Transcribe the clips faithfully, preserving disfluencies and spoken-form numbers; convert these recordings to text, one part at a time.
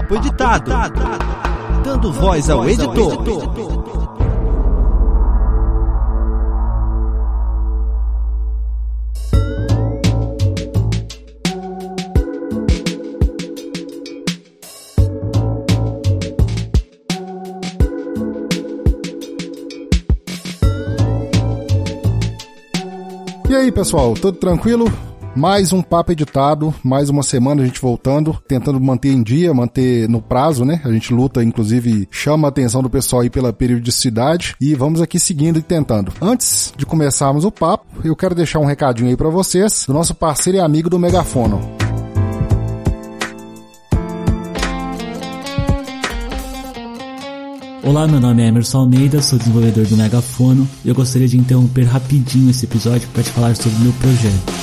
Papo Editado, dando voz ao editor. E aí, pessoal, tudo tranquilo? Mais um Papo Editado, mais uma semana a gente voltando, tentando manter em dia, manter no prazo, né? A gente luta, inclusive, chama a atenção do pessoal aí pela periodicidade e vamos aqui seguindo e tentando. Antes de começarmos o papo, eu quero deixar um recadinho aí pra vocês, do nosso parceiro e amigo do Megafono. Olá, meu nome é Emerson Almeida, sou desenvolvedor do Megafono e eu gostaria de interromper rapidinho esse episódio para te falar sobre o meu projeto.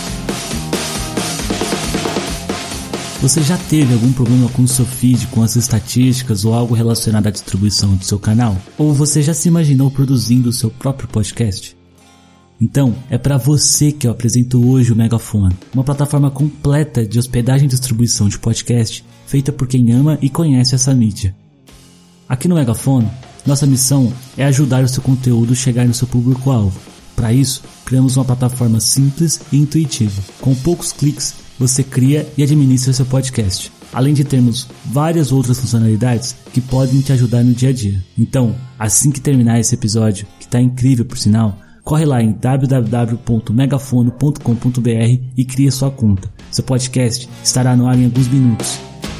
Você já teve algum problema com o seu feed, com as estatísticas ou algo relacionado à distribuição do seu canal? Ou você já se imaginou produzindo o seu próprio podcast? Então, é para você que eu apresento hoje o Megafono, uma plataforma completa de hospedagem e distribuição de podcast feita por quem ama e conhece essa mídia. Aqui no Megafono, nossa missão é ajudar o seu conteúdo a chegar no seu público-alvo. Para isso, criamos uma plataforma simples e intuitiva. Com poucos cliques, você cria e administra seu podcast, além de termos várias outras funcionalidades que podem te ajudar no dia a dia. Então, assim que terminar esse episódio, que está incrível por sinal, corre lá em w w w ponto megafono ponto com ponto b r e cria sua conta. Seu podcast estará no ar em alguns minutos.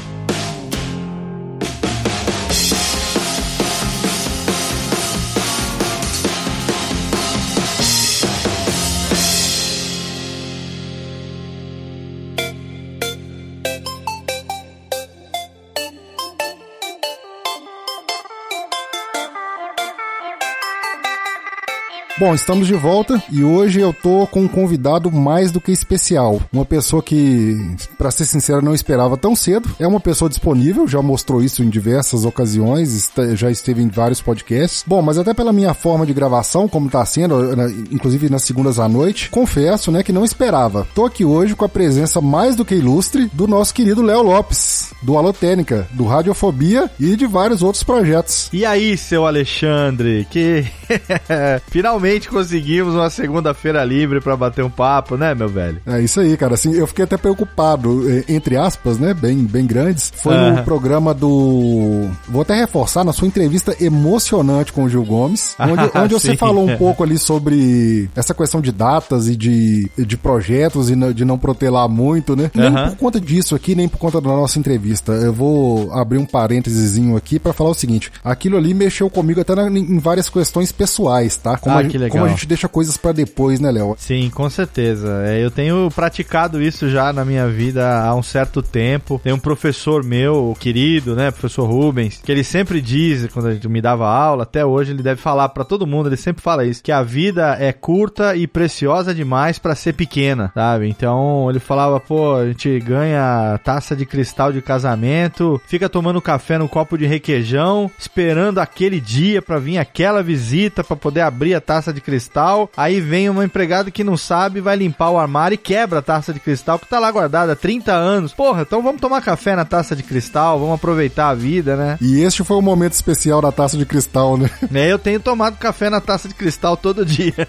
Bom, estamos de volta e hoje eu tô com um convidado mais do que especial. Uma pessoa que, pra ser sincero, não esperava tão cedo. É uma pessoa disponível, já mostrou isso em diversas ocasiões, já esteve em vários podcasts. Bom, mas até pela minha forma de gravação, como tá sendo, inclusive nas segundas à noite, confesso, né, que não esperava. Tô aqui hoje com a presença mais do que ilustre do nosso querido Léo Lopes, do Alotênica, do Radiofobia e de vários outros projetos. E aí, seu Alexandre, que finalmente conseguimos uma segunda-feira livre pra bater um papo, né, meu velho? É isso aí, cara. Assim, eu fiquei até preocupado, entre aspas, né, bem, bem grandes. Foi uh-huh. no programa do... Vou até reforçar, na sua entrevista emocionante com o Gil Gomes, onde, onde você falou um pouco ali sobre essa questão de datas e de, de projetos e de não protelar muito, né? Nem uh-huh. por conta disso aqui, nem por conta da nossa entrevista. Eu vou abrir um parêntesezinho aqui pra falar o seguinte. Aquilo ali mexeu comigo até na, em várias questões pessoais, tá? Como, ah, a, que legal. Como a gente deixa coisas pra depois, né, Léo? Sim, com certeza. É, eu tenho praticado isso já na minha vida há um certo tempo. Tem um professor meu, querido, né, professor Rubens, que ele sempre diz, quando a gente me dava aula, até hoje ele deve falar pra todo mundo, ele sempre fala isso, que a vida é curta e preciosa demais pra ser pequena, sabe? Então ele falava, pô, a gente ganha taça de cristal de casamento, fica tomando café no copo de requeijão, esperando aquele dia pra vir aquela visita pra poder abrir a taça de cristal, aí vem uma empregada que não sabe, vai limpar o armário e quebra a taça de cristal que tá lá guardada há trinta anos. Porra, então vamos tomar café na taça de cristal, vamos aproveitar a vida, né? E este foi o momento especial da taça de cristal, né? É, eu tenho tomado café na taça de cristal todo dia.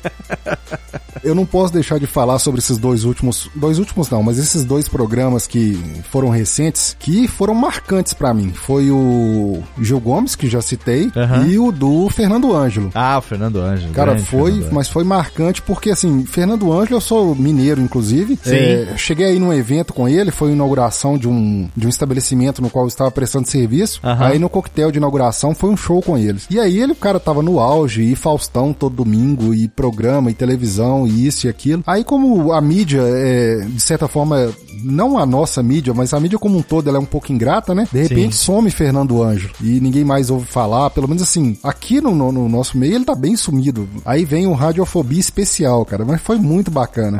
Eu não posso deixar de falar sobre esses dois últimos, dois últimos não, mas esses dois programas que foram recentes, que foram marcantes pra mim. Foi o Gil Gomes, que já citei, uhum. e o do Fernando Ângelo. Ah, o Fernando Ângelo. Cara, foi, mas foi marcante porque, assim, Fernando Ângelo, eu sou mineiro, inclusive. Sim. É, cheguei aí num evento com ele, foi a inauguração de um, de um estabelecimento no qual eu estava prestando serviço. Uhum. Aí no coquetel de inauguração foi um show com eles. E aí ele, o cara tava no auge, e Faustão todo domingo, e programa, e televisão, e isso e aquilo. Aí como a mídia, é, de certa forma, não a nossa mídia, mas a mídia como um todo, ela é um pouco ingrata, né? De repente Sim. some Fernando Ângelo, e ninguém mais ouve falar, pelo menos assim, aqui no, no, no nosso meio ele tá bem sumido. A Aí vem o Radiofobia Especial, cara, mas foi muito bacana.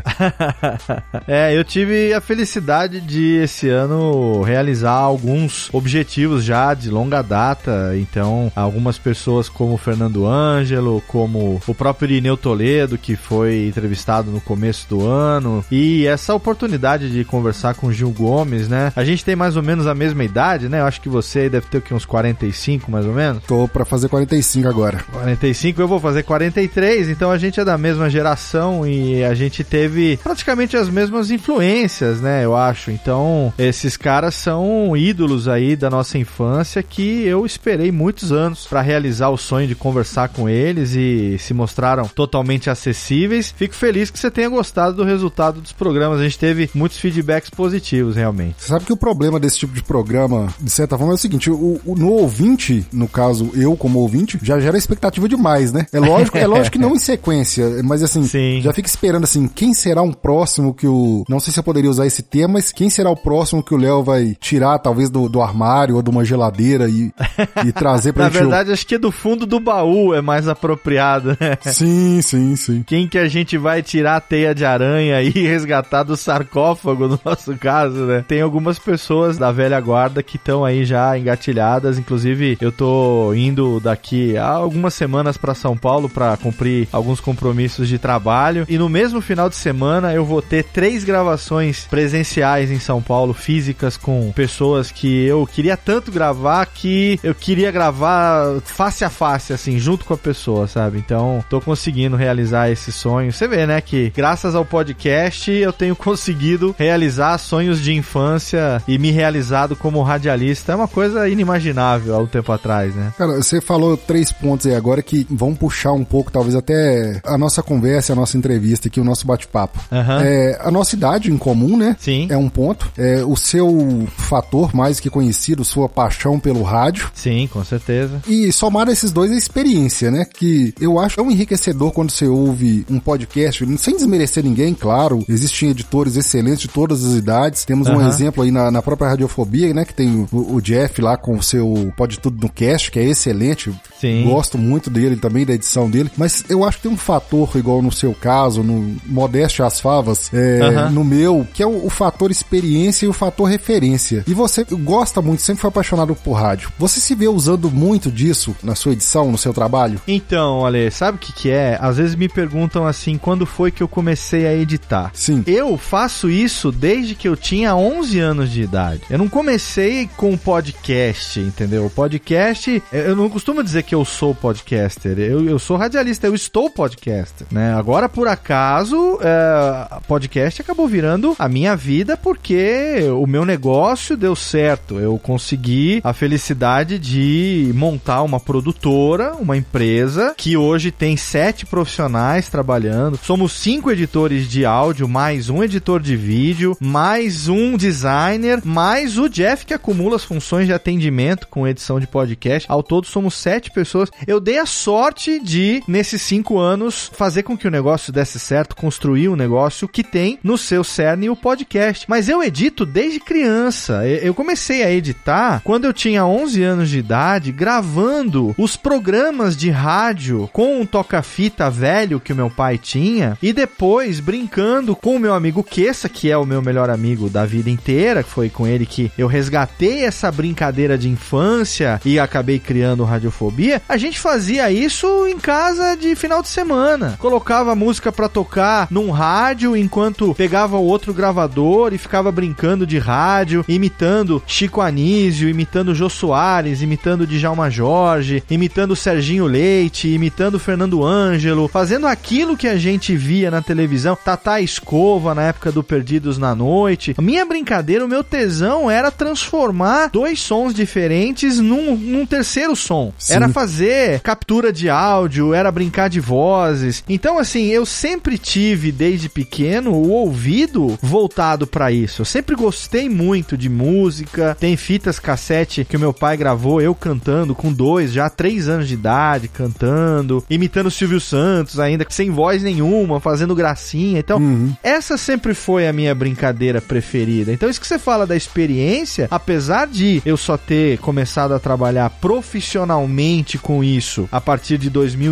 É, eu tive a felicidade de esse ano realizar alguns objetivos já de longa data, então algumas pessoas como o Fernando Ângelo, como o próprio Irineu Toledo, que foi entrevistado no começo do ano, e essa oportunidade de conversar com o Gil Gomes, né? A gente tem mais ou menos a mesma idade, né? Eu acho que você aí deve ter aqui uns quarenta e cinco, mais ou menos. Tô pra fazer quarenta e cinco agora. quarenta e cinco, eu vou fazer quarenta e três, então a gente é da mesma geração e a gente teve praticamente as mesmas influências, né? Eu acho. Então, esses caras são ídolos aí da nossa infância que eu esperei muitos anos pra realizar o sonho de conversar com eles e se mostraram totalmente acessíveis. Fico feliz que você tenha gostado do resultado dos programas. A gente teve muitos feedbacks positivos, realmente. Você sabe que o problema desse tipo de programa, de certa forma, é o seguinte, o, o, no ouvinte, no caso, eu como ouvinte, já gera expectativa demais, né? É lógico, é lógico que não em sequência, mas assim, Sim. já fica esperando assim, quem será um próximo que o... Não sei se eu poderia usar esse termo, mas quem será o próximo que o Léo vai tirar, talvez, do, do armário ou de uma geladeira e, e trazer pra Na gente... Na verdade, acho que é do fundo do baú é mais apropriado, né? Sim, sim, sim. Quem que a gente vai tirar a teia de aranha e resgatar do sarcófago, no nosso caso, né? Tem algumas pessoas da velha guarda que estão aí já engatilhadas, inclusive eu tô indo daqui a algumas semanas pra São Paulo pra cumprir alguns compromissos de trabalho, e no mesmo final de semana eu vou ter três gravações presenciais em São Paulo, físicas, com pessoas que eu queria tanto gravar que eu queria gravar face a face, assim, junto com a pessoa, sabe? Então, tô conseguindo realizar esse sonho. Você vê, né, que graças ao podcast eu tenho conseguido realizar sonhos de infância e me realizado como radialista. É uma coisa inimaginável há um tempo atrás, né? Cara, você falou três pontos aí agora que vão puxar um pouco, talvez até a nossa conversa, a nossa entrevista aqui, o nosso bate-papo. Uhum. É, a nossa idade em comum, né? Sim. É um ponto. É, o seu fator mais que conhecido, sua paixão pelo rádio. Sim, com certeza. E somar esses dois a experiência, né? Que eu acho tão enriquecedor quando você ouve um podcast, sem desmerecer ninguém, claro. Existem editores excelentes de todas as idades. Temos uhum. um exemplo aí na, na própria Radiofobia, né? Que tem o, o Jeff lá com o seu Pode Tudo no Cast, que é excelente. Sim. Gosto muito dele também, da edição dele. Mas eu acho que tem um fator, igual no seu caso, no Modéstia às Favas, é, uhum. no meu, que é o, o fator experiência e o fator referência. E você gosta muito, sempre foi apaixonado por rádio. Você se vê usando muito disso na sua edição, no seu trabalho? Então, Ale, sabe o que que é? Às vezes me perguntam assim, quando foi que eu comecei a editar? Sim. Eu faço isso desde que eu tinha onze anos de idade. Eu não comecei com podcast, entendeu? O podcast, eu não costumo dizer que eu sou podcaster, eu, eu sou radialista, eu estou podcaster, né? Agora, por acaso, é, podcast acabou virando a minha vida porque o meu negócio deu certo. Eu consegui a felicidade de montar uma produtora, uma empresa que hoje tem sete profissionais trabalhando. Somos cinco editores de áudio, mais um editor de vídeo, mais um designer, mais o Jeff que acumula as funções de atendimento com edição de podcast. Ao todo somos sete pessoas. Eu dei a sorte de, nesses cinco anos, fazer com que o negócio desse certo, construir um negócio que tem no seu cerne o podcast. Mas eu edito desde criança. Eu comecei a editar quando eu tinha onze anos de idade, gravando os programas de rádio com um toca-fita velho que o meu pai tinha, e depois brincando com o meu amigo Kessa, que é o meu melhor amigo da vida inteira, que foi com ele que eu resgatei essa brincadeira de infância e acabei criando Radiofobia. A gente fazia isso em casa de final de semana. Colocava música pra tocar num rádio enquanto pegava o outro gravador e ficava brincando de rádio, imitando Chico Anísio, imitando Jô Soares, imitando Djalma Jorge, imitando Serginho Leite, imitando Fernando Ângelo, fazendo aquilo que a gente via na televisão, Tatá Escova na época do Perdidos na Noite. A minha brincadeira, o meu tesão era transformar dois sons diferentes num, num terceiro som. Sim. Era fazer captura de áudio, era brincar de vozes. Então, assim, eu sempre tive, desde pequeno, o ouvido voltado pra isso. Eu sempre gostei muito de música. Tem fitas cassete que o meu pai gravou, eu cantando com dois, já três anos de idade, cantando, imitando o Silvio Santos ainda, sem voz nenhuma, fazendo gracinha. Então, uhum. essa sempre foi a minha brincadeira preferida. Então, isso que você fala da experiência, apesar de eu só ter começado a trabalhar profissionalmente com isso a partir de dois mil e doze,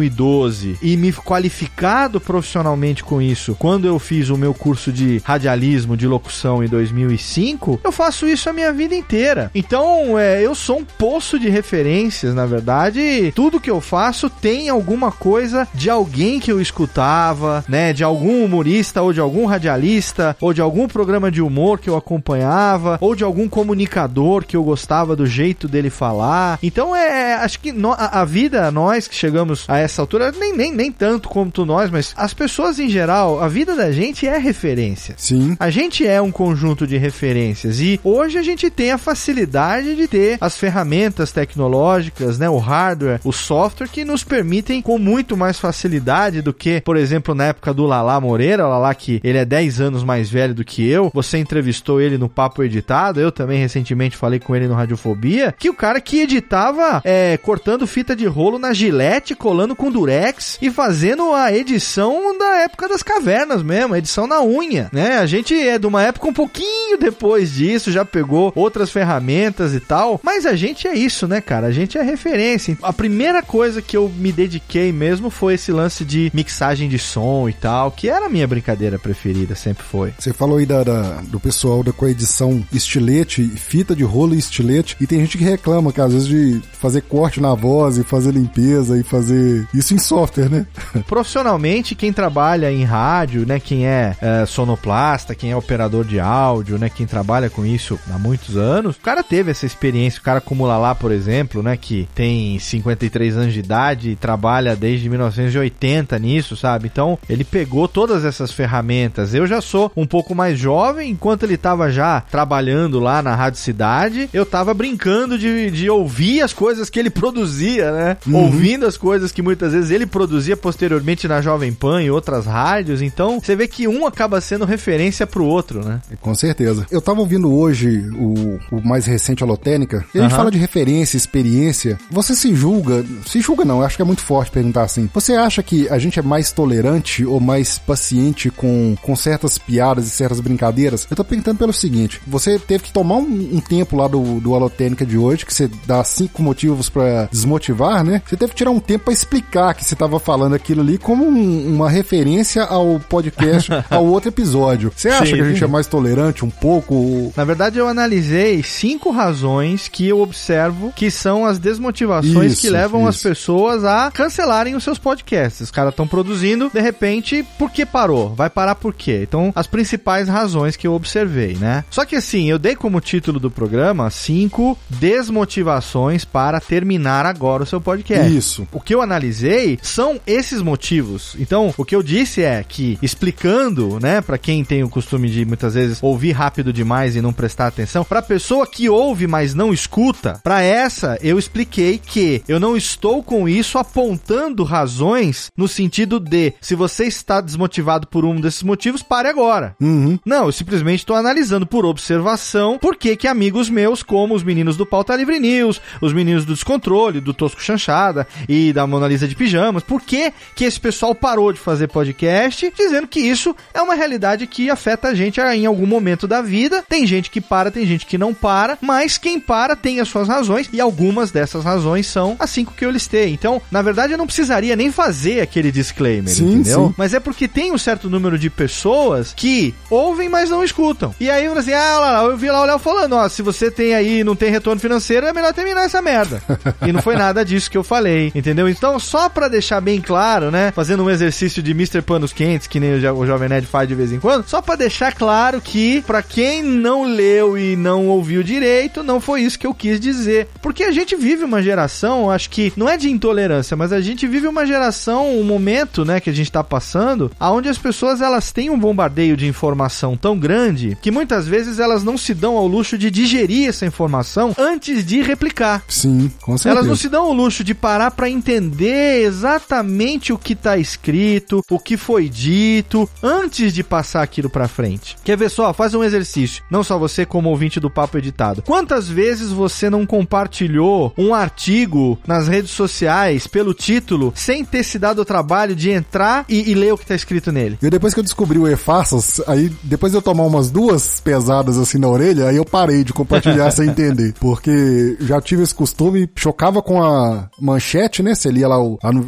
doze e me qualificado profissionalmente com isso quando eu fiz o meu curso de radialismo, de locução em dois mil e cinco, eu faço isso a minha vida inteira. Então, é, eu sou um poço de referências, na verdade. Tudo que eu faço tem alguma coisa de alguém que eu escutava, né? De algum humorista, ou de algum radialista, ou de algum programa de humor que eu acompanhava, ou de algum comunicador que eu gostava do jeito dele falar. Então, é, acho que no, a, a vida, nós que chegamos a essa altura, nem, nem, nem tanto quanto nós, mas as pessoas em geral, a vida da gente é referência. Sim. A gente é um conjunto de referências e hoje a gente tem a facilidade de ter as ferramentas tecnológicas, né, o hardware, o software que nos permitem com muito mais facilidade do que, por exemplo, na época do Lala Moreira, o Lala que ele é dez anos mais velho do que eu, você entrevistou ele no Papo Editado, eu também recentemente falei com ele no Radiofobia, que o cara que editava é, cortando fita de rolo na Gillette, colando com durex e fazendo a edição da época das cavernas mesmo, edição na unha, né? A gente é de uma época um pouquinho depois disso, já pegou outras ferramentas e tal, mas a gente é isso, né, cara? A gente é referência. A primeira coisa que eu me dediquei mesmo foi esse lance de mixagem de som e tal, que era a minha brincadeira preferida, sempre foi. Você falou aí da, da, do pessoal da com a edição estilete, fita de rolo e estilete, e tem gente que reclama que às vezes de fazer corte na voz e fazer limpeza e fazer isso em software, né? Profissionalmente, quem trabalha em rádio, né, quem é, é sonoplasta, quem é operador de áudio, né, quem trabalha com isso há muitos anos, o cara teve essa experiência, o cara como o Lala, por exemplo, né, que tem cinquenta e três anos de idade e trabalha desde mil novecentos e oitenta nisso, sabe? Então, ele pegou todas essas ferramentas. Eu já sou um pouco mais jovem, enquanto ele tava já trabalhando lá na Rádio Cidade, eu tava brincando de, de ouvir as coisas que ele produzia, né? Uhum. Ouvindo as coisas que muitas vezes ele produzia posteriormente na Jovem Pan e outras rádios. Então, você vê que um acaba sendo referência pro outro, né? Com certeza. Eu tava ouvindo hoje o, o mais recente Alotênica, e a gente uhum. fala de referência, experiência. Você se julga, se julga não, eu acho que é muito forte perguntar assim. Você acha que a gente é mais tolerante ou mais paciente com, com certas piadas e certas brincadeiras? Eu tô perguntando pelo seguinte, você teve que tomar um, um tempo lá do, do Alotênica de hoje, que você dá cinco motivos pra desmotivar, né? Você teve que tirar um tempo pra explicar que você tava falando aquilo ali como um, uma referência ao podcast, ao outro episódio. Você acha Sim. que a gente é mais tolerante um pouco? Na verdade, eu analisei cinco razões que eu observo que são as desmotivações isso, que levam isso. as pessoas a cancelarem os seus podcasts. Os caras estão produzindo, de repente, por que parou? Vai parar por quê? Então, as principais razões que eu observei, né? Só que assim, eu dei como título do programa cinco desmotivações para terminar agora o seu podcast. Isso. O que eu analisei são esses motivos. Então, o que eu disse é que, explicando, né, pra quem tem o costume de, muitas vezes, ouvir rápido demais e não prestar atenção, pra pessoa que ouve, mas não escuta, pra essa, eu expliquei que eu não estou com isso apontando razões no sentido de, se você está desmotivado por um desses motivos, pare agora. Uhum. Não, eu simplesmente estou analisando por observação por que que amigos meus, como os meninos do Pauta Livre News, os meninos do Descontrole, do Tosco Chanchada e da Mona Lisa de Pijamas, por que que esse pessoal parou de fazer podcast, dizendo que isso é uma realidade que afeta a gente em algum momento da vida. Tem gente que para, tem gente que não para, mas quem para tem as suas razões, e algumas dessas razões são as cinco que eu listei. Então, na verdade, eu não precisaria nem fazer aquele disclaimer, sim, entendeu? Sim. Mas é porque tem um certo número de pessoas que ouvem, mas não escutam. E aí, assim, ah, lá, eu vi lá o Léo falando, ó, se você tem aí, não tem retorno financeiro, é melhor terminar essa merda. E não foi nada disso que eu falei, entendeu? Então, só pra deixar bem claro, né, fazendo um exercício de mister Panos Quentes, que nem o, jo- o Jovem Nerd faz de vez em quando, só pra deixar claro que, pra quem não leu e não ouviu direito, não foi isso que eu quis dizer. Porque a gente vive uma geração, acho que, não é de intolerância, mas a gente vive uma geração, um momento, né, que a gente tá passando, onde as pessoas, elas têm um bombardeio de informação tão grande, que muitas vezes elas não se dão ao luxo de digerir essa informação antes de replicar. Sim, com certeza. Elas não se dão ao luxo de parar pra entender exatamente o que tá escrito, o que foi dito, antes de passar aquilo pra frente. Quer ver só? Faz um exercício. Não só você, como ouvinte do Papo Editado. Quantas vezes você não compartilhou um artigo nas redes sociais pelo título, sem ter se dado o trabalho de entrar e, e ler o que tá escrito nele? E depois que eu descobri o E-Faças, aí depois de eu tomar umas duas pesadas assim na orelha, aí eu parei de compartilhar sem entender. Porque já tive esse costume, chocava com a manchete, né? Você lia lá o, a, o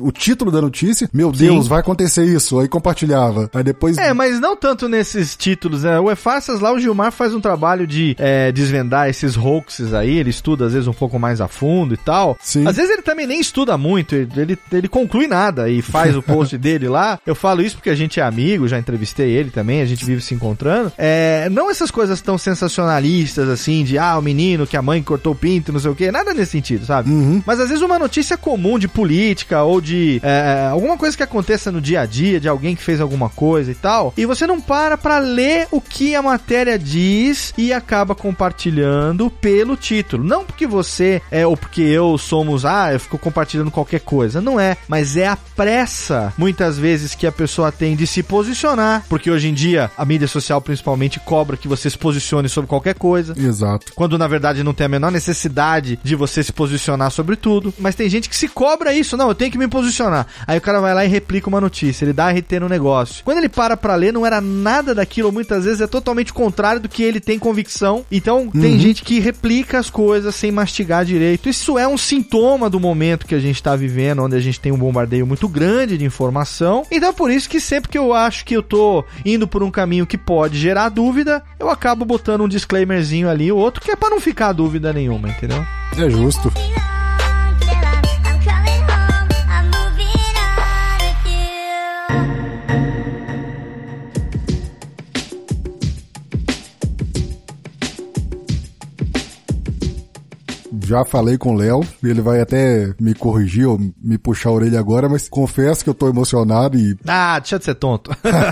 o título da notícia, meu Deus, Sim. vai acontecer isso, aí compartilhava. Aí depois... É, mas não tanto nesses títulos, né? O E-Farsas lá, o Gilmar faz um trabalho de é, desvendar esses hoaxes aí, ele estuda às vezes um pouco mais a fundo e tal. Sim. Às vezes ele também nem estuda muito, ele, ele conclui nada e faz o post dele lá. Eu falo isso porque a gente é amigo, já entrevistei ele também, a gente vive se encontrando. É, não essas coisas tão sensacionalistas assim, de ah, o menino que a mãe cortou o pinto, não sei o quê, nada nesse sentido, sabe? Uhum. Mas às vezes uma notícia comum de política ou de é, alguma coisa que aconteça no dia a dia, de alguém que fez alguma coisa e tal, e você não para pra ler o que a matéria diz e acaba compartilhando pelo título. Não porque você é, ou porque eu somos, ah, eu fico compartilhando qualquer coisa. Não é, mas é a pressa, muitas vezes, que a pessoa tem de se posicionar, porque hoje em dia, a mídia social principalmente cobra que você se posicione sobre qualquer coisa. Exato. Quando na verdade não tem a menor necessidade de você se posicionar sobre tudo. Mas tem gente que se cobra isso. Não, eu tenho que me posicionar. Aí o cara vai lá e replica uma notícia, ele dá R T no negócio. Quando ele para pra ler, não era nada daquilo, muitas vezes é totalmente contrário do que ele tem convicção. Então tem Uhum. gente que replica as coisas sem mastigar direito. Isso é um sintoma do momento que a gente tá vivendo, onde a gente tem um bombardeio muito grande de informação. Então é por isso que sempre que eu acho que eu tô indo por um caminho que pode gerar dúvida, eu acabo botando um disclaimerzinho ali ou outro, que é pra não ficar dúvida nenhuma, entendeu? É justo. Já falei com o Léo, ele vai até me corrigir ou me puxar a orelha agora, mas confesso que eu tô emocionado e... Ah, deixa de ser tonto.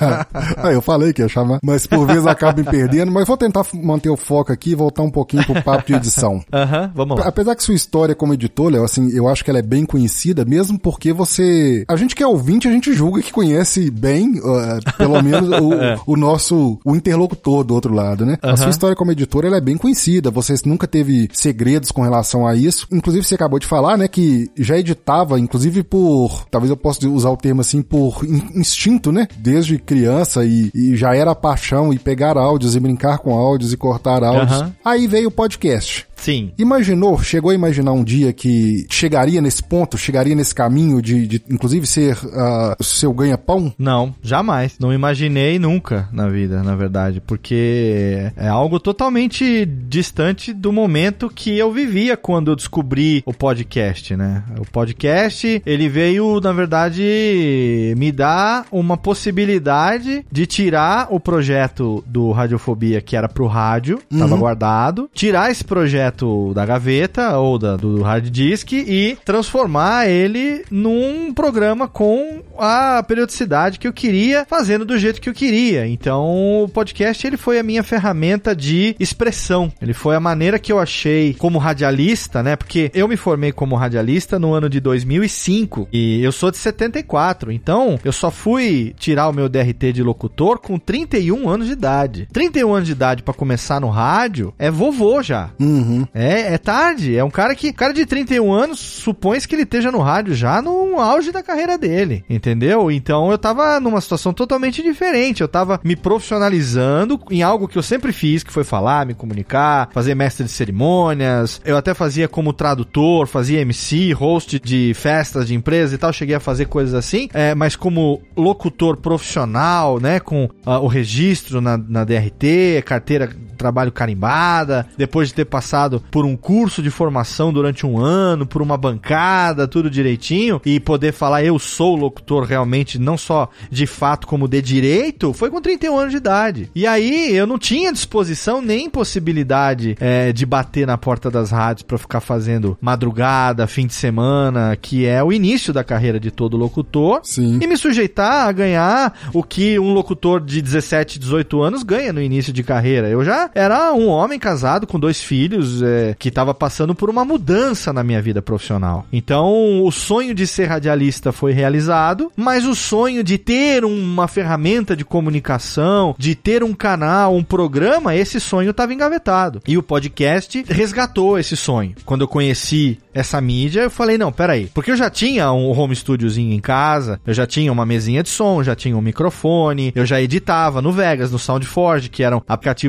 ah, eu falei que ia chamar, mas por vezes acabo me perdendo, mas vou tentar manter o foco aqui e voltar um pouquinho pro papo de edição. Aham, uhum, vamos lá. Apesar que sua história como editor, Léo, assim, eu acho que ela é bem conhecida, mesmo porque você... A gente que é ouvinte, a gente julga que conhece bem, uh, pelo menos, o, é. o nosso... o interlocutor do outro lado, né? Uhum. A sua história como editor, ela é bem conhecida, você nunca teve segredos com relação a isso. Inclusive, você acabou de falar, né, que já editava, inclusive por, talvez eu possa usar o termo assim, por instinto, né? Desde criança e, e já era paixão e pegar áudios e brincar com áudios e cortar áudios. Uhum. Aí veio o podcast. Sim. Imaginou, chegou a imaginar um dia que chegaria nesse ponto, chegaria nesse caminho de, de inclusive, ser uh, seu ganha-pão? Não, jamais. Não imaginei nunca na vida, na verdade, porque é algo totalmente distante do momento que eu vivia quando eu descobri o podcast, né? O podcast, ele veio, na verdade, me dar uma possibilidade de tirar o projeto do Radiofobia, que era pro rádio, uhum. tava guardado, tirar esse projeto da gaveta ou da, do hard disk e transformar ele num programa com a periodicidade que eu queria, fazendo do jeito que eu queria. Então o podcast, ele foi a minha ferramenta de expressão, ele foi a maneira que eu achei como radialista, né, porque eu me formei como radialista no ano de dois mil e cinco e eu sou de setenta e quatro, então eu só fui tirar o meu D R T de locutor com trinta e um anos de idade. trinta e um anos de idade pra começar no rádio é vovô já. Uhum. É, é tarde. É um cara que... cara de trinta e um anos, supõe-se que ele esteja no rádio já no auge da carreira dele. Entendeu? Então eu tava numa situação totalmente diferente. Eu tava me profissionalizando em algo que eu sempre fiz, que foi falar, me comunicar, fazer mestre de cerimônias. Eu até fazia como tradutor, fazia M C, host de festas de empresa e tal. Cheguei a fazer coisas assim. É, mas como locutor profissional, né? Com uh, o registro na, na D R T, carteira trabalho carimbada, depois de ter passado por um curso de formação durante um ano, por uma bancada, tudo direitinho, e poder falar eu sou locutor realmente, não só de fato como de direito, foi com trinta e um anos de idade. E aí eu não tinha disposição nem possibilidade é, de bater na porta das rádios pra ficar fazendo madrugada, fim de semana, que é o início da carreira de todo locutor. Sim. E me sujeitar a ganhar o que um locutor de dezessete, dezoito anos ganha no início de carreira. Eu já era um homem casado com dois filhos, é, que estava passando por uma mudança na minha vida profissional. Então, o sonho de ser radialista foi realizado, mas o sonho de ter uma ferramenta de comunicação, de ter um canal, um programa, esse sonho estava engavetado. E o podcast resgatou esse sonho. Quando eu conheci essa mídia, eu falei, não, peraí, porque eu já tinha um home studiozinho em casa, eu já tinha uma mesinha de som, já tinha um microfone, eu já editava no Vegas, no SoundForge, que eram aplicativos que eu já tinha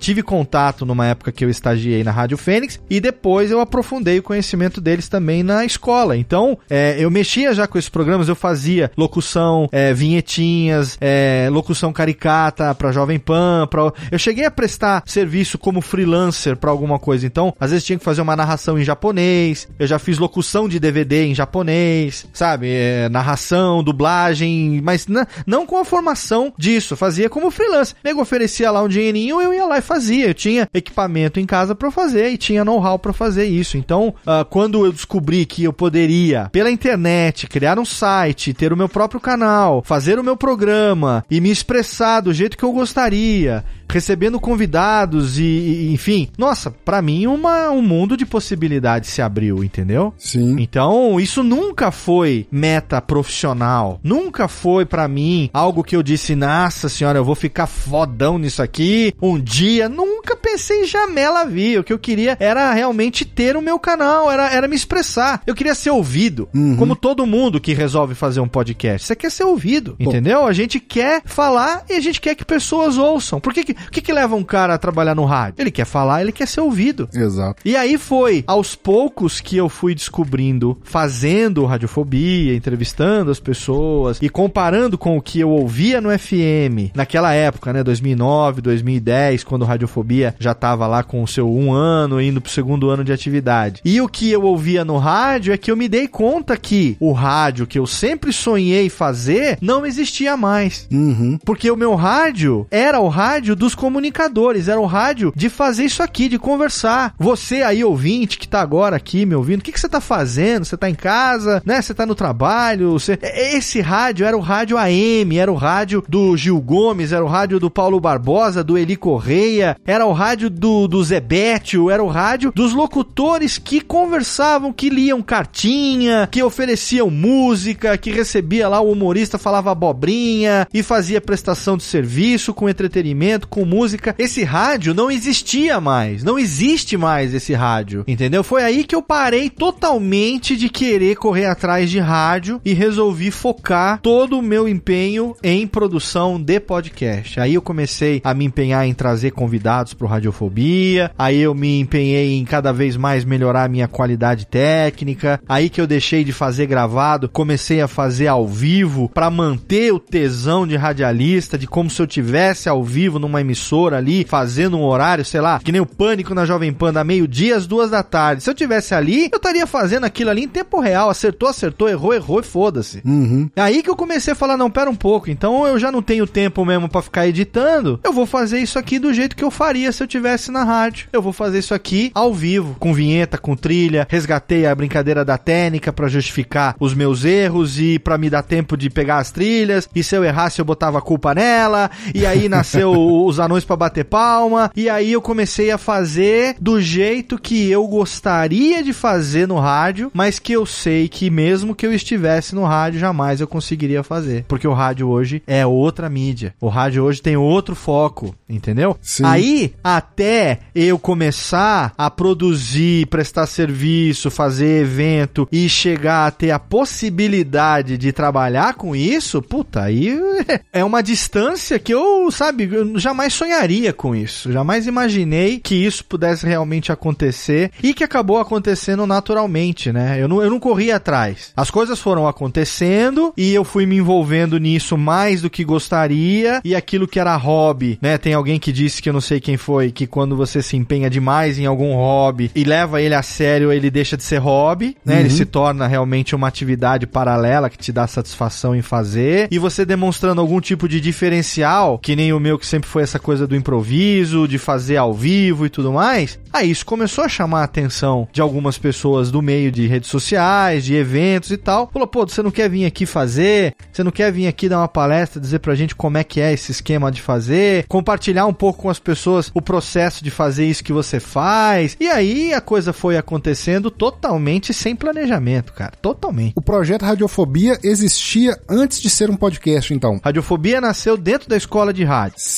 tive contato numa época que eu estagiei na Rádio Fênix e depois eu aprofundei o conhecimento deles também na escola. Então, é, eu mexia já com esses programas, eu fazia locução, é, vinhetinhas, é, locução caricata pra Jovem Pan, pra... eu cheguei a prestar serviço como freelancer pra alguma coisa. Então, às vezes tinha que fazer uma narração em japonês, eu já fiz locução de D V D em japonês, sabe? É, narração, dublagem, mas n- não com a formação disso, fazia como freelancer. O nego oferecia lá um dinheirinho, eu ia lá e fazia. Eu tinha equipamento em casa pra fazer e tinha know-how pra fazer isso. Então, uh, quando eu descobri que eu poderia, pela internet, criar um site, ter o meu próprio canal, fazer o meu programa e me expressar do jeito que eu gostaria, recebendo convidados e, e enfim, nossa, pra mim uma, um mundo de possibilidades se abriu, entendeu? Sim. Então, isso nunca foi meta profissional, nunca foi pra mim algo que eu disse, nossa senhora, eu vou ficar fodão nisso aqui um dia, nunca pensei em jamela vi, o que eu queria era realmente ter o meu canal, era, era me expressar, eu queria ser ouvido, uhum. Como todo mundo que resolve fazer um podcast, você quer ser ouvido, Bom. entendeu? A gente quer falar e a gente quer que pessoas ouçam. Por que que O que que leva um cara a trabalhar no rádio? Ele quer falar, ele quer ser ouvido. Exato. E aí foi, aos poucos, que eu fui descobrindo, fazendo Radiofobia, entrevistando as pessoas e comparando com o que eu ouvia no F M, naquela época, né, dois mil e nove, dois mil e dez, quando Radiofobia já tava lá com o seu um ano, indo pro segundo ano de atividade. E o que eu ouvia no rádio é que eu me dei conta que o rádio que eu sempre sonhei fazer não existia mais. Uhum. Porque o meu rádio era o rádio dos comunicadores, era o rádio de fazer isso aqui, de conversar. Você aí, ouvinte, que tá agora aqui me ouvindo, o que que você tá fazendo? Você tá em casa, né? Você tá no trabalho? Você... Esse rádio era o rádio A M, era o rádio do Gil Gomes, era o rádio do Paulo Barbosa, do Eli Correia, era o rádio do, do Zé Bétio, era o rádio dos locutores que conversavam, que liam cartinha, que ofereciam música, que recebia lá o humorista, falava abobrinha e fazia prestação de serviço com entretenimento, com música. Esse rádio não existia mais, não existe mais esse rádio, entendeu? Foi aí que eu parei totalmente de querer correr atrás de rádio e resolvi focar todo o meu empenho em produção de podcast. Aí eu comecei a me empenhar em trazer convidados pro Radiofobia, aí eu me empenhei em cada vez mais melhorar a minha qualidade técnica, aí que eu deixei de fazer gravado, comecei a fazer ao vivo pra manter o tesão de radialista, de como se eu tivesse ao vivo numa emissora ali, fazendo um horário, sei lá, que nem o Pânico na Jovem Pan, da meio-dia às duas da tarde. Se eu tivesse ali, eu estaria fazendo aquilo ali em tempo real, acertou, acertou, errou, errou e foda-se. Uhum. Aí que eu comecei a falar, não, pera um pouco, então eu já não tenho tempo mesmo pra ficar editando, eu vou fazer isso aqui do jeito que eu faria se eu tivesse na rádio. Eu vou fazer isso aqui ao vivo, com vinheta, com trilha, resgatei a brincadeira da técnica pra justificar os meus erros e pra me dar tempo de pegar as trilhas, e se eu errasse eu botava a culpa nela, e aí nasceu os anões pra bater palma, e aí eu comecei a fazer do jeito que eu gostaria de fazer no rádio, mas que eu sei que mesmo que eu estivesse no rádio, jamais eu conseguiria fazer, porque o rádio hoje é outra mídia, o rádio hoje tem outro foco, entendeu? Sim. Aí, até eu começar a produzir, prestar serviço, fazer evento e chegar a ter a possibilidade de trabalhar com isso, puta, aí é uma distância que eu, sabe, eu jamais sonharia com isso, jamais imaginei que isso pudesse realmente acontecer e que acabou acontecendo naturalmente, né? Eu não, eu não corri atrás. As coisas foram acontecendo e eu fui me envolvendo nisso mais do que gostaria, e aquilo que era hobby, né? Tem alguém que disse, que eu não sei quem foi, que quando você se empenha demais em algum hobby e leva ele a sério, ele deixa de ser hobby, né? Uhum. Ele se torna realmente uma atividade paralela que te dá satisfação em fazer, e você demonstrando algum tipo de diferencial, que nem o meu, que sempre foi essa coisa do improviso, de fazer ao vivo e tudo mais, aí isso começou a chamar a atenção de algumas pessoas do meio de redes sociais, de eventos e tal. Falou, pô, você não quer vir aqui fazer? Você não quer vir aqui dar uma palestra, dizer pra gente como é que é esse esquema de fazer? Compartilhar um pouco com as pessoas o processo de fazer isso que você faz? E aí a coisa foi acontecendo totalmente sem planejamento, cara. Totalmente. O projeto Radiofobia existia antes de ser um podcast, então? Radiofobia nasceu dentro da escola de rádio. Certo.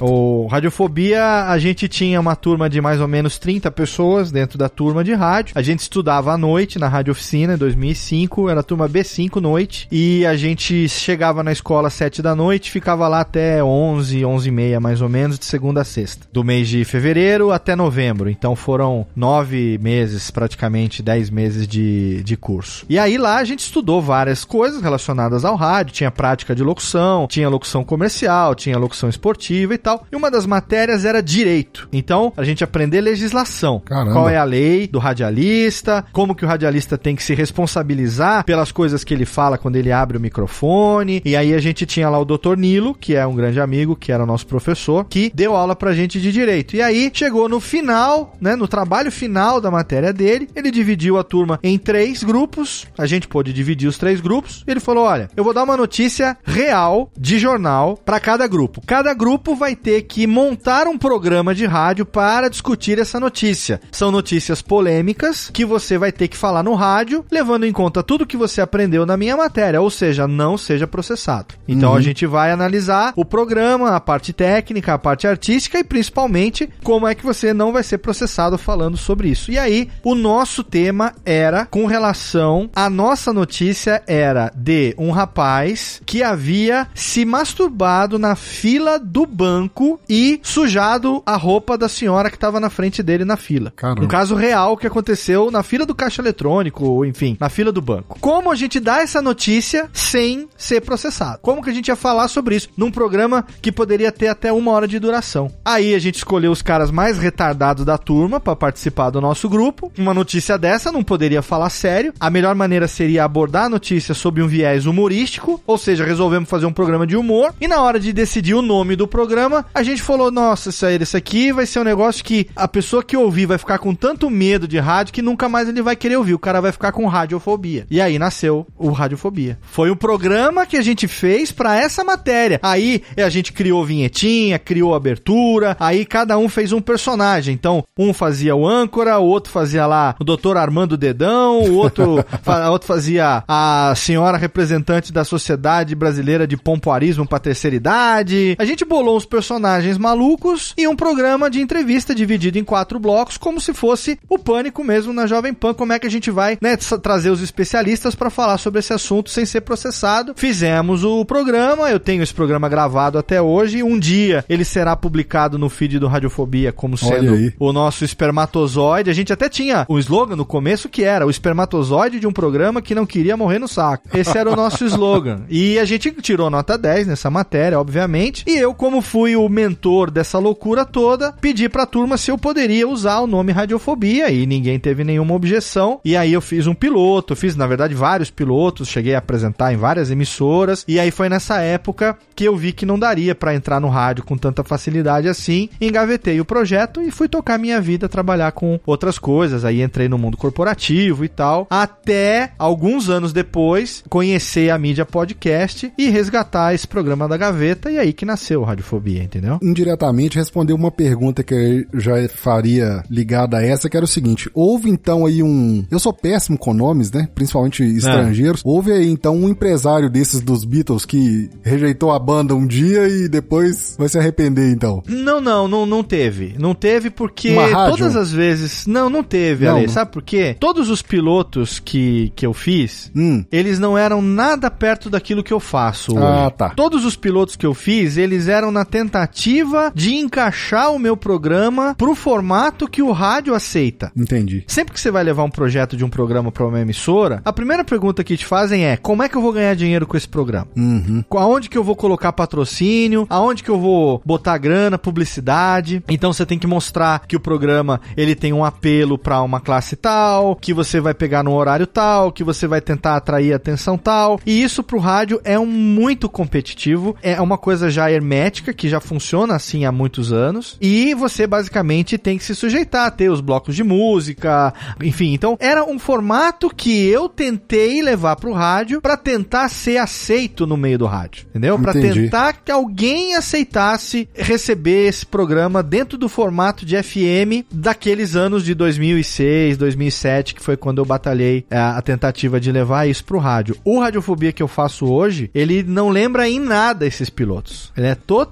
O Radiofobia, a gente tinha uma turma de mais ou menos trinta pessoas dentro da turma de rádio. A gente estudava à noite na Rádio Oficina, em dois mil e cinco, era a turma B cinco noite, e a gente chegava na escola às sete da noite, ficava lá até onze, onze e meia mais ou menos, de segunda a sexta. Do mês de fevereiro até novembro. Então foram nove meses, praticamente dez meses de, de curso. E aí lá a gente estudou várias coisas relacionadas ao rádio, tinha prática de locução, tinha locução comercial, tinha locução esportiva e tal. E uma das matérias era direito. Então, a gente aprender legislação. Caramba. Qual é a lei do radialista, como que o radialista tem que se responsabilizar pelas coisas que ele fala quando ele abre o microfone. E aí a gente tinha lá o doutor Nilo, que é um grande amigo, que era o nosso professor, que deu aula pra gente de direito. E aí, chegou no final, né, no trabalho final da matéria dele, ele dividiu a turma em três grupos, a gente pôde dividir os três grupos, e ele falou, olha, eu vou dar uma notícia real de jornal pra cada grupo. Cada grupo vai ter que montar um programa de rádio para discutir essa notícia. São notícias polêmicas que você vai ter que falar no rádio, levando em conta tudo que você aprendeu na minha matéria, ou seja, não seja processado. Então, uhum. a gente vai analisar o programa, a parte técnica, a parte artística e principalmente como é que você não vai ser processado falando sobre isso. E aí, o nosso tema era com relação, a nossa notícia era de um rapaz que havia se masturbado na fila do banco e sujado a roupa da senhora que estava na frente dele na fila. Caramba. Um caso real que aconteceu na fila do caixa eletrônico, ou enfim, na fila do banco. Como a gente dá essa notícia sem ser processado? Como que a gente ia falar sobre isso num programa que poderia ter até uma hora de duração? Aí a gente escolheu os caras mais retardados da turma para participar do nosso grupo. Uma notícia dessa não poderia falar sério. A melhor maneira seria abordar a notícia sob um viés humorístico, ou seja, resolvemos fazer um programa de humor. E na hora de decidir o nome do programa, a gente falou, nossa, isso aí, isso aqui vai ser um negócio que a pessoa que ouvir vai ficar com tanto medo de rádio que nunca mais ele vai querer ouvir. O cara vai ficar com radiofobia. E aí nasceu o Radiofobia. Foi um programa que a gente fez para essa matéria. Aí a gente criou vinhetinha, criou abertura, aí cada um fez um personagem. Então, um fazia o âncora, o outro fazia lá o doutor Armando Dedão, o outro, fa- outro fazia a senhora representante da Sociedade Brasileira de Pompoarismo para Terceira Idade. A gente bolou uns personagens malucos e um programa de entrevista dividido em quatro blocos, como se fosse o Pânico mesmo na Jovem Pan. Como é que a gente vai, né, trazer os especialistas para falar sobre esse assunto sem ser processado. Fizemos o programa, eu tenho esse programa gravado até hoje. Um dia ele será publicado no feed do Radiofobia como sendo o nosso espermatozoide. A gente até tinha um slogan no começo que era o espermatozoide de um programa que não queria morrer no saco. Esse era o nosso slogan. E a gente tirou nota dez nessa matéria, obviamente. E eu, como fui o mentor dessa loucura toda, pedi pra turma se eu poderia usar o nome Radiofobia e ninguém teve nenhuma objeção. E aí eu fiz um piloto, fiz na verdade vários pilotos, cheguei a apresentar em várias emissoras. E aí foi nessa época que eu vi que não daria pra entrar no rádio com tanta facilidade assim. Engavetei o projeto e fui tocar minha vida, trabalhar com outras coisas. Aí entrei no mundo corporativo e tal. Até alguns anos depois, conhecer a mídia podcast e resgatar esse programa da gaveta. E aí que nasceu o Radiofobia, entendeu? Indiretamente respondeu uma pergunta que eu já faria ligada a essa, que era o seguinte: houve então aí um... Eu sou péssimo com nomes, né? Principalmente estrangeiros. É. Houve aí então um empresário desses dos Beatles que rejeitou a banda um dia e depois vai se arrepender então? Não, não, não, não teve. Não teve porque todas as vezes... Não, não teve, não, Ale. Não. Sabe por quê? Todos os pilotos que, que eu fiz, hum. eles não eram nada perto daquilo que eu faço hoje. Ah, tá. Todos os pilotos que eu fiz, eles eram na tentativa de encaixar o meu programa pro formato que o rádio aceita. Entendi. Sempre que você vai levar um projeto de um programa pra uma emissora, a primeira pergunta que te fazem é: como é que eu vou ganhar dinheiro com esse programa? Uhum. Aonde que eu vou colocar patrocínio? Aonde que eu vou botar grana, publicidade? Então você tem que mostrar que o programa ele tem um apelo pra uma classe tal, que você vai pegar no horário tal, que você vai tentar atrair atenção tal. E isso pro rádio é um muito competitivo, é uma coisa já hermética, que já funciona assim há muitos anos. E você basicamente tem que se sujeitar a ter os blocos de música, enfim. Então era um formato que eu tentei levar pro rádio pra tentar ser aceito no meio do rádio, entendeu? Pra Entendi. tentar que alguém aceitasse receber esse programa dentro do formato de F M daqueles anos de dois mil e seis, dois mil e sete, que foi quando eu batalhei a, a tentativa de levar isso pro rádio. O Radiofobia que eu faço hoje, ele não lembra em nada esses pilotos. Ele é totalmente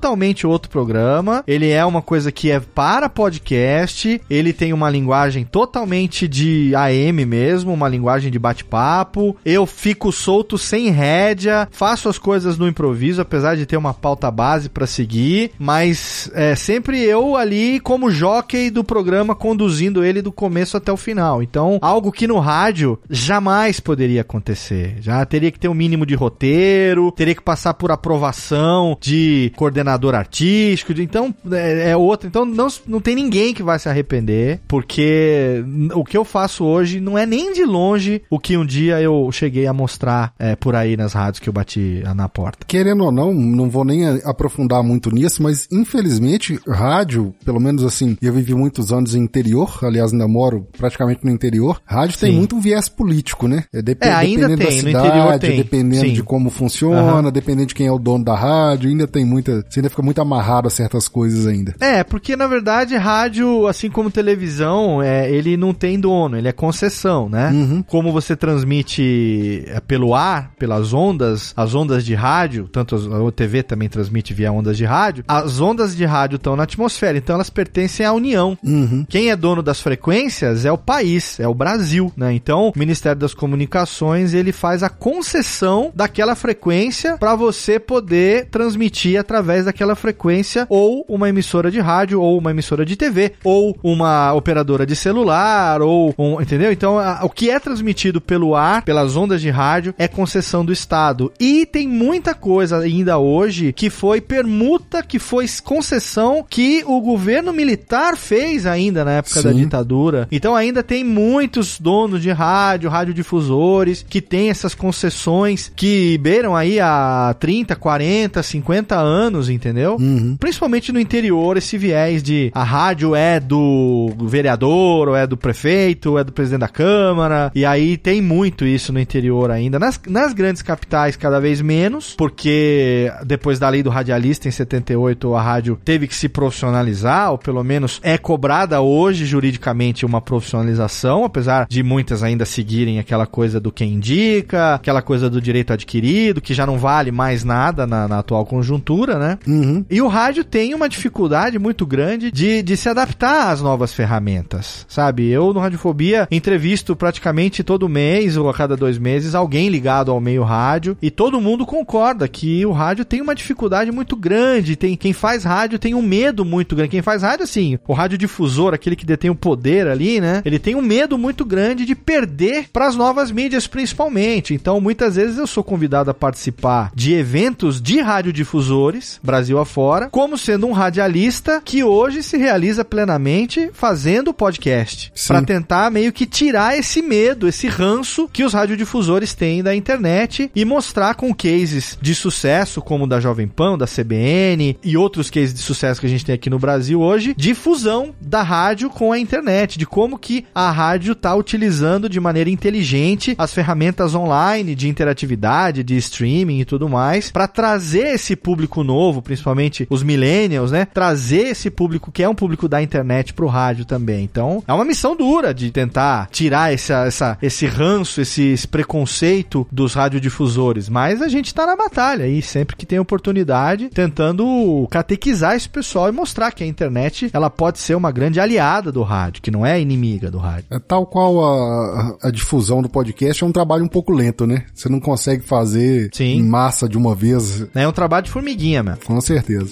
outro programa, ele é uma coisa que é para podcast, ele tem uma linguagem totalmente de A M mesmo, uma linguagem de bate-papo, eu fico solto sem rédea, faço as coisas no improviso, apesar de ter uma pauta base para seguir, mas é sempre eu ali como jockey do programa, conduzindo ele do começo até o final. Então, algo que no rádio jamais poderia acontecer. Já teria que ter um mínimo de roteiro, teria que passar por aprovação de coordenador artístico, então é, é outro. Então não, não tem ninguém que vai se arrepender, porque o que eu faço hoje não é nem de longe o que um dia eu cheguei a mostrar é, por aí nas rádios que eu bati na porta. Querendo ou não, não vou nem aprofundar muito nisso, mas infelizmente rádio, pelo menos assim, eu vivi muitos anos em interior, aliás ainda moro praticamente no interior, rádio Sim. tem muito um viés político, né? É, dep- é ainda dependendo tem, da cidade, no interior tem. Dependendo Sim. de como funciona, uhum. dependendo de quem é o dono da rádio, ainda tem muita, você ainda fica muito amarrado a certas coisas ainda. É, porque na verdade rádio, assim como televisão, é, ele não tem dono, ele é concessão, né? Uhum. Como você transmite pelo ar, pelas ondas, as ondas de rádio, tanto a T V também transmite via ondas de rádio, as ondas de rádio estão na atmosfera, então elas pertencem à União. Uhum. Quem é dono das frequências é o país, é o Brasil, né? Então, o Ministério das Comunicações, ele faz a concessão daquela frequência para você poder transmitir através daquela frequência ou uma emissora de rádio, ou uma emissora de T V, ou uma operadora de celular, ou um, entendeu? Então, a, o que é transmitido pelo ar, pelas ondas de rádio, é concessão do Estado. E tem muita coisa ainda hoje que foi permuta, que foi concessão que o governo militar fez ainda na época Sim. da ditadura. Então ainda tem muitos donos de rádio, radiodifusores, que tem essas concessões que beiram aí há trinta, quarenta, cinquenta anos, entendeu? Uhum. Principalmente no interior, esse viés de a rádio é do vereador, ou é do prefeito, ou é do presidente da Câmara, e aí tem muito isso no interior ainda. Nas, nas grandes capitais, cada vez menos, porque depois da lei do radialista, em setenta e oito, a rádio teve que se profissionalizar, ou pelo menos é cobrada hoje, juridicamente, uma profissionalização, apesar de muitas ainda seguirem aquela coisa do quem indica, aquela coisa do direito adquirido, que já não vale mais nada na, na atual conjuntura, né? Uhum. E o rádio tem uma dificuldade muito grande de, de se adaptar às novas ferramentas, sabe? Eu, no Radiofobia, entrevisto praticamente todo mês, ou a cada dois meses, alguém ligado ao meio rádio, e todo mundo concorda que o rádio tem uma dificuldade muito grande, tem, quem faz rádio tem um medo muito grande, quem faz rádio, assim, o radiodifusor, aquele que detém o poder ali, né? Ele tem um medo muito grande de perder para as novas mídias, principalmente. Então, muitas vezes eu sou convidado a participar de eventos de radiodifusores, Brasil afora, como sendo um radialista que hoje se realiza plenamente fazendo podcast, para tentar meio que tirar esse medo, esse ranço que os radiodifusores têm da internet e mostrar com cases de sucesso, como o da Jovem Pan, da C B N e outros cases de sucesso que a gente tem aqui no Brasil hoje, de fusão da rádio com a internet, de como que a rádio está utilizando de maneira inteligente as ferramentas online de interatividade, de streaming e tudo mais, para trazer esse público novo, principalmente os millennials, né? Trazer esse público que é um público da internet pro rádio também. Então, é uma missão dura de tentar tirar essa, essa, esse ranço, esse, esse preconceito dos radiodifusores, mas a gente tá na batalha aí, sempre que tem oportunidade, tentando catequizar esse pessoal e mostrar que a internet, ela pode ser uma grande aliada do rádio, que não é inimiga do rádio. É tal qual a, a difusão do podcast, é um trabalho um pouco lento, né? Você não consegue fazer Sim. em massa de uma vez. É um trabalho de formiguinha, meu. Com certeza.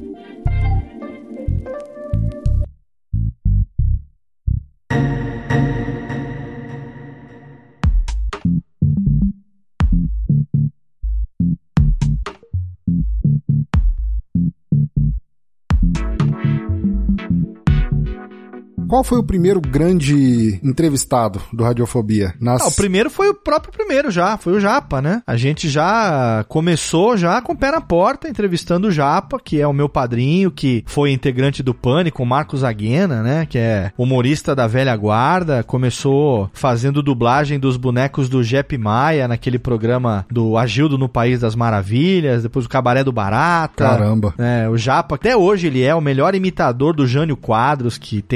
Qual foi o primeiro grande entrevistado do Radiofobia? Nas... Ah, o primeiro foi o próprio primeiro já, foi o Japa, né? A gente já começou já com o pé na porta, entrevistando o Japa, que é o meu padrinho, que foi integrante do Pânico, o Marcos Aguena, né? Que é humorista da velha guarda, começou fazendo dublagem dos bonecos do Jepe Maia, naquele programa do Agildo no País das Maravilhas, depois o Cabaré do Barata. Caramba. É, o Japa, até hoje ele é o melhor imitador do Jânio Quadros, que tem ainda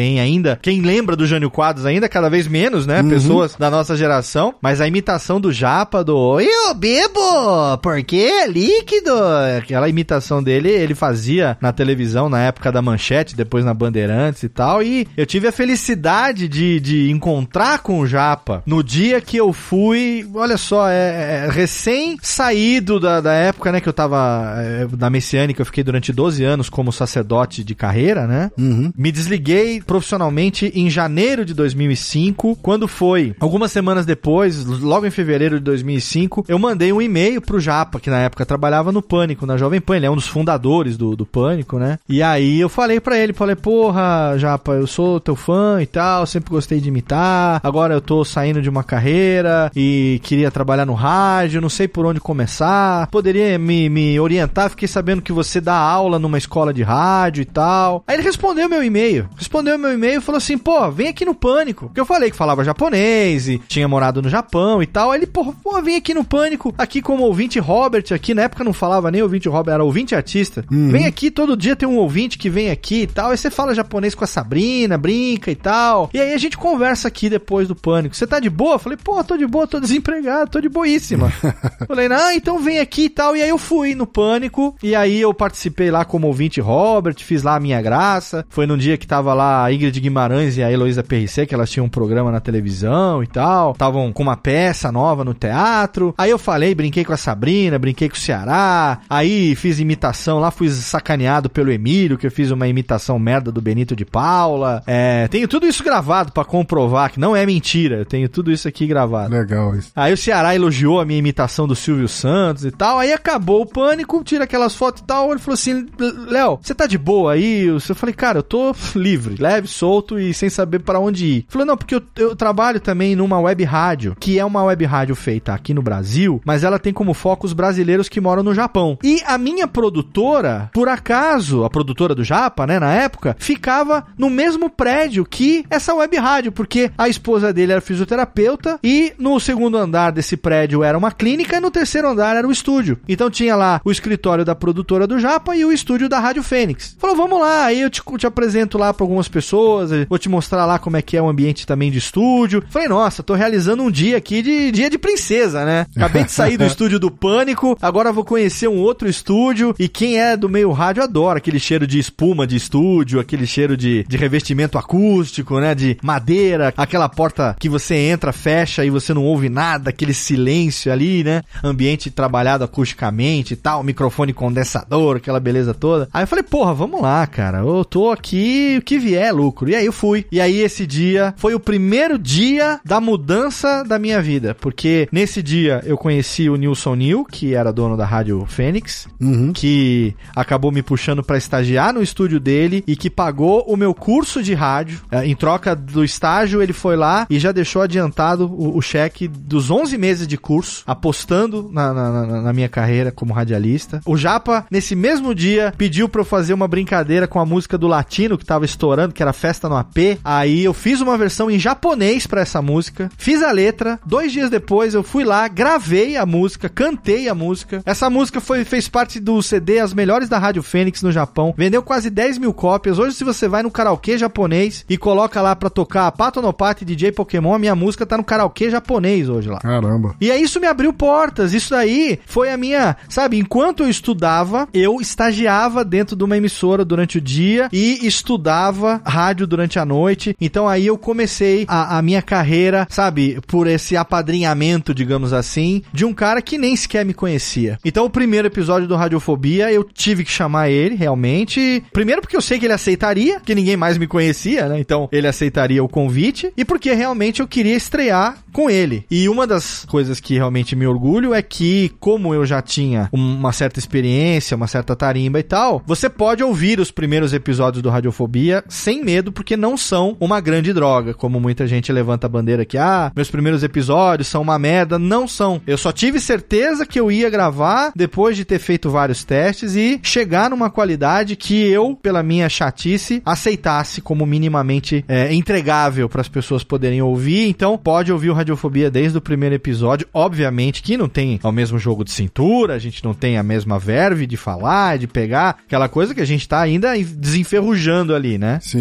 ainda, quem lembra do Jânio Quadros ainda, cada vez menos, né? Uhum. Pessoas da nossa geração, mas a imitação do Japa, do eu bebo, porque é líquido, aquela imitação dele, ele fazia na televisão, na época da Manchete, depois na Bandeirantes e tal, e eu tive a felicidade de, de encontrar com o Japa no dia que eu fui, olha só, é, é recém saído da, da época, né, que eu tava é, na Messiânica, eu fiquei durante doze anos como sacerdote de carreira, né? Uhum. Me desliguei profissionalmente em janeiro de dois mil e cinco, quando foi, algumas semanas depois, logo em fevereiro de dois mil e cinco, eu mandei um e-mail pro Japa, que na época trabalhava no Pânico, na Jovem Pan, ele é um dos fundadores do, do Pânico, né? E aí eu falei pra ele, falei, porra, Japa, eu sou teu fã e tal, sempre gostei de imitar, agora eu tô saindo de uma carreira e queria trabalhar no rádio, não sei por onde começar, poderia me, me orientar, fiquei sabendo que você dá aula numa escola de rádio e tal. Aí ele respondeu meu e-mail, respondeu meu e-mail e falou assim, pô, vem aqui no Pânico, porque eu falei que falava japonês e tinha morado no Japão e tal, aí ele, pô, pô, vem aqui no Pânico, aqui como ouvinte Robert, aqui na época não falava nem ouvinte Robert, era ouvinte artista, uhum. Vem aqui, todo dia tem um ouvinte que vem aqui e tal, aí você fala japonês com a Sabrina, brinca e tal, e aí a gente conversa aqui depois do Pânico, você tá de boa? Eu falei, pô, tô de boa, tô desempregado, tô de boíssima. Falei, ah, então vem aqui e tal, e aí eu fui no Pânico, e aí eu participei lá como ouvinte Robert, fiz lá a minha graça, foi num dia que tava lá a Ingrid Guimarães e a Heloísa Perricet, que elas tinham um programa na televisão e tal, estavam com uma peça nova no teatro, aí eu falei, brinquei com a Sabrina, brinquei com o Ceará, aí fiz imitação lá, fui sacaneado pelo Emílio, que eu fiz uma imitação merda do Benito de Paula, é, tenho tudo isso gravado pra comprovar que não é mentira, eu tenho tudo isso aqui gravado. Legal isso. Aí o Ceará elogiou a minha imitação do Silvio Santos e tal, aí acabou o Pânico, tira aquelas fotos e tal, ele falou assim, Léo, você tá de boa aí? Eu falei, cara, eu tô livre, leve, solto e sem saber pra onde ir. Ele falou, não, porque eu, eu trabalho também numa web rádio, que é uma web rádio feita aqui no Brasil, mas ela tem como foco os brasileiros que moram no Japão. E a minha produtora, por acaso, a produtora do Japa, né, na época, ficava no mesmo prédio que essa web rádio, porque a esposa dele era fisioterapeuta e no segundo andar desse prédio era uma clínica e no terceiro andar era o estúdio. Então tinha lá o escritório da produtora do Japa e o estúdio da Rádio Fênix. Falou, vamos lá, aí eu te, te apresento lá pra algumas pessoas, vou te mostrar lá como é que é o ambiente também de estúdio. Falei, nossa, tô realizando um dia aqui de dia de princesa, né? Acabei de sair do estúdio do Pânico, agora vou conhecer um outro estúdio e quem é do meio rádio adora aquele cheiro de espuma de estúdio, aquele cheiro de, de revestimento acústico, né? De madeira, aquela porta que você entra, fecha e você não ouve nada, aquele silêncio ali, né? Ambiente trabalhado acusticamente e tal, microfone condensador, aquela beleza toda. Aí eu falei, porra, vamos lá, cara, eu tô aqui, o que vier é lucro. E aí eu fui. E aí esse dia foi o primeiro dia da mudança da minha vida, porque nesse dia eu conheci o Nilson Nil, que era dono da Rádio Fênix, uhum. que acabou me puxando pra estagiar no estúdio dele e que pagou o meu curso de rádio. Em troca do estágio, ele foi lá e já deixou adiantado o, o cheque dos onze meses de curso, apostando na, na, na minha carreira como radialista. O Japa, nesse mesmo dia, pediu pra eu fazer uma brincadeira com a música do Latino, que tava estourando, que era Festa no A P. Aí eu fiz uma versão em japonês pra essa música, fiz a letra, dois dias depois eu fui lá, gravei a música, cantei a música. Essa música foi, fez parte do C D As Melhores da Rádio Fênix no Japão, vendeu quase dez mil cópias. Hoje, se você vai no karaokê japonês e coloca lá pra tocar a Pato no Pati D J Pokémon, a minha música tá no karaokê japonês hoje lá. Caramba. E aí isso me abriu portas, isso daí foi a minha, sabe, enquanto eu estudava, eu estagiava dentro de uma emissora durante o dia e estudava rádio durante a noite. Então aí eu comecei a, a minha carreira, sabe, por esse apadrinhamento, digamos assim, de um cara que nem sequer me conhecia. Então o primeiro episódio do Radiofobia eu tive que chamar ele, realmente. Primeiro porque eu sei que ele aceitaria, que ninguém mais me conhecia, né? Então ele aceitaria o convite. E porque realmente eu queria estrear com ele. E uma das coisas que realmente me orgulho é que, como eu já tinha uma certa experiência, uma certa tarimba e tal, você pode ouvir os primeiros episódios do Radiofobia sem medo, porque não são uma grande droga, como muita gente levanta a bandeira que, ah, meus primeiros episódios são uma merda. Não são. Eu só tive certeza que eu ia gravar depois de ter feito vários testes e chegar numa qualidade que eu, pela minha chatice, aceitasse como minimamente é, entregável para as pessoas poderem ouvir. Então, pode ouvir o Radiofobia desde o primeiro episódio. Obviamente que não tem o mesmo jogo de cintura, a gente não tem a mesma verve de falar, de pegar, aquela coisa que a gente tá ainda desenferrujando ali, né? Sim.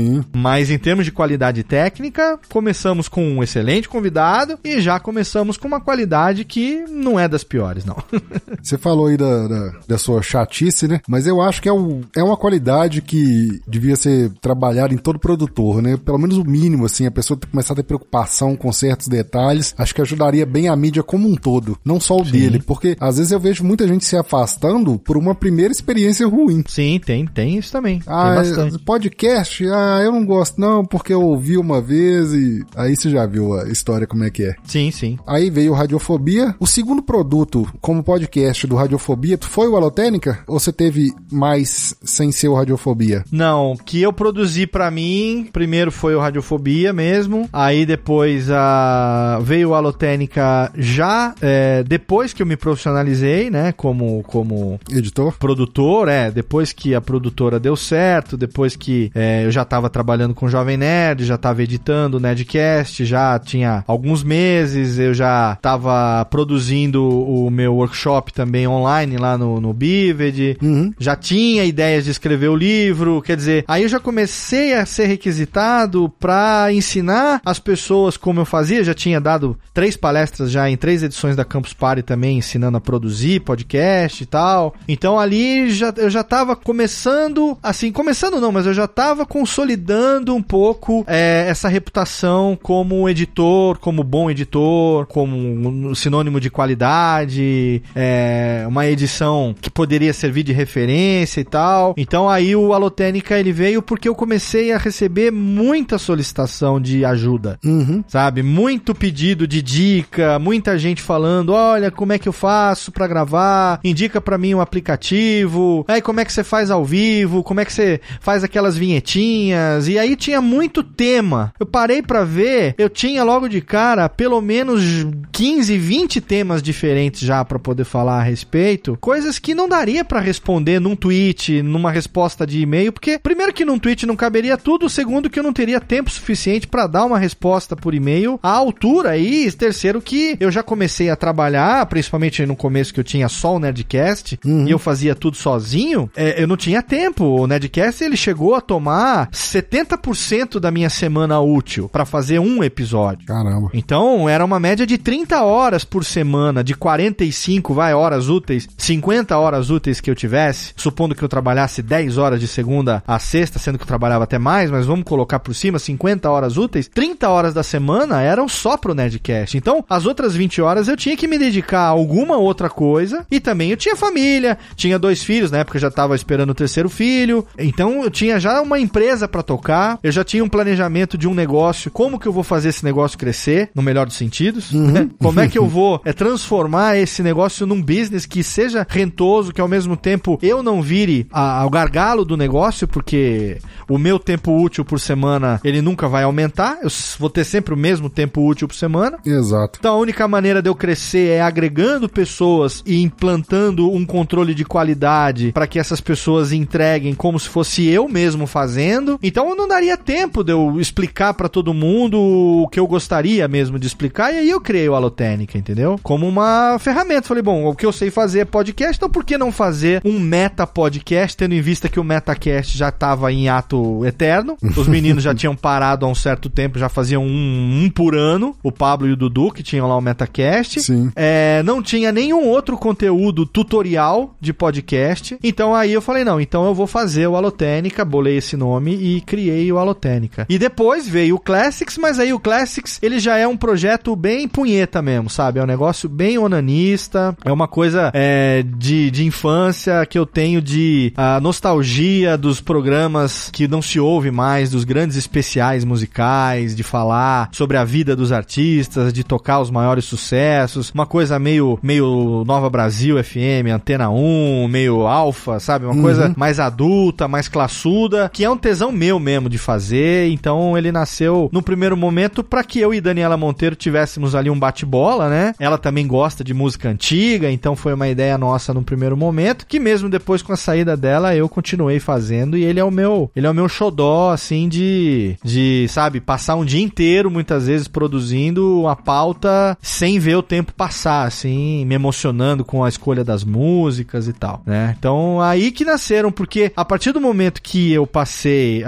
Mas em termos de qualidade técnica, começamos com um excelente convidado e já começamos com uma qualidade que não é das piores, não. Você falou aí da, da, da sua chatice, né? Mas eu acho que é, um, é uma qualidade que devia ser trabalhada em todo produtor, né? Pelo menos o mínimo, assim, a pessoa começar a ter preocupação com certos detalhes, acho que ajudaria bem a mídia como um todo, não só o Sim. dele, porque às vezes eu vejo muita gente se afastando por uma primeira experiência ruim. Sim, tem, tem isso também. Ah, tem bastante. Podcast? Ah, eu não gosto não, porque eu ouvi uma vez e aí você já viu a história como é que é. Sim, sim. Aí veio o Radiofobia. O segundo produto como podcast do Radiofobia foi o Alotênica? Ou você teve mais sem ser o Radiofobia? Não, que eu produzi pra mim, primeiro foi o Radiofobia mesmo, aí depois a... veio o Alotênica já é, depois que eu me profissionalizei, né, como, como editor, produtor, é, depois que a produtora deu certo, depois que é, eu já tava trabalhando com o Jovem Nerd, já tava editando o Nerdcast, já tinha alguns meses, eu já tava produzindo o meu workshop também online lá no, no Bivid, uhum. já tinha ideias de escrever o livro, quer dizer, aí eu já comecei a ser requisitado pra ensinar as pessoas como eu fazia, já tinha dado três palestras já em três edições da Campus Party também, ensinando a produzir podcast e tal, então ali já, eu já tava começando, assim, começando não, mas eu já tava consolidando um pouco é, essa reputação como editor, como bom editor, como um sinônimo de qualidade, é, uma edição que poderia servir de referência e tal. Então aí o Alotênica ele veio porque eu comecei a receber muita solicitação de ajuda, uhum. sabe? Muito pedido de dica, muita gente falando, olha, como é que eu faço pra gravar? Indica pra mim um aplicativo, aí como é que você faz ao vivo? Como é que você faz aquelas vinhetinhas? E aí tinha muito tema. Eu parei pra ver, eu tinha logo de cara pelo menos quinze, vinte temas diferentes já pra poder falar a respeito, coisas que não daria pra responder num tweet, numa resposta de e-mail, porque primeiro que num tweet não caberia tudo, segundo que eu não teria tempo suficiente pra dar uma resposta por e-mail à altura, e terceiro que eu já comecei a trabalhar, principalmente no começo que eu tinha só o Nerdcast, uhum. e eu fazia tudo sozinho, é, eu não tinha tempo. O Nerdcast ele chegou a tomar setenta por cento da minha semana útil pra fazer um episódio. Caramba. Então era uma média de trinta horas por semana, de quarenta e cinco, vai, horas úteis, cinquenta horas úteis que eu tivesse, supondo que eu trabalhasse dez horas de segunda a sexta, sendo que eu trabalhava até mais, mas vamos colocar por cima cinquenta horas úteis, trinta horas da semana eram só pro Nerdcast. Então, as outras vinte horas eu tinha que me dedicar a alguma outra coisa, e também eu tinha família, tinha dois filhos, na época eu já tava esperando o terceiro filho, então eu tinha já uma empresa pra tocar, eu já tinha um planejamento de um negócio, como que eu vou fazer esse negócio crescer, no melhor dos sentidos, uhum. né? Como é que eu vou é, transformar esse negócio num business que seja rentoso, que ao mesmo tempo eu não vire a, ao gargalo do negócio, porque o meu tempo útil por semana, ele nunca vai aumentar, eu vou ter sempre o mesmo tempo útil por semana. Exato. Então a única maneira de eu crescer é agregando pessoas e implantando um controle de qualidade para que essas pessoas entreguem como se fosse eu mesmo fazendo. Então não daria tempo de eu explicar para todo mundo o que eu gostaria mesmo de explicar, e aí eu criei o Alotênica, entendeu? Como uma ferramenta. Falei, bom, o que eu sei fazer é podcast, então por que não fazer um meta podcast, tendo em vista que o Metacast já estava em ato eterno, os meninos já tinham parado há um certo tempo, já faziam um, um por ano, o Pablo e o Dudu, que tinham lá o Metacast. Sim. É, não tinha nenhum outro conteúdo tutorial de podcast, então aí eu falei, não, então eu vou fazer o Alotênica, bolei esse nome e criei o Alotênica. E depois veio o Classics, mas aí o Classics, ele já é um projeto bem punheta mesmo, sabe? É um negócio bem onanista, é uma coisa é, de, de infância que eu tenho de a nostalgia dos programas que não se ouve mais, dos grandes especiais musicais, de falar sobre a vida dos artistas, de tocar os maiores sucessos, uma coisa meio, meio Nova Brasil F M, Antena um, meio Alfa, sabe? Uma uhum. coisa mais adulta, mais classuda, que é um tesão meu mesmo de fazer, então ele nasceu no primeiro momento pra que eu e Daniela Monteiro tivéssemos ali um bate-bola, né? Ela também gosta de música antiga, então foi uma ideia nossa no primeiro momento, que mesmo depois com a saída dela eu continuei fazendo, e ele é o meu, ele é o meu xodó, assim, de, de, sabe, passar um dia inteiro, muitas vezes, produzindo uma pauta sem ver o tempo passar, assim, me emocionando com a escolha das músicas e tal, né? Então, aí que nasceram, porque a partir do momento que eu passei, Ale, a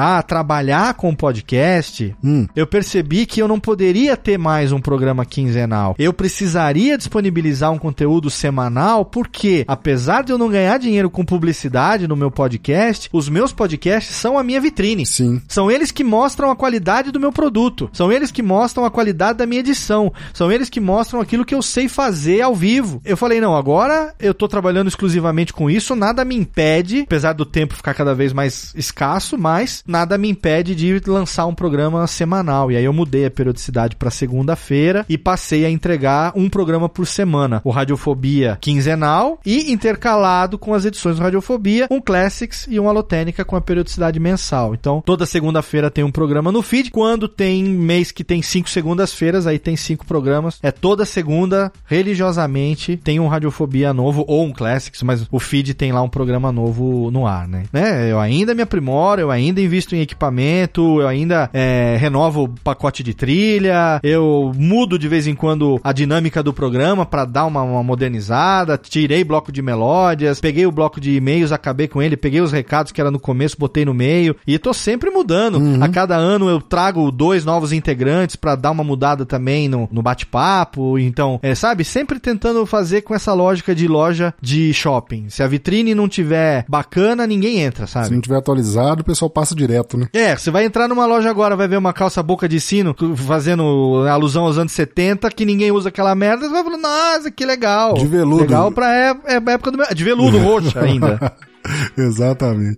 a trabalhar com podcast, hum. eu percebi que eu não poderia ter mais um programa quinzenal. Eu precisaria disponibilizar um conteúdo semanal, porque apesar de eu não ganhar dinheiro com publicidade no meu podcast, os meus podcasts são a minha vitrine. Sim. São eles que mostram a qualidade do meu produto. São eles que mostram a qualidade da minha edição. São eles que mostram aquilo que eu sei fazer ao vivo. Eu falei, não, agora eu tô trabalhando exclusivamente com isso, nada me impede, apesar do tempo ficar cada vez mais escasso, mas nada me impede de lançar um programa semanal. E aí eu mudei a periodicidade para segunda-feira e passei a entregar um programa por semana. O Radiofobia quinzenal e intercalado com as edições do Radiofobia, um Classics e um Alotênica com a periodicidade mensal. Então, toda segunda-feira tem um programa no feed. Quando tem mês que tem cinco segundas-feiras, aí tem cinco programas. É toda segunda, religiosamente, tem um Radiofobia novo ou um Classics, mas o feed tem lá um programa novo no ar, né? né? Eu ainda me aprimoro, eu ainda invisto em equipamento, eu ainda é, renovo o pacote de trilha, eu mudo de vez em quando a dinâmica do programa para dar uma, uma modernizada, tirei bloco de melódias, peguei o bloco de e-mails, acabei com ele, peguei os recados que era no começo, botei no meio e tô sempre mudando. Uhum. A cada ano eu trago dois novos integrantes para dar uma mudada também no, no bate-papo, então, é, sabe, sempre tentando fazer com essa lógica de loja de shopping. Se a vitrine não tiver bacana, ninguém entra, sabe? Se não tiver atualizado, o pessoal passa direto, né? É, você vai entrar numa loja agora, vai ver uma calça boca de sino fazendo alusão aos anos setenta, que ninguém usa aquela merda, você vai falar, nossa, que legal. De veludo. Legal pra é, é a época do meu... De veludo roxo ainda. Exatamente.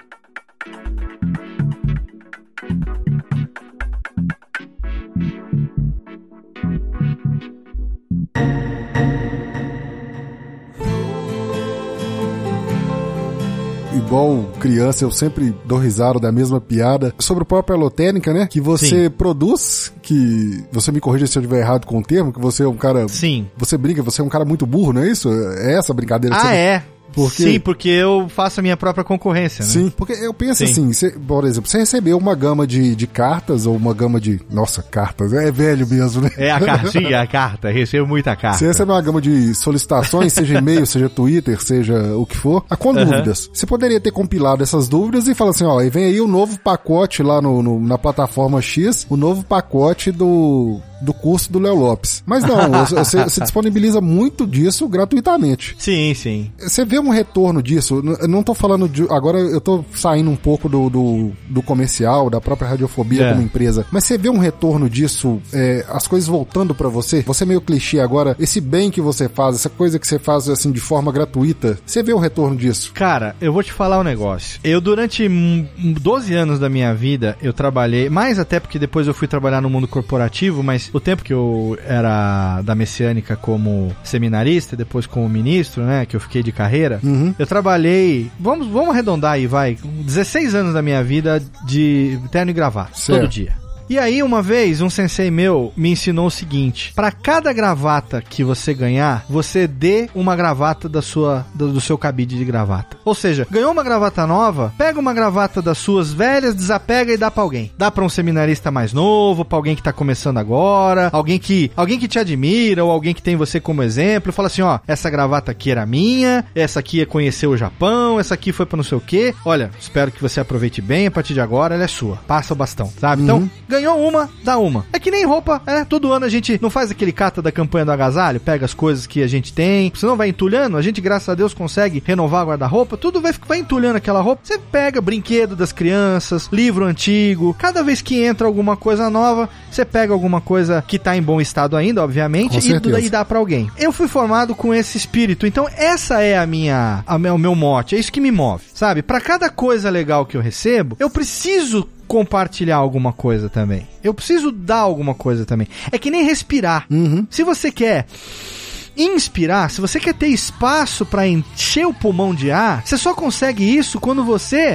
Igual criança, eu sempre dou risada da mesma piada sobre o próprio Alotênica, né? Que você Sim. produz, que você me corrija se eu estiver errado com o termo, que você é um cara... Sim. Você brinca, você é um cara muito burro, não é isso? É essa brincadeira? Ah, que você... é? Porque... Sim, porque eu faço a minha própria concorrência, né? Sim, porque eu penso Sim. assim, você, por exemplo, você recebeu uma gama de, de cartas ou uma gama de... Nossa, cartas, é velho mesmo, né? É a cartinha, a carta, recebo muita carta. Você recebe uma gama de solicitações, seja e-mail, seja Twitter, seja o que for, com uhum. dúvidas. Você poderia ter compilado essas dúvidas e falar assim, ó, e vem aí o novo pacote lá no, no, na plataforma X, o novo pacote do... do curso do Léo Lopes. Mas não, você, você disponibiliza muito disso gratuitamente. Sim, sim. Você vê um retorno disso? Eu não tô falando de... Agora eu tô saindo um pouco do, do, do comercial, da própria Radiofobia é. como empresa. Mas você vê um retorno disso, é, as coisas voltando pra você? Você é meio clichê agora. Esse bem que você faz, essa coisa que você faz assim de forma gratuita, você vê o retorno disso? Cara, eu vou te falar um negócio. Eu durante doze anos da minha vida, eu trabalhei, mais até porque depois eu fui trabalhar no mundo corporativo, mas o tempo que eu era da Messiânica como seminarista, depois como ministro, né, que eu fiquei de carreira, uhum. eu trabalhei, vamos, vamos arredondar aí, vai, dezesseis anos da minha vida de terno e gravata, certo. todo dia. E aí, uma vez, um sensei meu me ensinou o seguinte: para cada gravata que você ganhar, você dê uma gravata da sua, do, do seu cabide de gravata. Ou seja, ganhou uma gravata nova, pega uma gravata das suas velhas, desapega e dá pra alguém. Dá pra um seminarista mais novo, pra alguém que tá começando agora, alguém que, alguém que te admira, ou alguém que tem você como exemplo. Fala assim, ó, essa gravata aqui era minha, essa aqui é conhecer o Japão, essa aqui foi pra não sei o quê. Olha, espero que você aproveite bem, a partir de agora ela é sua. Passa o bastão, sabe? Uhum. Então, ganhou uma, dá uma. É que nem roupa, é, todo ano a gente não faz aquele cata da campanha do agasalho, pega as coisas que a gente tem, senão vai entulhando, a gente, graças a Deus, consegue renovar o guarda-roupa, tudo vai, vai entulhando aquela roupa, você pega brinquedo das crianças, livro antigo, cada vez que entra alguma coisa nova, você pega alguma coisa que tá em bom estado ainda, obviamente, e, e dá pra alguém. Eu fui formado com esse espírito, então essa é a minha, a, o meu mote, é isso que me move, sabe? Pra cada coisa legal que eu recebo, eu preciso compartilhar alguma coisa também. Eu preciso dar alguma coisa também. É que nem respirar. Uhum. Se você quer inspirar, se você quer ter espaço para encher o pulmão de ar, você só consegue isso quando você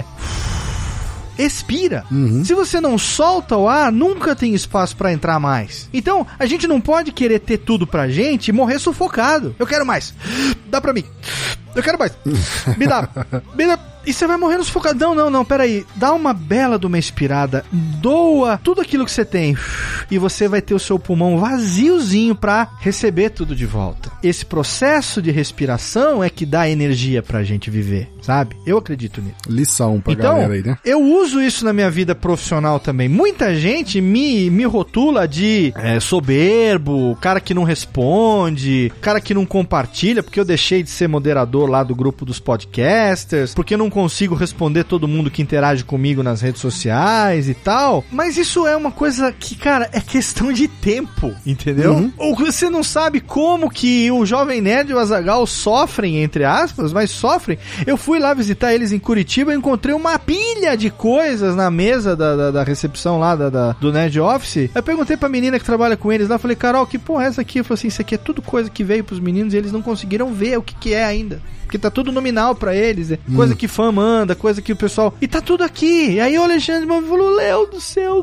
expira. Uhum. Se você não solta o ar, nunca tem espaço pra entrar mais. Então, a gente não pode querer ter tudo pra gente e morrer sufocado. Eu quero mais. Dá pra mim. Eu quero mais. Me dá. Me dá. e você vai morrendo sufocado. Não, não, não, peraí. Dá uma bela de uma expirada, doa tudo aquilo que você tem e você vai ter o seu pulmão vaziozinho pra receber tudo de volta. Esse processo de respiração é que dá energia pra gente viver, sabe? Eu acredito nisso. Lição pra então, galera aí, né? Eu uso isso na minha vida profissional também. Muita gente me, me rotula de é, soberbo, cara que não responde, cara que não compartilha, porque eu deixei de ser moderador lá do grupo dos podcasters, porque eu não consigo responder todo mundo que interage comigo nas redes sociais e tal. Mas isso é uma coisa que, cara, é questão de tempo, entendeu? Uhum. Ou você não sabe como que o Jovem Nerd e o Azaghal sofrem, entre aspas, mas sofrem. Eu fui lá visitar eles em Curitiba e encontrei uma pilha de coisas na mesa da, da, da recepção lá da, da, do Nerd Office. Eu perguntei pra menina que trabalha com eles lá, falei, Carol, que porra é essa aqui? Eu falei assim, isso aqui é tudo coisa que veio pros meninos e eles não conseguiram ver o que que é ainda. Porque tá tudo nominal pra eles, é coisa hum. que fã manda, coisa que o pessoal... E tá tudo aqui. E aí o Alexandre falou, Léo do céu,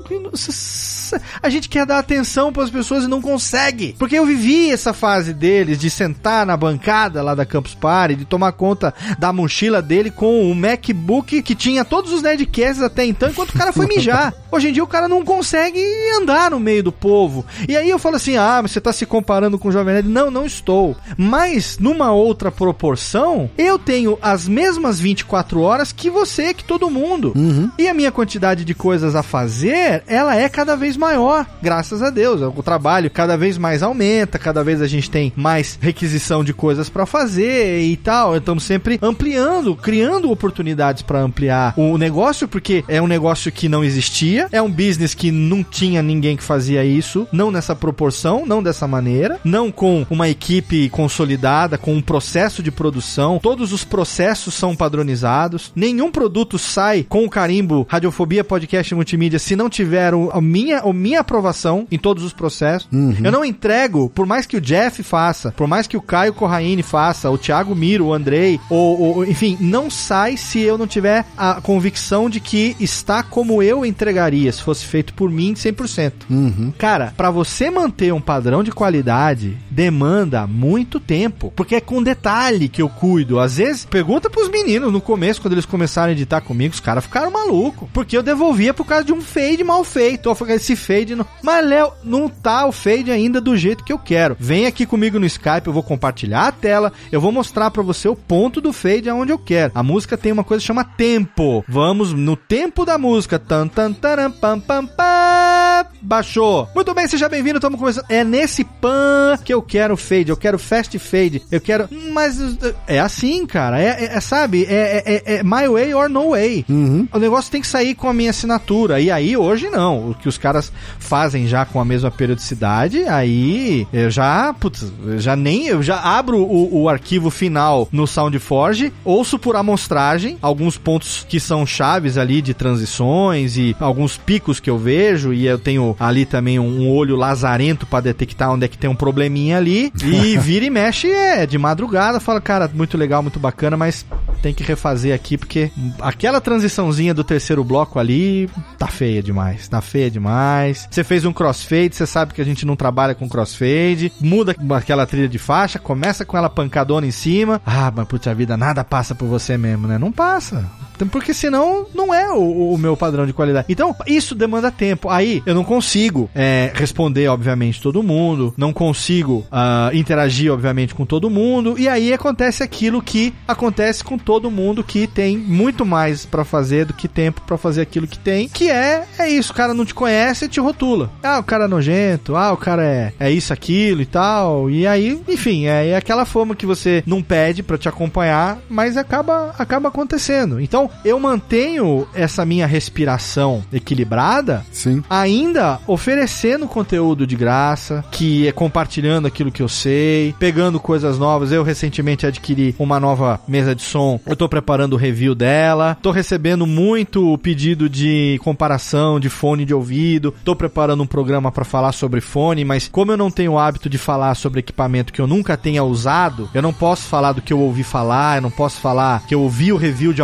a gente quer dar atenção pras pessoas e não consegue. Porque eu vivi essa fase deles de sentar na bancada lá da Campus Party, de tomar conta da mochila dele com o MacBook que tinha todos os Nerdcasts até então, enquanto o cara foi mijar. Hoje em dia o cara não consegue andar no meio do povo. E aí eu falo assim, ah, mas você tá se comparando com o Jovem Nerd. Não, não estou. Mas, numa outra proporção, eu tenho as mesmas vinte e quatro horas que você, que todo mundo. Uhum. E a minha quantidade de coisas a fazer, ela é cada vez maior, graças a Deus. O trabalho cada vez mais aumenta, cada vez a gente tem mais requisição de coisas pra fazer e tal. Estamos sempre ampliando, criando oportunidades pra ampliar o negócio, porque é um negócio que não existia, é um business que não tinha ninguém que fazia isso, não nessa proporção, não dessa maneira, não com uma equipe consolidada, com um processo de produção. Todos os processos são padronizados. Nenhum produto sai com o carimbo Radiofobia Podcast Multimídia se não tiver a minha, a minha aprovação em todos os processos. Uhum. Eu não entrego, por mais que o Jeff faça, por mais que o Caio Corraine faça, o Thiago Miro, o Andrei, ou, ou, enfim, não sai se eu não tiver a convicção de que está como eu entregaria, se fosse feito por mim cem por cento. Uhum. Cara, pra você manter um padrão de qualidade, demanda muito tempo, porque é com detalhe que eu cuido. Às vezes, pergunta pros meninos no começo, quando eles começaram a editar comigo, os caras ficaram malucos, porque eu devolvia por causa de um fade mal feito. Eu falei, esse fade não... Mas, Léo, não tá o fade ainda do jeito que eu quero. Vem aqui comigo no Skype, eu vou compartilhar a tela, eu vou mostrar pra você o ponto do fade aonde eu quero. A música tem uma coisa que chama tempo. Vamos no tempo da música. Tan, tan, taram, pam, pam, pam. Baixou. Muito bem, seja bem-vindo, estamos começando. É nesse pan que eu quero fade, eu quero fast fade, eu quero... Mas... É assim, cara, é, é, é sabe, é, é, é my way or no way. Uhum. O negócio tem que sair com a minha assinatura, e aí hoje não, o que os caras fazem já com a mesma periodicidade, aí eu já, putz, eu já nem, eu já abro o, o arquivo final no SoundForge, ouço por amostragem, alguns pontos que são chaves ali de transições e alguns picos que eu vejo, e eu tenho ali também um, um olho lazarento pra detectar onde é que tem um probleminha ali, e vira e mexe, é, de madrugada, fala, cara, muito legal, muito bacana, mas tem que refazer aqui, porque aquela transiçãozinha do terceiro bloco ali tá feia demais, tá feia demais. Você fez um crossfade, você sabe que a gente não trabalha com crossfade, muda aquela trilha de faixa, começa com ela pancadona em cima, ah, mas puta vida, nada passa por você mesmo, né? Não passa. Porque senão não é o, o meu padrão de qualidade. Então, isso demanda tempo. Aí, eu não consigo é, responder, obviamente, todo mundo. Não consigo uh, interagir, obviamente, com todo mundo. E aí acontece aquilo que acontece com todo mundo que tem muito mais pra fazer do que tempo pra fazer aquilo que tem. Que é, é isso. O cara não te conhece e te rotula. Ah, o cara é nojento. Ah, o cara é, é isso, aquilo e tal. E aí, enfim, é, é aquela forma que você não pede pra te acompanhar, mas acaba, acaba acontecendo. Então, eu mantenho essa minha respiração equilibrada, sim, ainda oferecendo conteúdo de graça, que é compartilhando aquilo que eu sei, pegando coisas novas. Eu recentemente adquiri uma nova mesa de som, eu tô preparando o review dela, tô recebendo muito pedido de comparação de fone de ouvido, tô preparando um programa pra falar sobre fone, mas como eu não tenho o hábito de falar sobre equipamento que eu nunca tenha usado, eu não posso falar do que eu ouvi falar, eu não posso falar que eu ouvi o review de alguém, eu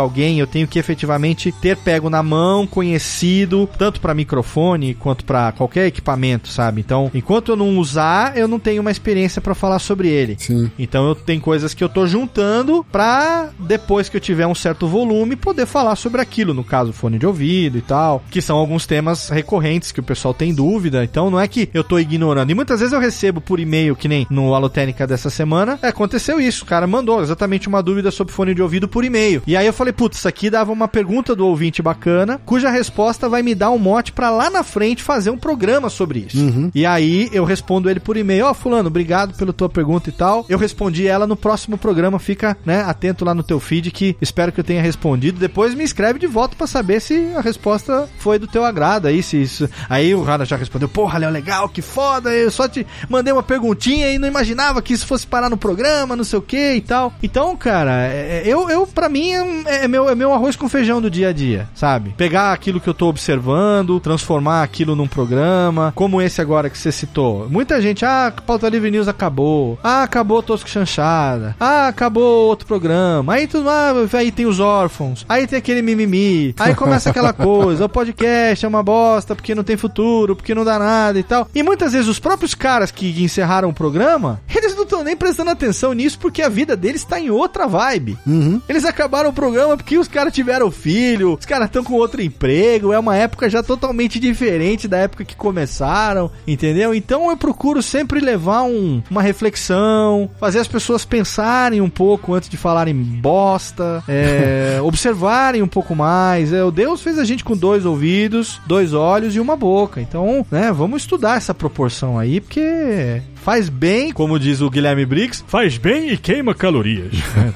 tenho que efetivamente ter pego na mão, conhecido, tanto para microfone quanto para qualquer equipamento, sabe? Então, enquanto eu não usar, eu não tenho uma experiência para falar sobre ele. Sim. Então, eu tenho coisas que eu tô juntando pra, depois que eu tiver um certo volume, poder falar sobre aquilo, no caso, fone de ouvido e tal, que são alguns temas recorrentes que o pessoal tem dúvida. Então, não é que eu tô ignorando. E muitas vezes eu recebo por e-mail, que nem no Alotênica dessa semana, é, aconteceu isso. O cara mandou exatamente uma dúvida sobre fone de ouvido por e-mail. E aí eu falei, putz, isso aqui dava uma pergunta do ouvinte bacana, cuja resposta vai me dar um mote pra lá na frente fazer um programa sobre isso. Uhum. E aí eu respondo ele por e-mail, ó, oh, fulano, obrigado pela tua pergunta e tal. Eu respondi ela no próximo programa, fica, né, atento lá no teu feed que espero que eu tenha respondido. Depois me escreve de volta pra saber se a resposta foi do teu agrado aí, se isso... Aí o Rara já respondeu, porra, Léo, legal, que foda, eu só te mandei uma perguntinha e não imaginava que isso fosse parar no programa, não sei o que e tal. Então, cara, eu, eu pra mim, é, é, meu, é meu arroz com feijão do dia a dia, sabe? Pegar aquilo que eu tô observando, transformar aquilo num programa, como esse agora que você citou. Muita gente, ah, Pauta Livre News acabou, ah, acabou Tosco Chanchada, ah, acabou outro programa, aí tudo, ah, aí tem os órfãos, aí tem aquele mimimi, aí começa aquela coisa, o podcast é uma bosta porque não tem futuro, porque não dá nada e tal. E muitas vezes os próprios caras que encerraram o programa, eles não estão nem prestando atenção nisso porque a vida deles tá em outra vibe. Uhum. Eles acabaram o programa porque os caras tiveram filho, os caras estão com outro emprego, é uma época já totalmente diferente da época que começaram, entendeu? Então eu procuro sempre levar um, uma reflexão, fazer as pessoas pensarem um pouco antes de falarem bosta, é, observarem um pouco mais. É, o Deus fez a gente com dois ouvidos, dois olhos e uma boca. Então, né, vamos estudar essa proporção aí, porque faz bem, como diz o Guilherme Briggs, faz bem e queima calorias.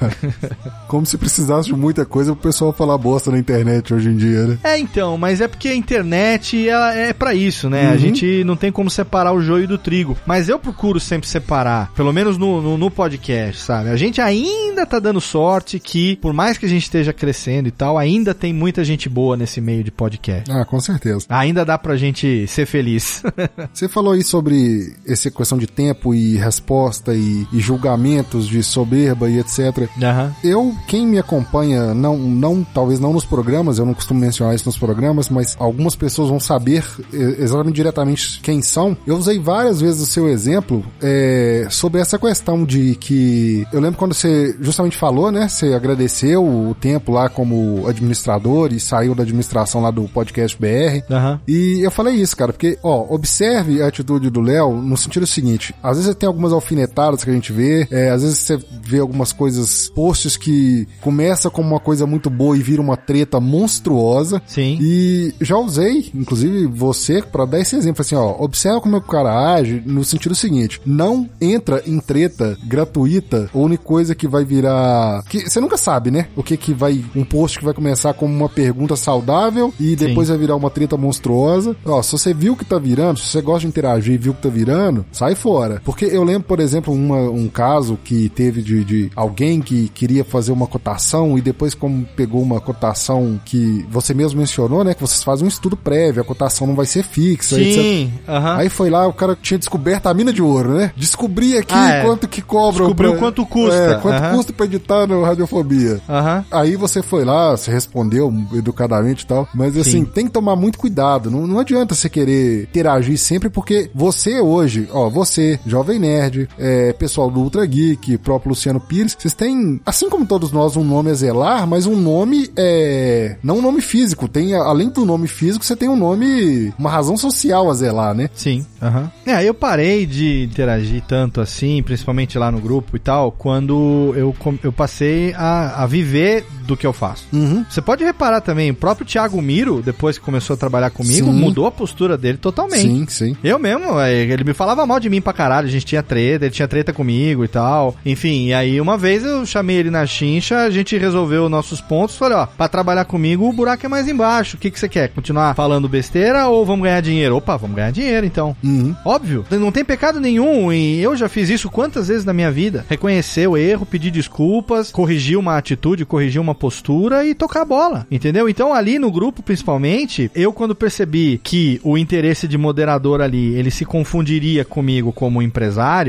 Como se precisasse de muita coisa pro pessoal falar bosta na internet hoje em dia, né? É, então, mas é porque a internet ela é pra isso, né? Uhum. A gente não tem como separar o joio do trigo. Mas eu procuro sempre separar, pelo menos no, no, no podcast, sabe? A gente ainda tá dando sorte que, por mais que a gente esteja crescendo e tal, ainda tem muita gente boa nesse meio de podcast. Ah, com certeza. Ainda dá pra gente ser feliz. Você falou aí sobre essa questão de tempo e resposta e, e julgamentos de soberba e etcétera. Uhum. Eu, quem me acompanha, não, não, talvez não nos programas, eu não costumo mencionar isso nos programas, mas algumas pessoas vão saber exatamente diretamente quem são. Eu usei várias vezes o seu exemplo é, sobre essa questão de que, eu lembro quando você justamente falou, né, você agradeceu o tempo lá como administrador e saiu da administração lá do podcast B R. Uhum. E eu falei isso, cara, porque, ó, observe a atitude do Léo no sentido seguinte, às vezes tem algumas alfinetadas que a gente vê, é, às vezes você vê algumas coisas, posts que começa como uma coisa muito boa e vira uma treta monstruosa. Sim. E já usei, inclusive você, pra dar esse exemplo, assim, ó, observa como é que o cara age no sentido seguinte, não entra em treta gratuita ou em coisa que vai virar, que você nunca sabe, né, o que que vai, um post que vai começar como uma pergunta saudável e depois Sim. vai virar uma treta monstruosa. Ó, se você viu que tá virando, se você gosta de interagir e viu que tá virando, sai fora. Porque eu lembro, por exemplo, uma, um caso que teve de, de alguém que queria fazer uma cotação e depois, como pegou uma cotação que você mesmo mencionou, né, que vocês fazem um estudo prévio, a cotação não vai ser fixa. Sim, aham. Aí foi lá, o cara tinha descoberto a mina de ouro, né? Descobri aqui ah, é. quanto que cobra. Descobriu pra, quanto custa. É, quanto uhum. custa pra editar no Radiofobia. Uhum. Aí você foi lá, você respondeu educadamente e tal, mas assim, Sim. tem que tomar muito cuidado. Não, não adianta você querer interagir sempre, porque você hoje, ó, você, Jovem Nerd, é, pessoal do Ultra Geek, próprio Luciano Pires, vocês têm, assim como todos nós, um nome a zelar, mas um nome, é, não um nome físico, tem, além do nome físico, você tem um nome, uma razão social a zelar, né? Sim, aham. Uhum. É, eu parei de interagir tanto assim, principalmente lá no grupo e tal, quando eu, eu passei a, a viver do que eu faço. Uhum. Você pode reparar também, o próprio Thiago Miro, depois que começou a trabalhar comigo, sim. mudou a postura dele totalmente. Sim, sim. Eu mesmo, ele me falava mal de mim pra caralho, a gente tinha treta, ele tinha treta comigo e tal. Enfim, e aí uma vez eu chamei ele na chincha, a gente resolveu nossos pontos, falei, ó, pra trabalhar comigo o buraco é mais embaixo, o que que você quer? Continuar falando besteira ou vamos ganhar dinheiro? Opa, vamos ganhar dinheiro então. Uhum. Óbvio, não tem pecado nenhum e eu já fiz isso quantas vezes na minha vida. Reconhecer o erro, pedir desculpas, corrigir uma atitude, corrigir uma postura e tocar a bola, entendeu? Então ali no grupo principalmente, eu quando percebi que o interesse de moderador ali, ele se confundiria comigo como empresário, uhum.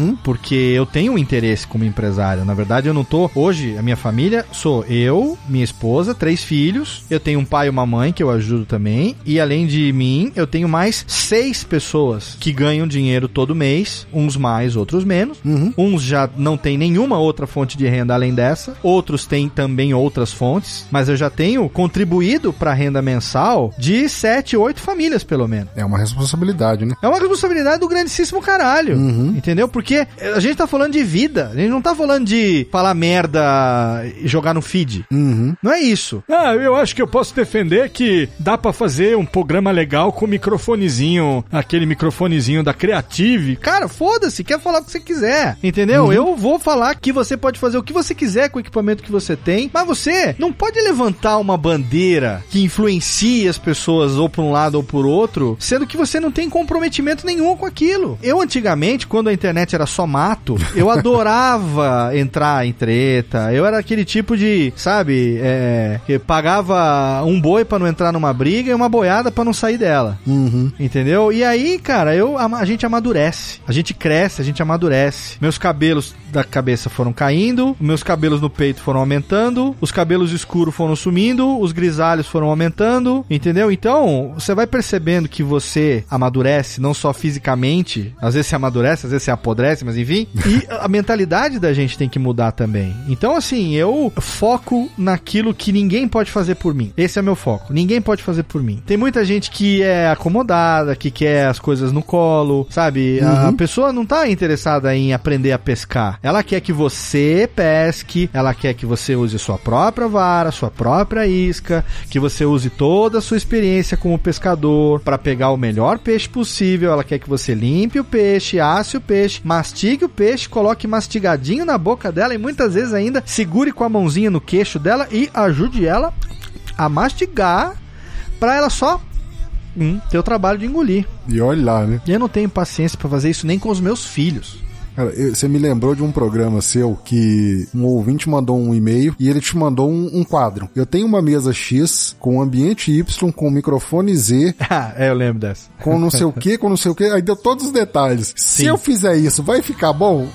Uhum. Porque eu tenho um interesse como empresário. Na verdade, eu não tô... Hoje, a minha família sou eu, minha esposa, três filhos. Eu tenho um pai e uma mãe que eu ajudo também. E além de mim, eu tenho mais seis pessoas que ganham dinheiro todo mês. Uns mais, outros menos. Uhum. Uns já não tem nenhuma outra fonte de renda além dessa. Outros têm também outras fontes. Mas eu já tenho contribuído para a renda mensal de sete, oito famílias, pelo menos. É uma responsabilidade, né? É uma responsabilidade do grandíssimo caralho. Uhum. Entendeu? Porque a gente tá falando de vida. A gente não tá falando de falar merda e jogar no feed. Uhum. Não é isso. Ah, eu acho que eu posso defender que dá pra fazer um programa legal com microfonezinho, aquele microfonezinho da Creative. Cara, foda-se, quer falar o que você quiser. Entendeu? Uhum. Eu vou falar que você pode fazer o que você quiser com o equipamento que você tem, mas você não pode levantar uma bandeira que influencie as pessoas ou por um lado ou por outro, sendo que você não tem comprometimento nenhum com aquilo. Eu, antigamente, quando a internet era só mato, eu adorava entrar em treta. Eu era aquele tipo de, sabe, é, que pagava um boi pra não entrar numa briga e uma boiada pra não sair dela. Uhum. Entendeu? E aí, cara, eu, a, a gente amadurece. A gente cresce, a gente amadurece. Meus cabelos da cabeça foram caindo, meus cabelos no peito foram aumentando, os cabelos escuros foram sumindo, os grisalhos foram aumentando, entendeu? Então, você vai percebendo que você amadurece, não só fisicamente, às vezes você amadurece, às vezes você apodrece, mas enfim, e a mentalidade da gente tem que mudar também. Então, assim, eu foco naquilo que ninguém pode fazer por mim. Esse é meu foco. Ninguém pode fazer por mim. Tem muita gente que é acomodada, que quer as coisas no colo, sabe? Uhum. A pessoa não tá interessada em aprender a pescar. Ela quer que você pesque, ela quer que você use sua própria vara, sua própria isca, que você use toda a sua experiência como pescador para pegar o melhor peixe possível. Ela quer que você limpe o peixe, asse o peixe, mastigue o peixe, coloque mastigadinho na boca dela e muitas vezes ainda segure com a mãozinha no queixo dela e ajude ela a mastigar para ela só hum, ter o trabalho de engolir. E olha lá, né? E eu não tenho paciência para fazer isso nem com os meus filhos. Cara, você me lembrou de um programa seu que um ouvinte mandou um e-mail e ele te mandou um, um quadro. Eu tenho uma mesa X com ambiente Y, com microfone Z. Ah, é, eu lembro dessa. Com não sei o que, com não sei o que. Aí deu todos os detalhes. Sim. Se eu fizer isso, vai ficar bom?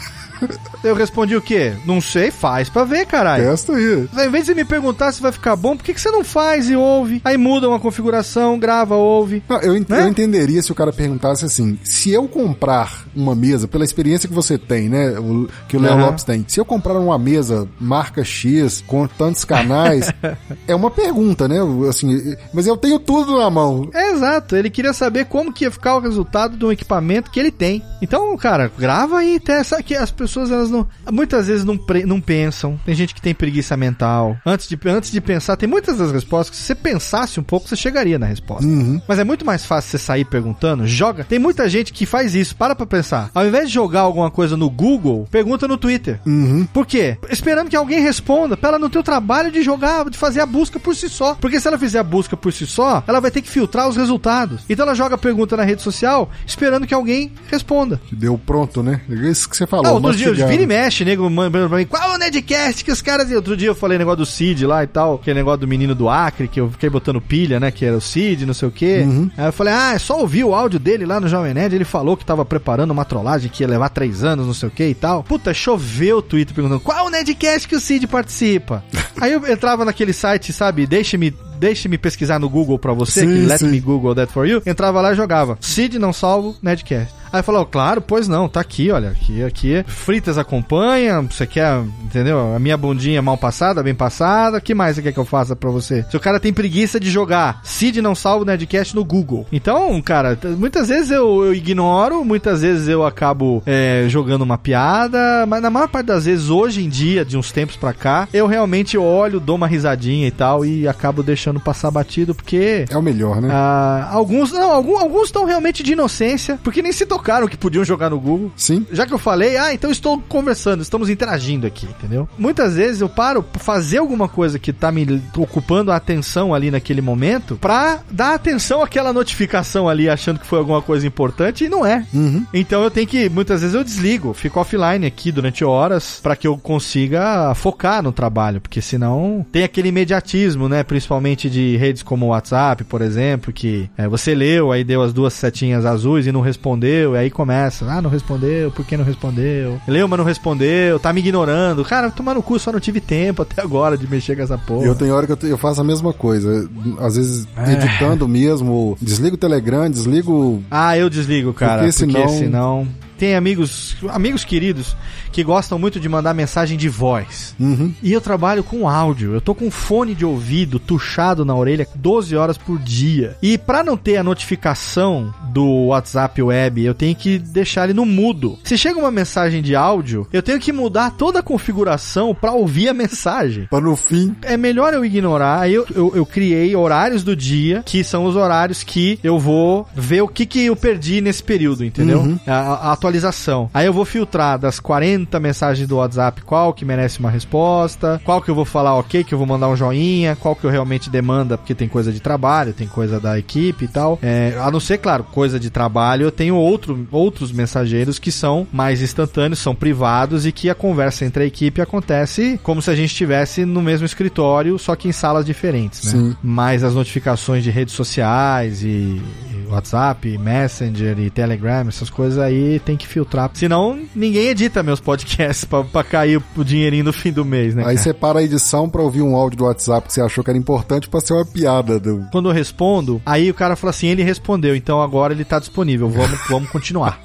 Eu respondi o quê? Não sei, faz pra ver, caralho. Testa aí. Em vez de você me perguntar se vai ficar bom, por que, que você não faz e ouve? Aí muda uma configuração, grava, ouve. Não, eu, ent- né? eu entenderia se o cara perguntasse assim, se eu comprar uma mesa, pela experiência que você tem, né, o, que o Léo uhum. Lopes tem, se eu comprar uma mesa marca X, com tantos canais, é uma pergunta, né, assim, mas eu tenho tudo na mão. É, exato, ele queria saber como que ia ficar o resultado de um equipamento que ele tem. Então, cara, grava e testa, que as pessoas, elas não, muitas vezes não, pre, não pensam, tem gente que tem preguiça mental, antes de, antes de pensar, tem muitas das respostas que se você pensasse um pouco, você chegaria na resposta. Uhum. Mas é muito mais fácil você sair perguntando, joga, tem muita gente que faz isso, para pra pensar, ao invés de jogar alguma coisa no Google, pergunta no Twitter. Uhum. Por quê? Esperando que alguém responda, pra ela não ter o trabalho de jogar, de fazer a busca por si só, porque se ela fizer a busca por si só, ela vai ter que filtrar os resultados, então ela joga a pergunta na rede social, esperando que alguém responda. Deu pronto, né? É isso que você falou. Não, outro dia, vira e mexe, nego, mandando pra mim, qual é o Nerdcast que os caras... Outro dia eu falei negócio do Cid lá e tal, que é negócio do menino do Acre, que eu fiquei botando pilha, né, que era o Cid, não sei o quê. Uhum. Aí eu falei, ah, é só ouvir o áudio dele lá no Jovem Nerd, ele falou que tava preparando uma trollagem que ia levar três anos, não sei o que e tal. Puta, choveu o Twitter perguntando, qual é o Nerdcast que o Cid participa? Aí eu entrava naquele site, sabe, deixe-me Deixe-me pesquisar no Google pra você, sim, que let sim. me Google that for you. Entrava lá e jogava. Cid não salvo, Nerdcast. Aí falou, claro, pois não, tá aqui, olha, aqui, aqui. Fritas acompanha, você quer, entendeu? A minha bundinha mal passada, bem passada, o que mais você quer que eu faça pra você? Se o cara tem preguiça de jogar Cid não salvo, Nerdcast no Google. Então, cara, muitas vezes eu, eu ignoro, muitas vezes eu acabo é, jogando uma piada, mas na maior parte das vezes, hoje em dia, de uns tempos pra cá, eu realmente olho, dou uma risadinha e tal, e acabo deixando passar batido, porque... É o melhor, né? Ah, alguns, não, alguns, alguns estão realmente de inocência, porque nem se tocaram que podiam jogar no Google. Sim. Já que eu falei, ah, então estou conversando, estamos interagindo aqui, entendeu? Muitas vezes eu paro pra fazer alguma coisa que tá me ocupando a atenção ali naquele momento, pra dar atenção àquela notificação ali, achando que foi alguma coisa importante, e não é. Uhum. Então eu tenho que, muitas vezes eu desligo, fico offline aqui durante horas, pra que eu consiga focar no trabalho, porque senão tem aquele imediatismo, né, principalmente de redes como o WhatsApp, por exemplo, que é, você leu, aí deu as duas setinhas azuis e não respondeu, respondeu. E aí começa, ah, não respondeu, por que não respondeu? Leu, mas não respondeu, tá me ignorando. Cara, tomar no cu, só não tive tempo até agora de mexer com essa porra. Eu tenho hora que eu, te, eu faço a mesma coisa. Às vezes, é. editando mesmo, desligo o Telegram, desligo... Ah, eu desligo, cara, porque, porque senão... senão... Tem amigos, amigos queridos que gostam muito de mandar mensagem de voz. Uhum. E eu trabalho com áudio. Eu tô com fone de ouvido tuchado na orelha doze horas por dia. E pra não ter a notificação do WhatsApp Web, eu tenho que deixar ele no mudo. Se chega uma mensagem de áudio, eu tenho que mudar toda a configuração pra ouvir a mensagem. Pra no fim... É melhor eu ignorar. Aí eu, eu, eu criei horários do dia, que são os horários que eu vou ver o que, que eu perdi nesse período, entendeu? Uhum. A, a atualização. Aí eu vou filtrar das quarenta mensagens do WhatsApp qual que merece uma resposta, qual que eu vou falar ok, que eu vou mandar um joinha, qual que eu realmente demanda, porque tem coisa de trabalho, tem coisa da equipe e tal. É, a não ser, claro, coisa de trabalho, eu tenho outro, outros mensageiros que são mais instantâneos, são privados e que a conversa entre a equipe acontece como se a gente estivesse no mesmo escritório, só que em salas diferentes, né? Sim. Mas as notificações de redes sociais e WhatsApp, Messenger e Telegram, essas coisas aí tem que filtrar. Senão, ninguém edita meus podcasts pra, pra cair o dinheirinho no fim do mês, né? Aí você para a edição pra ouvir um áudio do WhatsApp que você achou que era importante pra ser uma piada. Do... Quando eu respondo, aí o cara fala assim, ele respondeu, então agora ele tá disponível, vamos, vamos continuar.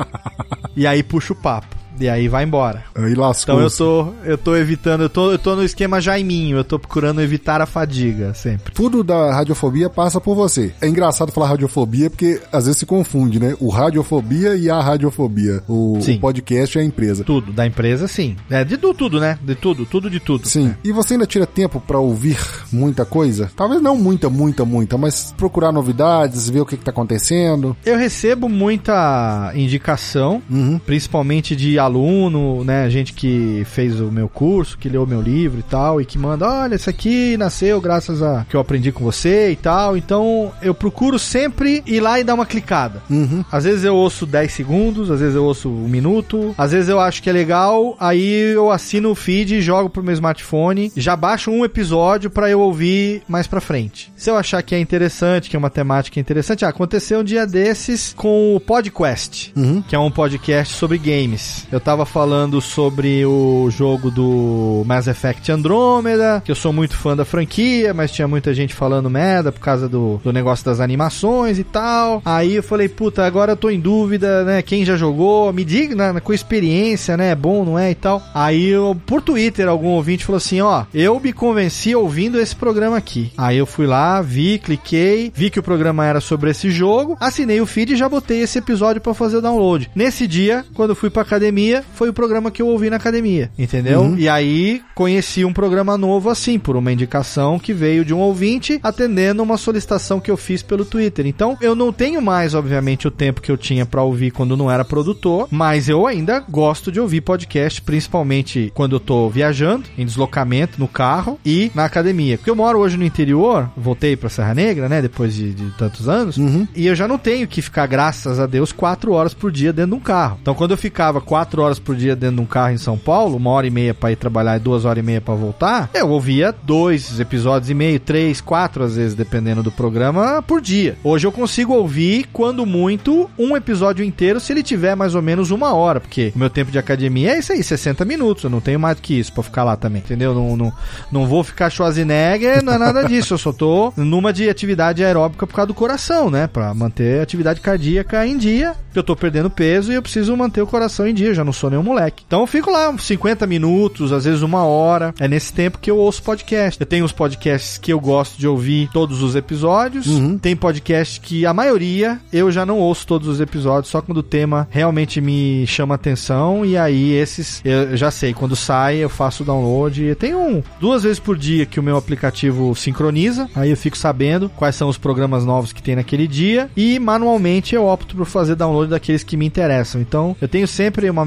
E aí puxa o papo. E aí vai embora. Aí lascou. Então eu tô, eu tô evitando, eu tô, eu tô no esquema Jaiminho, eu tô procurando evitar a fadiga sempre. Tudo da radiofobia passa por você. É engraçado falar radiofobia porque às vezes se confunde, né? O radiofobia e a radiofobia. O, o podcast é a empresa. Tudo, da empresa sim. É de tudo, né? De tudo, tudo de tudo. Sim. É. E você ainda tira tempo pra ouvir muita coisa? Talvez não muita, muita, muita, mas procurar novidades, ver o que que tá acontecendo. Eu recebo muita indicação, uhum. principalmente de aluno, né, gente que fez o meu curso, que leu o meu livro e tal, e que manda, olha, isso aqui nasceu graças a que eu aprendi com você e tal, então eu procuro sempre ir lá e dar uma clicada. Uhum. Às vezes eu ouço dez segundos, às vezes eu ouço um minuto, às vezes eu acho que é legal, aí eu assino o feed e jogo pro meu smartphone, já baixo um episódio pra eu ouvir mais pra frente. Se eu achar que é interessante, que é uma temática interessante, ah, aconteceu um dia desses com o PodQuest, uhum. que é um podcast sobre games. Eu tava falando sobre o jogo do Mass Effect Andromeda, que eu sou muito fã da franquia, mas tinha muita gente falando merda por causa do, do negócio das animações e tal. Aí eu falei, puta, agora eu tô em dúvida, né? Quem já jogou, me diga, né, com experiência, né? É bom, não é? E tal. Aí eu, por Twitter, algum ouvinte falou assim, ó, eu me convenci ouvindo esse programa aqui. Aí eu fui lá, vi, cliquei, vi que o programa era sobre esse jogo, assinei o feed e já botei esse episódio pra fazer o download. Nesse dia, quando eu fui pra academia, foi o programa que eu ouvi na academia, entendeu? Uhum. E aí conheci um programa novo assim, por uma indicação que veio de um ouvinte atendendo uma solicitação que eu fiz pelo Twitter. Então eu não tenho mais, obviamente, o tempo que eu tinha pra ouvir quando não era produtor, mas eu ainda gosto de ouvir podcast, principalmente quando eu tô viajando, em deslocamento, no carro e na academia. Porque eu moro hoje no interior, voltei pra Serra Negra, né, depois de, de tantos anos, uhum. e eu já não tenho que ficar, graças a Deus, quatro horas por dia dentro de um carro. Então quando eu ficava quatro horas por dia dentro de um carro em São Paulo, uma hora e meia pra ir trabalhar e duas horas e meia pra voltar, eu ouvia dois episódios e meio, três, quatro às vezes, dependendo do programa, por dia. Hoje eu consigo ouvir, quando muito, um episódio inteiro se ele tiver mais ou menos uma hora, porque o meu tempo de academia é isso aí, sessenta minutos, eu não tenho mais do que isso pra ficar lá também, entendeu? Não, não, não vou ficar Schwarzenegger, não é nada disso, eu só tô numa de atividade aeróbica por causa do coração, né? Pra manter a atividade cardíaca em dia, eu tô perdendo peso e eu preciso manter o coração em dia, já não sou nenhum moleque. Então eu fico lá uns cinquenta minutos, às vezes uma hora. É nesse tempo que eu ouço podcast. Eu tenho os podcasts que eu gosto de ouvir todos os episódios. Uhum. Tem podcast que a maioria eu já não ouço todos os episódios, só quando o tema realmente me chama atenção. E aí esses eu já sei, quando sai eu faço o download. Eu tenho um, duas vezes por dia que o meu aplicativo sincroniza. Aí eu fico sabendo quais são os programas novos que tem naquele dia. E manualmente eu opto por fazer download daqueles que me interessam. Então eu tenho sempre uma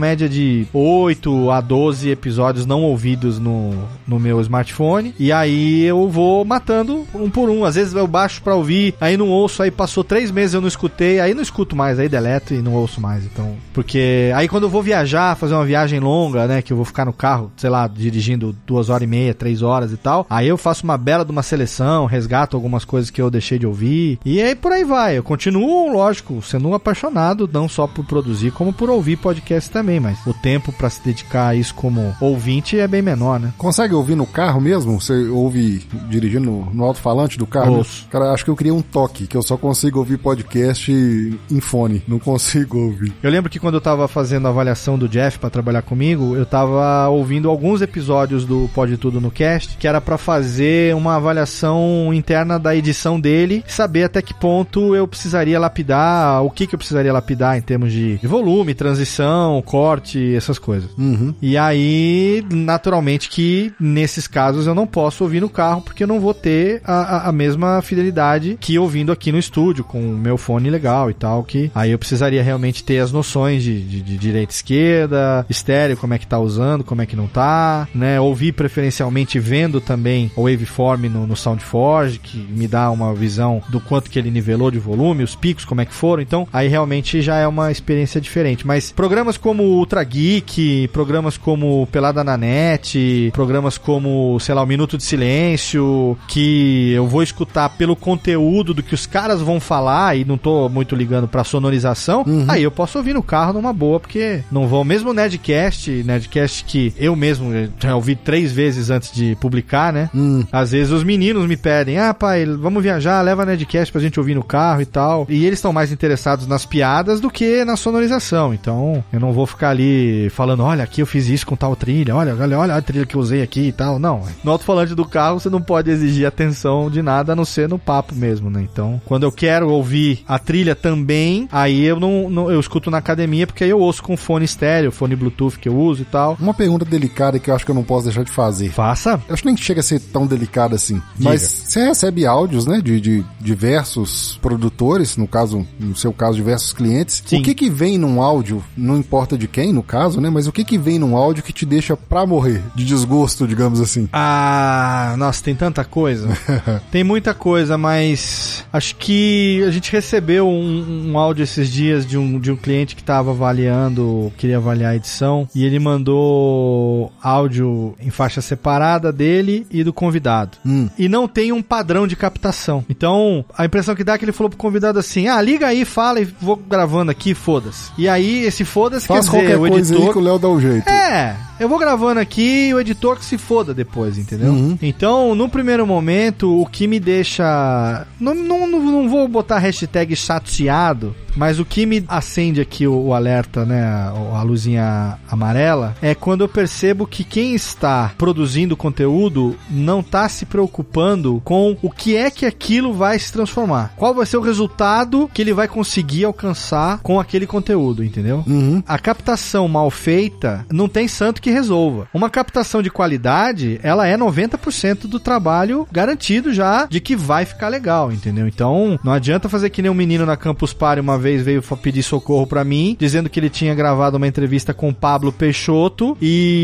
média de oito a doze episódios não ouvidos no, no meu smartphone, e aí eu vou matando um por um. Às vezes eu baixo pra ouvir, aí não ouço, aí passou três meses eu não escutei, aí não escuto mais, aí deleto e não ouço mais. Então, porque aí quando eu vou viajar, fazer uma viagem longa, né, que eu vou ficar no carro, sei lá, dirigindo duas horas e meia, três horas e tal, aí eu faço uma bela de uma seleção, resgato algumas coisas que eu deixei de ouvir, e aí por aí vai. Eu continuo, lógico, sendo um apaixonado, não só por produzir, como por ouvir podcast também, mas o tempo pra se dedicar a isso como ouvinte é bem menor, né? Consegue ouvir no carro mesmo? Você ouve dirigindo no, no alto-falante do carro? Ouço. Cara, acho que eu queria um toque, que eu só consigo ouvir podcast em fone, não consigo ouvir. Eu lembro que quando eu tava fazendo a avaliação do Jeff pra trabalhar comigo, eu tava ouvindo alguns episódios do Pode Tudo no Cast, que era pra fazer uma avaliação interna da edição dele, saber até que ponto eu precisaria lapidar, o que que eu precisaria lapidar em termos de volume, transição, corte, essas coisas. Uhum. E aí, naturalmente que nesses casos eu não posso ouvir no carro, porque eu não vou ter a, a, a mesma fidelidade que ouvindo aqui no estúdio, com o meu fone legal e tal, que aí eu precisaria realmente ter as noções de, de, de direita e esquerda, estéreo, como é que tá usando, como é que não tá, né, ouvir preferencialmente vendo também o waveform no, no SoundForge, que me dá uma visão do quanto que ele nivelou de volume, os picos, como é que foram, então aí realmente já é uma experiência diferente, mas programas como Ultra Geek, programas como Pelada na Net, programas como, sei lá, o Minuto de Silêncio, que eu vou escutar pelo conteúdo do que os caras vão falar e não tô muito ligando pra sonorização, uhum. Aí eu posso ouvir no carro numa boa, porque não vou, mesmo o Nerdcast, Nerdcast que eu mesmo já ouvi três vezes antes de publicar, né? Hum. Às vezes os meninos me pedem, ah, pai, vamos viajar, leva Nerdcast pra gente ouvir no carro e tal, e eles estão mais interessados nas piadas do que na sonorização, então eu não vou ficar ali falando, olha, aqui eu fiz isso com tal trilha, olha, olha, olha a trilha que eu usei aqui e tal, não. No alto-falante do carro você não pode exigir atenção de nada, a não ser no papo mesmo, né? Então, quando eu quero ouvir a trilha também, aí eu não, não eu escuto na academia, porque aí eu ouço com fone estéreo, fone Bluetooth que eu uso e tal. Uma pergunta delicada que eu acho que eu não posso deixar de fazer. Faça. Eu acho que nem chega a ser tão delicada assim. Diga. Mas você recebe áudios, né, de, de diversos produtores, no caso, no seu caso, diversos clientes. Sim. O que que vem num áudio, não importa de quem, no caso, né, mas o que que vem num áudio que te deixa pra morrer, de desgosto, digamos assim? Ah, nossa, tem tanta coisa. Tem muita coisa, mas acho que a gente recebeu um, um áudio esses dias de um, de um cliente que estava avaliando, queria avaliar a edição, e ele mandou áudio em faixa separada dele e do convidado. Hum. E não tem um padrão de captação. Então, a impressão que dá é que ele falou pro convidado assim, ah, liga aí, fala e vou gravando aqui, foda-se. E aí, esse foda-se quer dizer, qualquer o coisa editor... aí que o Léo dá um jeito. É... Eu vou gravando aqui e o editor que se foda depois, entendeu? Uhum. Então, no primeiro momento, o que me deixa... Não, não, não vou botar hashtag chateado, mas o que me acende aqui o, o alerta, né, a, a luzinha amarela, é quando eu percebo que quem está produzindo conteúdo não está se preocupando com o que é que aquilo vai se transformar. Qual vai ser o resultado que ele vai conseguir alcançar com aquele conteúdo, entendeu? Uhum. A captação mal feita não tem santo que resolva. Uma captação de qualidade, ela é noventa por cento do trabalho garantido já de que vai ficar legal, entendeu? Então, não adianta fazer que nem um menino na Campus Party uma vez veio pedir socorro pra mim, dizendo que ele tinha gravado uma entrevista com o Pablo Peixoto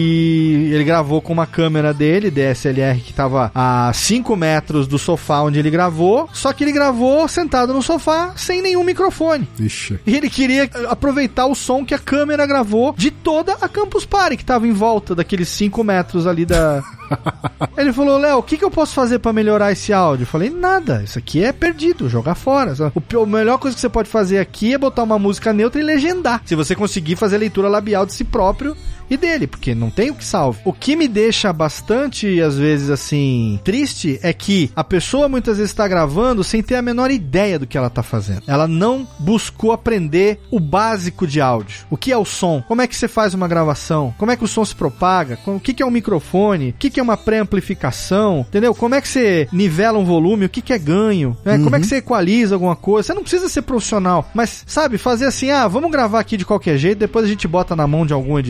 e ele gravou com uma câmera dele, D S L R, que tava a cinco metros do sofá onde ele gravou, só que ele gravou sentado no sofá sem nenhum microfone. Ixi. E ele queria aproveitar o som que a câmera gravou de toda a Campus Party, que tava em volta daqueles cinco metros ali da... Ele falou, Léo, o que, que eu posso fazer pra melhorar esse áudio? Eu falei, nada, isso aqui é perdido, jogar fora. O, a melhor coisa que você pode fazer aqui é botar uma música neutra e legendar. Se você conseguir fazer leitura labial de si próprio e dele, porque não tem o que salve. O que me deixa bastante, às vezes, assim, triste, é que a pessoa muitas vezes está gravando sem ter a menor ideia do que ela está fazendo. Ela não buscou aprender o básico de áudio. O que é o som? Como é que você faz uma gravação? Como é que o som se propaga? O que é um microfone? O que é uma pré-amplificação? Entendeu? Como é que você nivela um volume? O que é ganho? Né? Uhum. Como é que você equaliza alguma coisa? Você não precisa ser profissional, mas, sabe, fazer assim, ah, vamos gravar aqui de qualquer jeito, depois a gente bota na mão de algum editor, ele que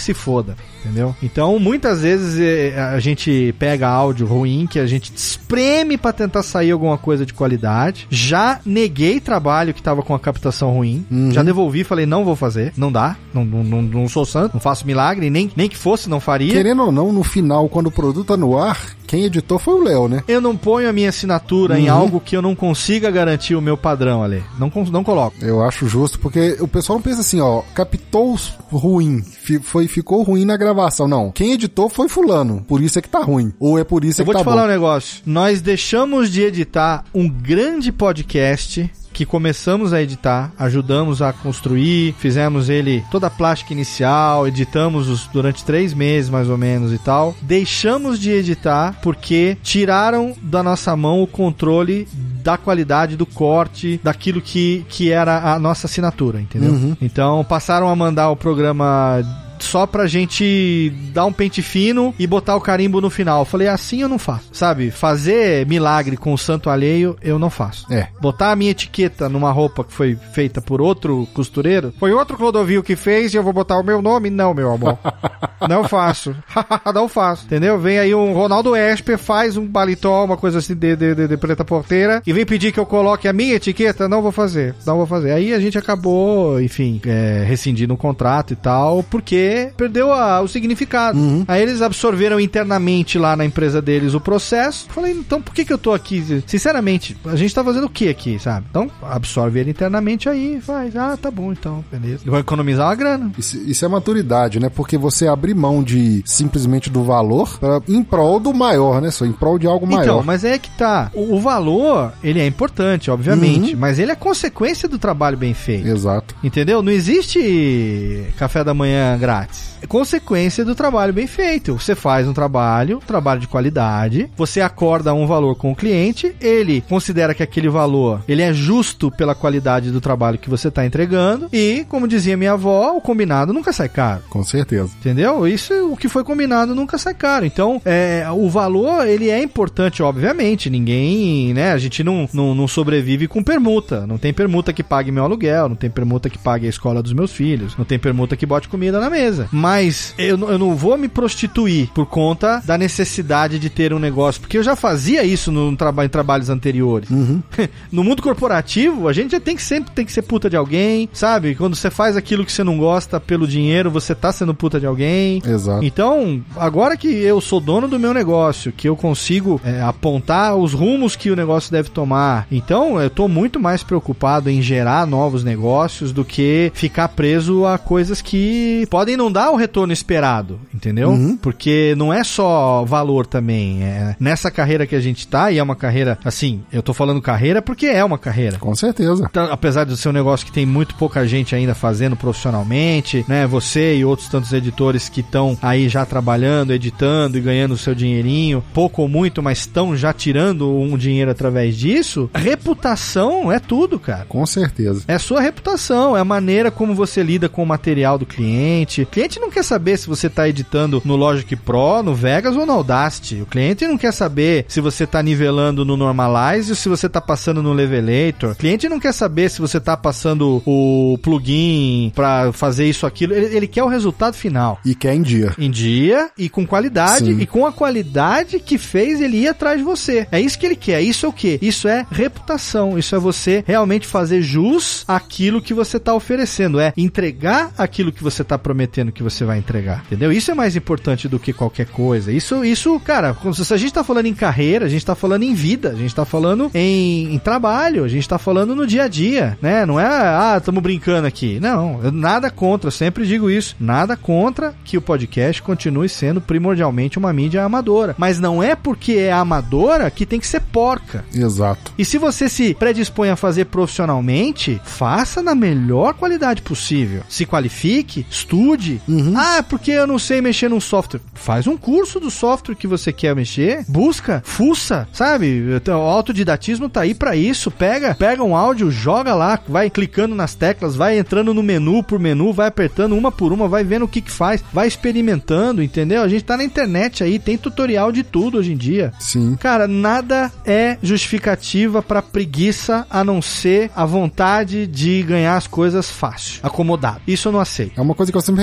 que se foda, entendeu? Então, muitas vezes a gente pega áudio ruim, que a gente espreme pra tentar sair alguma coisa de qualidade. Já neguei trabalho que tava com a captação ruim. Uhum. Já devolvi, falei, não vou fazer, não dá, não, não, não, não sou santo, não faço milagre, nem, nem que fosse, não faria. Querendo ou não, no final, quando o produto tá no ar, quem editou foi o Léo, né? Eu não ponho a minha assinatura uhum. em algo que eu não consiga garantir o meu padrão, Ale. Não, não coloco. Eu acho justo, porque o pessoal não pensa assim, ó, captou ruim, foi, ficou ruim na gravação. Não, quem editou foi fulano, por isso é que tá ruim. Ou é por isso é que tá bom. Eu vou te falar um negócio. Nós deixamos de editar um grande podcast que começamos a editar, ajudamos a construir, fizemos ele toda a plástica inicial, editamos os, durante três meses mais ou menos e tal. Deixamos de editar porque tiraram da nossa mão o controle da qualidade do corte, daquilo que, que era a nossa assinatura, entendeu? Uhum. Então passaram a mandar o programa só pra gente dar um pente fino e botar o carimbo no final. Eu falei, assim eu não faço, sabe? Fazer milagre com o santo alheio, eu não faço. É. Botar a minha etiqueta numa roupa que foi feita por outro costureiro, foi outro Clodovil que fez e eu vou botar o meu nome? Não, meu amor. Não faço. Não faço. Entendeu? Vem aí um Ronaldo Esper, faz um paletó, uma coisa assim de, de, de, de preta porteira, e vem pedir que eu coloque a minha etiqueta? Não vou fazer. Não vou fazer. Aí a gente acabou, enfim, é, rescindindo o contrato e tal, porque perdeu a, o significado. Uhum. Aí eles absorveram internamente lá na empresa deles o processo. Falei, então por que que eu tô aqui? Sinceramente, a gente tá fazendo o que aqui, sabe? Então, absorve ele internamente aí, faz. Ah, tá bom, então, beleza. Eu vou economizar uma grana. Isso, isso é maturidade, né? Porque você abrir mão de simplesmente do valor pra, em prol do maior, né? Só em prol de algo maior. Então, mas é que tá. O, o valor, ele é importante, obviamente, uhum. mas ele é consequência do trabalho bem feito. Exato. Entendeu? Não existe café da manhã grátis. É consequência do trabalho bem feito. Você faz um trabalho, trabalho de qualidade, você acorda um valor com o cliente, ele considera que aquele valor, ele é justo pela qualidade do trabalho que você está entregando e, como dizia minha avó, o combinado nunca sai caro. Com certeza. Entendeu? Isso, o que foi combinado nunca sai caro. Então, é, o valor, ele é importante, obviamente. Ninguém, né, a gente não, não, não sobrevive com permuta. Não tem permuta que pague meu aluguel, não tem permuta que pague a escola dos meus filhos, não tem permuta que bote comida na mesa. Mas eu, eu não vou me prostituir por conta da necessidade de ter um negócio, porque eu já fazia isso no traba- em trabalhos anteriores. Uhum. No mundo corporativo, a gente já tem que sempre tem que ser puta de alguém, sabe? Quando você faz aquilo que você não gosta pelo dinheiro, você tá sendo puta de alguém. Exato. Então, agora que eu sou dono do meu negócio, que eu consigo é, apontar os rumos que o negócio deve tomar, então eu tô muito mais preocupado em gerar novos negócios do que ficar preso a coisas que podem não dar o retorno esperado, entendeu? Uhum. Porque não é só valor também. É, nessa carreira que a gente tá, e é uma carreira, assim, eu tô falando carreira porque é uma carreira. Com certeza. Então, apesar de ser um negócio que tem muito pouca gente ainda fazendo profissionalmente, né? Você e outros tantos editores que estão aí já trabalhando, editando e ganhando o seu dinheirinho, pouco ou muito, mas estão já tirando um dinheiro através disso. Reputação é tudo, cara. Com certeza. É a sua reputação, é a maneira como você lida com o material do cliente. O cliente não quer saber se você está editando no Logic Pro, no Vegas ou no Audacity. O cliente não quer saber se você está nivelando no Normalize ou se você está passando no Levelator. O cliente não quer saber se você está passando o plugin para fazer isso, aquilo. Ele, ele quer o resultado final. E quer em dia. Em dia e com qualidade. Sim. E com a qualidade que fez ele ir atrás de você. É isso que ele quer. Isso é o quê? Isso é reputação. Isso é você realmente fazer jus àquilo que você está oferecendo. É entregar aquilo que você está prometendo que você vai entregar, entendeu? Isso é mais importante do que qualquer coisa. Isso, isso, cara, se a gente tá falando em carreira, a gente tá falando em vida, a gente tá falando em, em trabalho, a gente tá falando no dia a dia, né? Não é, ah, estamos brincando aqui. Não, eu, nada contra, eu sempre digo isso, nada contra que o podcast continue sendo primordialmente uma mídia amadora, mas não é porque é amadora que tem que ser porca. Exato. E se você se predispõe a fazer profissionalmente, faça na melhor qualidade possível. Se qualifique, estude. Uhum. Ah, porque eu não sei mexer num software. Faz um curso do software que você quer mexer, busca, fuça, sabe? O autodidatismo tá aí pra isso. Pega, pega um áudio, joga lá, vai clicando nas teclas, vai entrando no menu por menu, vai apertando uma por uma, vai vendo o que que faz, vai experimentando, entendeu? A gente tá na internet aí, tem tutorial de tudo hoje em dia. Sim. Cara, nada é justificativa pra preguiça a não ser a vontade de ganhar as coisas fácil, acomodado. Isso eu não aceito. É uma coisa que eu sempre recomendo,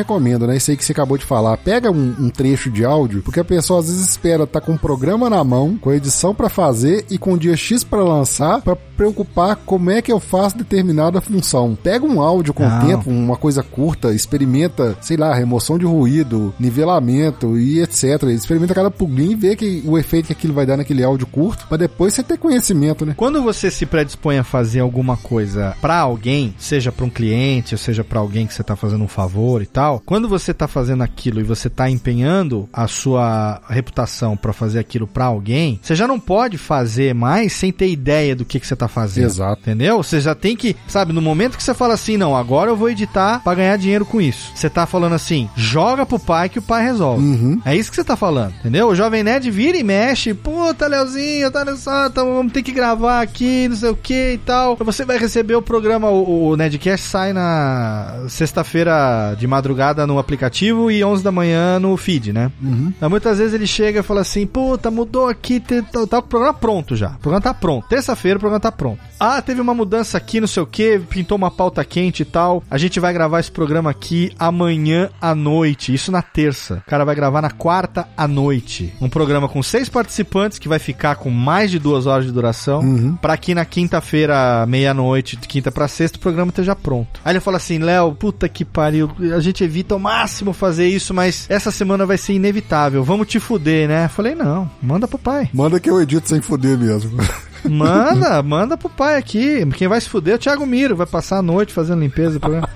né? Isso aí que você acabou de falar. Pega um, um trecho de áudio, porque a pessoa às vezes espera tá com o programa na mão, com a edição pra fazer e com o dia X pra lançar, pra preocupar como é que eu faço determinada função. Pega um áudio com o tempo, uma coisa curta, experimenta, sei lá, remoção de ruído, nivelamento e etcétera. Experimenta cada plugin e vê que o efeito que aquilo vai dar naquele áudio curto, pra depois você ter conhecimento, né? Quando você se predispõe a fazer alguma coisa pra alguém, seja pra um cliente, ou seja pra alguém que você tá fazendo um favor e tal, quando você tá fazendo aquilo e você tá empenhando a sua reputação pra fazer aquilo pra alguém, você já não pode fazer mais sem ter ideia do que, que você tá fazendo. Exato. Entendeu? Você já tem que, sabe, no momento que você fala assim, não, agora eu vou editar pra ganhar dinheiro com isso. Você tá falando assim, joga pro pai que o pai resolve. Uhum. É isso que você tá falando, entendeu? O Jovem Nerd vira e mexe, puta, Leozinho, tá nessa, tá, vamos ter que gravar aqui, não sei o que e tal. Você vai receber o programa, o, o Nerdcast sai na sexta-feira de madrugada no aplicativo e onze da manhã no feed, né? Uhum. Então, muitas vezes ele chega e fala assim, puta, mudou aqui, tá, tá o programa pronto já. O programa tá pronto. Terça-feira o programa tá pronto. Ah, teve uma mudança aqui, não sei o que, pintou uma pauta quente e tal. A gente vai gravar esse programa aqui amanhã à noite. Isso na terça. O cara vai gravar na quarta à noite. Um programa com seis participantes que vai ficar com mais de duas horas de duração. Uhum. Pra que na quinta-feira, meia-noite, de quinta pra sexta, o programa esteja pronto. Aí ele fala assim, Léo, puta que pariu, a gente evita ao máximo fazer isso, mas essa semana vai ser inevitável. Vamos te fuder, né? Eu falei, não, manda pro pai. Manda que eu edito sem fuder mesmo. Manda, manda pro pai aqui. Quem vai se fuder é o Thiago Miro, vai passar a noite fazendo limpeza do programa.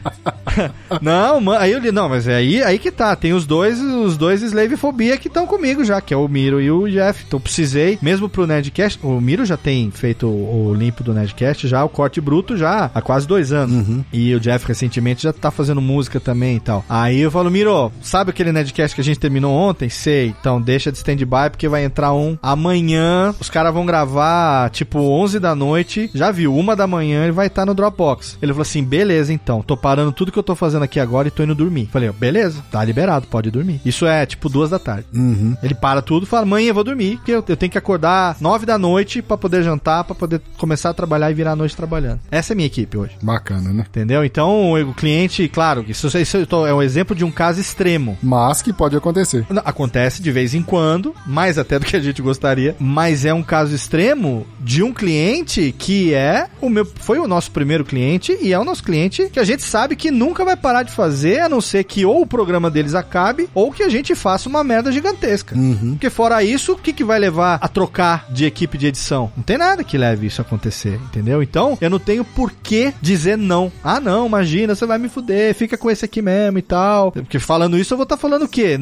Não, aí eu li, não, mas é aí, aí que tá, tem os dois, os dois Slavefobia que estão comigo já, que é o Miro e o Jeff. Então precisei, mesmo pro Nerdcast, o Miro já tem feito o, o limpo do Nerdcast, já o corte bruto já há quase dois anos. Uhum. E o Jeff recentemente já tá fazendo música também e tal. Aí eu falo, Miro, sabe aquele Nerdcast que a gente terminou ontem? Sei, então deixa de stand-by porque vai entrar um amanhã, os caras vão gravar tipo onze da noite, já viu, uma da manhã ele vai estar tá no Dropbox. Ele falou assim, beleza então, tô parando tudo que eu tô fazendo aqui agora e tô indo dormir. Falei, beleza, tá liberado, pode dormir. Isso é tipo duas da tarde. Uhum. Ele para tudo e fala, mãe, eu vou dormir, porque eu, eu tenho que acordar nove da noite pra poder jantar, pra poder começar a trabalhar e virar a noite trabalhando. Essa é a minha equipe hoje. Bacana, né? Entendeu? Então o cliente, claro, isso, isso é um exemplo de um caso extremo. Mas que pode acontecer. Acontece de vez em quando, mais até do que a gente gostaria, mas é um caso extremo de um cliente que é o meu, foi o nosso primeiro cliente e é o nosso cliente que a gente sabe que nunca vai parar de fazer, a não ser que ou o programa deles acabe ou que a gente faça uma merda gigantesca. Uhum. Porque fora isso, o que, que vai levar a trocar de equipe de edição? Não tem nada que leve isso a acontecer, entendeu? Então, eu não tenho por que dizer não. Ah, não, imagina, você vai me fuder, fica com esse aqui mesmo e tal. Porque falando isso, eu vou estar tá falando o quê?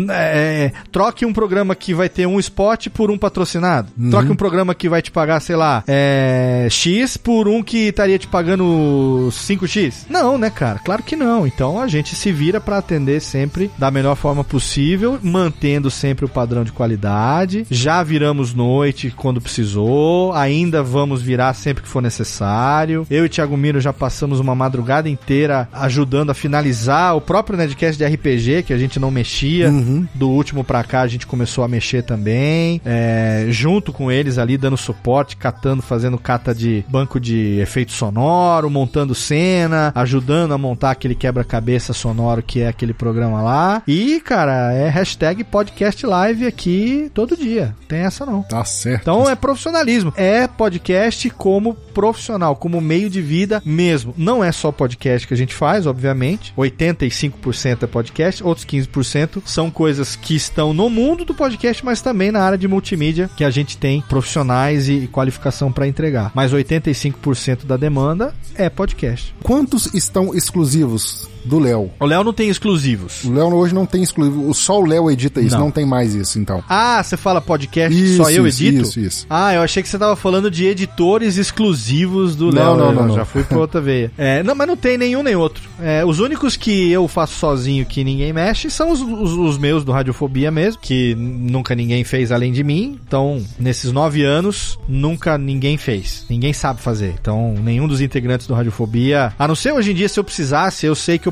É, troque um programa que vai ter um spot por um patrocinado. Uhum. Troque um programa que vai te pagar, sei lá, é, X por um que estaria te pagando cinco x? Não, né, cara? Claro que não. Então a gente se vira pra atender sempre da melhor forma possível, mantendo sempre o padrão de qualidade. Já viramos noite quando precisou, ainda vamos virar sempre que for necessário. Eu e o Thiago Miro já passamos uma madrugada inteira ajudando a finalizar o próprio Nerdcast de R P G, que a gente não mexia. Uhum. Do último pra cá a gente começou a mexer também, é, junto com eles ali, dando suporte, catando, fazendo cata de banco de efeito sonoro, montando cena, ajudando a montar aquele quebra-cabeça sonoro que é aquele programa lá. E, cara, é hashtag podcast live aqui todo dia. Tem essa não. Tá certo. Então é profissionalismo. É podcast como profissional, como meio de vida mesmo. Não é só podcast que a gente faz, obviamente. oitenta e cinco por cento é podcast, outros quinze por cento são coisas que estão no mundo do podcast, mas também na área de multimídia, que a gente tem profissionais e qualificação para entregar. Mas oitenta e cinco por cento da demanda é podcast. Quantos estão exclusivos do Léo? O Léo não tem exclusivos. O Léo hoje não tem exclusivo. Só o Léo edita isso, não. não tem mais isso, então. Ah, você fala podcast, isso, só eu isso, edito? Isso, isso. Ah, eu achei que você tava falando de editores exclusivos do Léo. Não, não, eu não, já não. fui pra outra veia. É, não, mas não tem nenhum nem outro. É, os únicos que eu faço sozinho que ninguém mexe são os, os, os meus do Radiofobia mesmo, que nunca ninguém fez além de mim. Então, nesses nove anos, nunca ninguém fez. Ninguém sabe fazer. Então, nenhum dos integrantes do Radiofobia, a não ser hoje em dia, se eu precisasse, eu sei que eu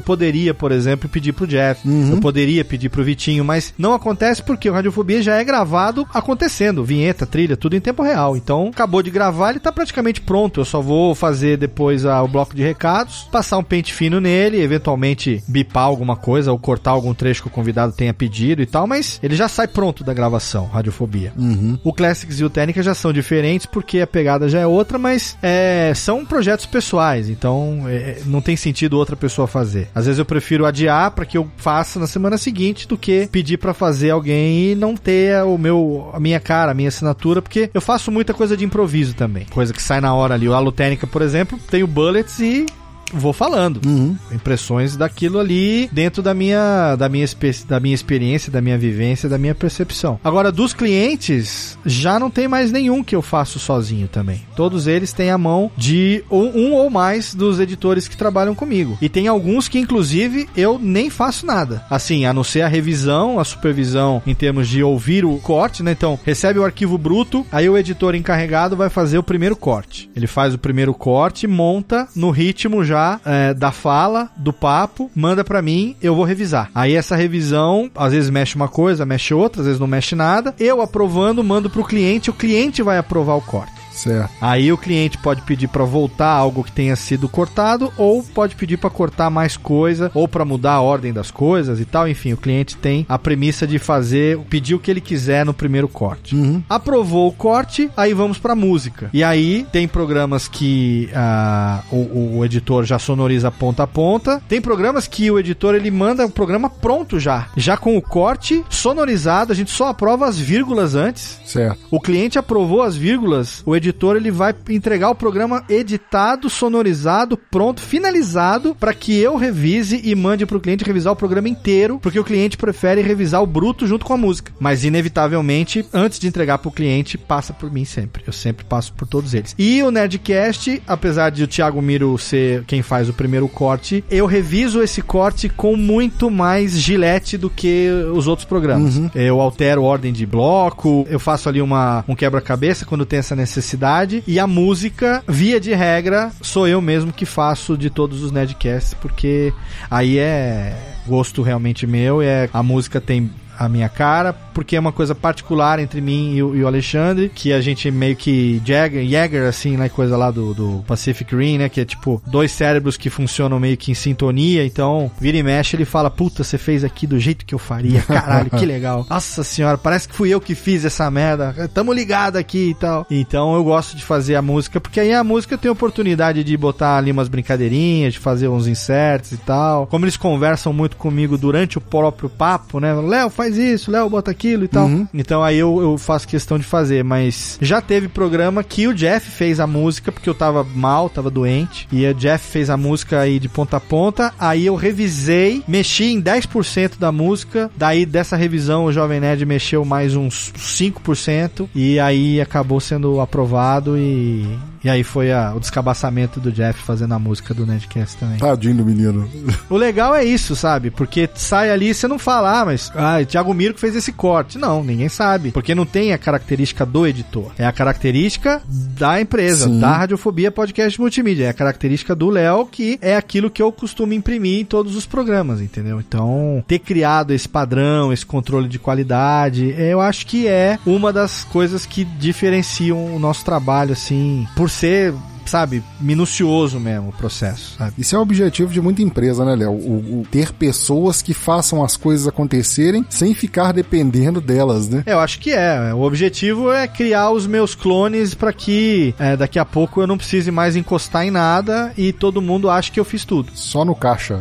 poderia, por exemplo, pedir pro Jeff, Uhum. eu poderia pedir pro Vitinho, mas não acontece porque o Radiofobia já é gravado acontecendo, vinheta, trilha, tudo em tempo real. Então, acabou de gravar, ele tá praticamente pronto. Eu só vou fazer depois a, o bloco de recados, passar um pente fino nele, eventualmente bipar alguma coisa ou cortar algum trecho que o convidado tenha pedido e tal, mas ele já sai pronto da gravação, Radiofobia. Uhum. O Classics e o Técnica já são diferentes porque a pegada já é outra, mas é, são projetos pessoais, então é, não tem sentido outra pessoa fazer. Às vezes eu prefiro adiar para que eu faça na semana seguinte do que pedir para fazer alguém e não ter o meu, a minha cara, a minha assinatura, porque eu faço muita coisa de improviso também, coisa que sai na hora ali. O Alotênica, por exemplo, tem o Bullets e vou falando. Uhum. Impressões daquilo ali dentro da minha, da, minha da minha experiência, da minha vivência, da minha percepção. Agora, dos clientes, já não tem mais nenhum que eu faço sozinho também. Todos eles têm a mão de um ou mais dos editores que trabalham comigo. E tem alguns que, inclusive, eu nem faço nada. Assim, a não ser a revisão, a supervisão em termos de ouvir o corte, né? Então, recebe o arquivo bruto, aí o editor encarregado vai fazer o primeiro corte. Ele faz o primeiro corte, monta no ritmo já É, da fala, do papo, manda pra mim, eu vou revisar. Aí essa revisão, às vezes mexe uma coisa, mexe outra, às vezes não mexe nada. Eu aprovando, mando pro cliente, o cliente vai aprovar o corte. Certo. Aí o cliente pode pedir para voltar algo que tenha sido cortado, ou pode pedir para cortar mais coisa, ou para mudar a ordem das coisas e tal. Enfim, o cliente tem a premissa de fazer, pedir o que ele quiser no primeiro corte. Uhum. Aprovou o corte, aí vamos para música. E aí tem programas que uh, o, o editor já sonoriza ponta a ponta. Tem programas que o editor ele manda o programa pronto já, já com o corte sonorizado. A gente só aprova as vírgulas antes. Certo. O cliente aprovou as vírgulas, o editor ele vai entregar o programa editado, sonorizado, pronto, finalizado, para que eu revise e mande pro cliente revisar o programa inteiro, porque o cliente prefere revisar o bruto junto com a música. Mas inevitavelmente, antes de entregar pro cliente, passa por mim sempre. Eu sempre passo por todos eles. E o Nerdcast, apesar de o Thiago Miro ser quem faz o primeiro corte, eu reviso esse corte com muito mais gilete do que os outros programas. Uhum. Eu altero ordem de bloco, eu faço ali uma, um quebra-cabeça quando tem essa necessidade. E a música, via de regra, sou eu mesmo que faço de todos os Nerdcasts, porque aí é gosto realmente meu, é, a música tem a minha cara, porque é uma coisa particular entre mim e o, e o Alexandre, que a gente meio que Jagger, Jagger assim, né, coisa lá do, do Pacific Rim, né, que é tipo dois cérebros que funcionam meio que em sintonia. Então, vira e mexe, ele fala, puta, você fez aqui do jeito que eu faria, caralho, que legal, nossa senhora, parece que fui eu que fiz essa merda, tamo ligado aqui e tal. Então eu gosto de fazer a música, porque aí a música tem a oportunidade de botar ali umas brincadeirinhas, de fazer uns inserts e tal. Como eles conversam muito comigo durante o próprio papo, né, Léo, faz isso, Léo, bota aquilo e tal. Uhum. Então aí eu, eu faço questão de fazer, mas já teve programa que o Jeff fez a música, porque eu tava mal, tava doente, e o Jeff fez a música aí de ponta a ponta, aí eu revisei, mexi em dez por cento da música, daí dessa revisão o Jovem Nerd mexeu mais uns cinco por cento, e aí acabou sendo aprovado, e... E aí foi a, o descabaçamento do Jeff fazendo a música do Nerdcast também. Tadinho do menino. O legal é isso, sabe? Porque sai ali e você não fala, ah, mas ah, o Thiago Miro que fez esse corte. Não, ninguém sabe. Porque não tem a característica do editor. É a característica da empresa, Sim. da Radiofobia Podcast Multimídia. É a característica do Léo, que é aquilo que eu costumo imprimir em todos os programas, entendeu? Então, ter criado esse padrão, esse controle de qualidade, eu acho que é uma das coisas que diferenciam o nosso trabalho, assim, por ser, sabe, minucioso mesmo o processo, sabe? Isso é o objetivo de muita empresa, né, Léo? O, o ter pessoas que façam as coisas acontecerem sem ficar dependendo delas, né? Eu acho que é. O objetivo é criar os meus clones para que é, daqui a pouco eu não precise mais encostar em nada e todo mundo ache que eu fiz tudo. Só no caixa.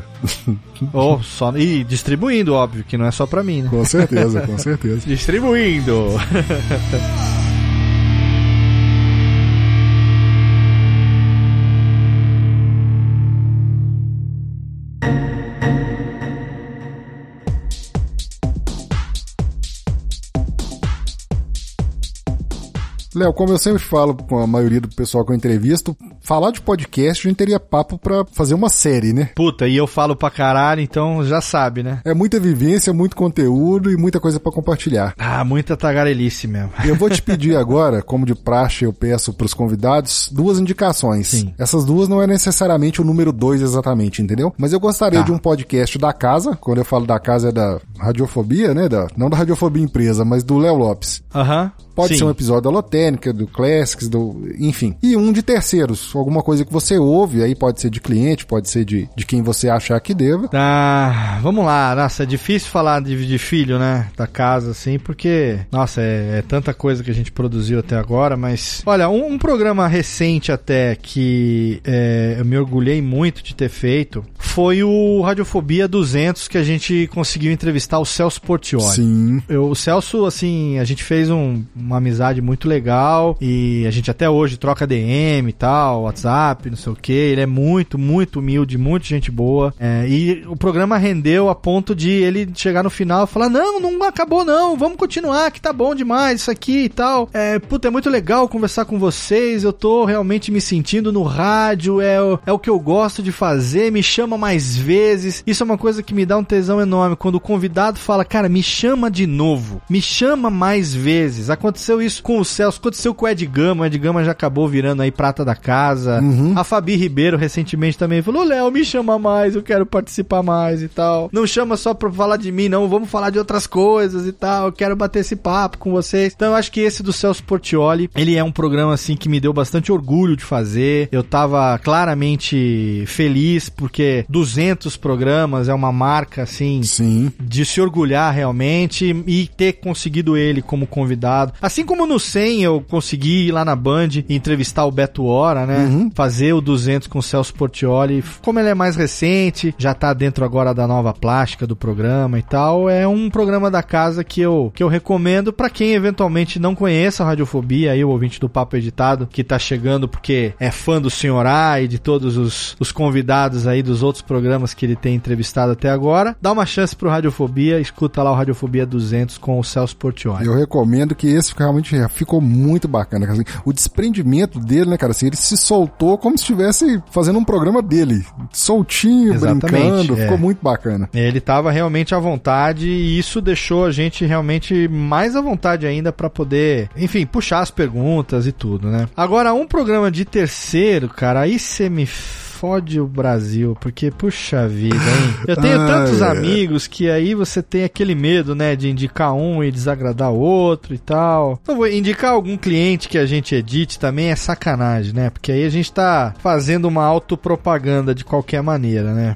Ou só... E distribuindo, óbvio, que não é só pra mim, né? Com certeza, com certeza. Distribuindo. Léo, como eu sempre falo com a maioria do pessoal que eu entrevisto, falar de podcast, a gente teria papo pra fazer uma série, né? Puta, e eu falo pra caralho, então já sabe, né? É muita vivência, muito conteúdo e muita coisa pra compartilhar. Ah, muita tagarelice mesmo. Eu vou te pedir agora, como de praxe eu peço pros convidados, duas indicações. Sim. Essas duas não é necessariamente o número dois exatamente, entendeu? Mas eu gostaria Tá. de um podcast da casa, quando eu falo da casa é da Radiofobia, né? Da, não da Radiofobia Empresa, mas do Léo Lopes. Aham. Pode Sim. ser um episódio da Lotênica, do Classics, do... enfim. E um de terceiros, alguma coisa que você ouve, aí pode ser de cliente, pode ser de, de quem você achar que deva. Ah, vamos lá. Nossa, é difícil falar de, de filho, né? Da casa, assim, porque, nossa, é, é tanta coisa que a gente produziu até agora, mas... Olha, um, um programa recente até que é, eu me orgulhei muito de ter feito foi o Radiofobia duzentos, que a gente conseguiu entrevistar o Celso Portioli. Sim. Eu, o Celso, assim, a gente fez um, uma amizade muito legal e a gente até hoje troca D M e tal, WhatsApp, não sei o que. Ele é muito, muito humilde, muito gente boa. É, e o programa rendeu a ponto de ele chegar no final e falar: não, não acabou não, vamos continuar, que tá bom demais isso aqui e tal. É, puta, é muito legal conversar com vocês, eu tô realmente me sentindo no rádio, é, é o que eu gosto de fazer, me chama mais vezes. Isso é uma coisa que me dá um tesão enorme, quando o convidado fala: cara, me chama de novo, me chama mais vezes. Aconteceu isso com o Celso, aconteceu com o Ed Gama, o Ed Gama já acabou virando aí prata da casa. Uhum. A Fabi Ribeiro recentemente também falou: Léo, me chama mais, eu quero participar mais e tal. Não chama só pra falar de mim, não, vamos falar de outras coisas e tal, eu quero bater esse papo com vocês. Então eu acho que esse do Celso Portioli, ele é um programa assim que me deu bastante orgulho de fazer. Eu tava claramente feliz porque duzentos programas é uma marca assim, Sim. de se orgulhar realmente e ter conseguido ele como convidado. Assim como no cem eu consegui ir lá na Band e entrevistar o Beto Hora, né? Uhum. Fazer o duzentos com o Celso Portioli. Como ele é mais recente, já tá dentro agora da nova plástica do programa e tal, é um programa da casa que eu, que eu recomendo pra quem eventualmente não conheça a Radiofobia, aí o ouvinte do Papo Editado que tá chegando porque é fã do Senhor A e de todos os, os convidados aí dos outros programas que ele tem entrevistado até agora. Dá uma chance pro Radiofobia, escuta lá o Radiofobia duzentos com o Celso Portioli. Eu recomendo que esse realmente ficou muito bacana. Assim, o desprendimento dele, né, cara? Assim, ele se soltou como se estivesse fazendo um programa dele. Soltinho, Exatamente, brincando. é. Ficou muito bacana. Ele tava realmente à vontade e isso deixou a gente realmente mais à vontade ainda pra poder, enfim, puxar as perguntas e tudo, né? Agora, um programa de terceiro, cara, aí você me fode o Brasil, porque, puxa vida, hein? Eu tenho Ah, tantos é. amigos que aí você tem aquele medo, né, de indicar um e desagradar o outro e tal. Então, vou indicar algum cliente que a gente edite também é sacanagem, né? Porque aí a gente tá fazendo uma autopropaganda de qualquer maneira, né?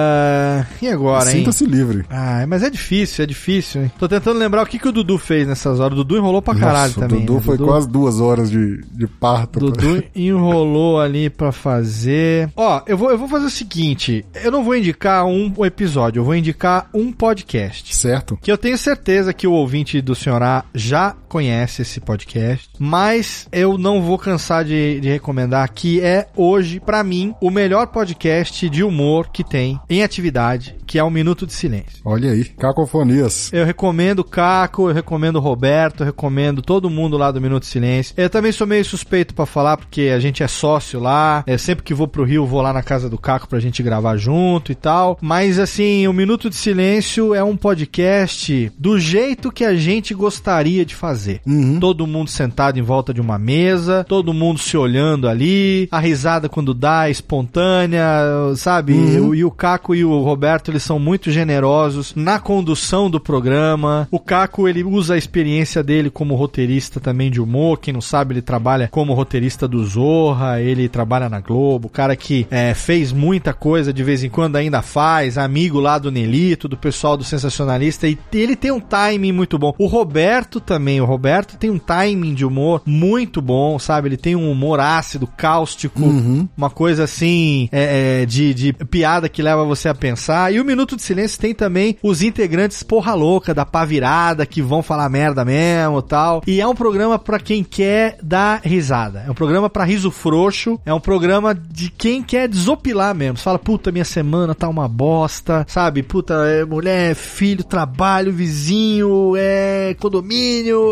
Ah, e agora, hein? Sinta-se livre. Ah, mas é difícil, é difícil, hein? Tô tentando lembrar o que, que o Dudu fez nessas horas. O Dudu enrolou pra caralho Nossa, também. O Dudu né? foi Dudu... quase duas horas de, de parto. Dudu enrolou ali pra fazer. Ó, eu vou, eu vou fazer o seguinte: eu não vou indicar um episódio, eu vou indicar um podcast. Certo? Que eu tenho certeza que o ouvinte do Senhor A já conhece esse podcast, mas eu não vou cansar de, de recomendar, que é hoje, pra mim, o melhor podcast de humor que tem em atividade, que é o Minuto de Silêncio. Olha aí, cacofonias. Eu recomendo o Caco, eu recomendo o Roberto, eu recomendo todo mundo lá do Minuto de Silêncio. Eu também sou meio suspeito pra falar, porque a gente é sócio lá. É, sempre que vou pro Rio, vou lá na casa do Caco pra gente gravar junto e tal. Mas, assim, o Minuto de Silêncio é um podcast do jeito que a gente gostaria de fazer. Uhum. Todo mundo sentado em volta de uma mesa, todo mundo se olhando ali, a risada quando dá é espontânea, sabe? Uhum. E o Caco e o Roberto, eles são muito generosos na condução do programa. O Caco, ele usa a experiência dele como roteirista também de humor. Quem não sabe, ele trabalha como roteirista do Zorra, ele trabalha na Globo, o cara que é, fez muita coisa, de vez em quando ainda faz, amigo lá do Nelito, do pessoal do Sensacionalista, e ele tem um timing muito bom. O Roberto também, o Roberto tem um timing de humor muito bom, sabe? Ele tem um humor ácido, cáustico, Uhum. uma coisa assim, é, é, de, de piada que leva você a pensar. E o Minuto de Silêncio tem também os integrantes porra louca da pá virada, que vão falar merda mesmo e tal. E é um programa pra quem quer dar risada. É um programa pra riso frouxo. É um programa de quem quer desopilar mesmo. Você fala, puta, minha semana tá uma bosta, sabe? Puta, é mulher, filho, trabalho, vizinho, é condomínio,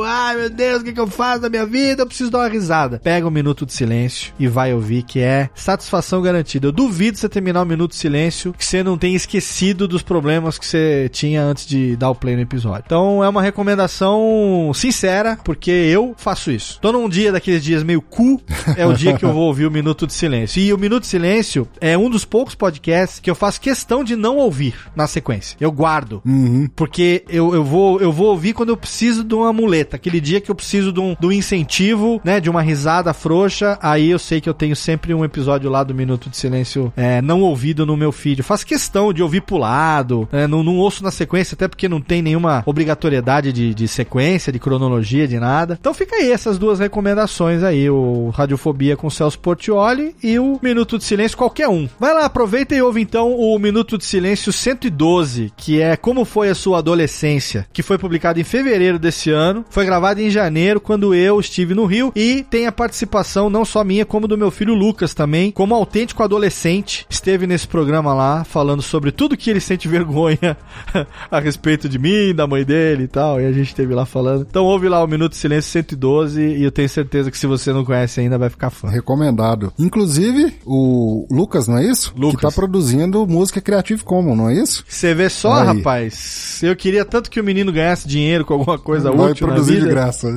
ai meu Deus, o que, que eu faço na minha vida? Eu preciso dar uma risada. Pega um minuto de silêncio e vai ouvir, que é satisfação garantida. Eu duvido você terminar um minuto de silêncio que você não tenha esquecido dos problemas que você tinha antes de dar o play no episódio. Então é uma recomendação sincera, porque eu faço isso. Tô num dia daqueles dias meio cu, é o dia que eu vou ouvir o Minuto de Silêncio. E o Minuto de Silêncio é um dos poucos podcasts que eu faço questão de não ouvir na sequência. Eu guardo. Uhum. Porque eu, eu, vou, eu vou ouvir quando eu preciso de uma muleta. Aquele dia que eu preciso de um, de um incentivo, né? De uma risada frouxa. Aí eu sei que eu tenho sempre um episódio lá do Minuto de Silêncio é, não ouvido no meu feed. Eu faço questão de ouvir pulado. É, não, não ouço na sequência, até porque não tem nenhuma obrigatoriedade de, de sequência, de cronologia, de nada. Então fica aí essas duas recomendações aí. O Radiofobia com o Celso Portiolli e o Minuto de Silêncio, qualquer um. Vai lá, aproveita e ouve então o Minuto de Silêncio cento e doze, que é Como Foi a Sua Adolescência, que foi publicado em fevereiro desse ano, foi gravado em janeiro, quando eu estive no Rio, e tem a participação não só minha, como do meu filho Lucas também, como autêntico adolescente, esteve nesse programa lá, falando sobre tudo que ele sente vergonha a respeito de mim, da mãe dele e tal, e a gente esteve lá falando. Então ouve lá o Minuto de Silêncio cento e doze, e eu tenho certeza que se você não conhece ainda, vai ficar fã. Recomendado. Inclusive, o Lucas, não é isso? Lucas. Que tá produzindo música Creative Commons, não é isso? Você vê só, aí, rapaz, eu queria tanto que o menino ganhasse dinheiro com alguma coisa vai útil na produzir vida. de graça.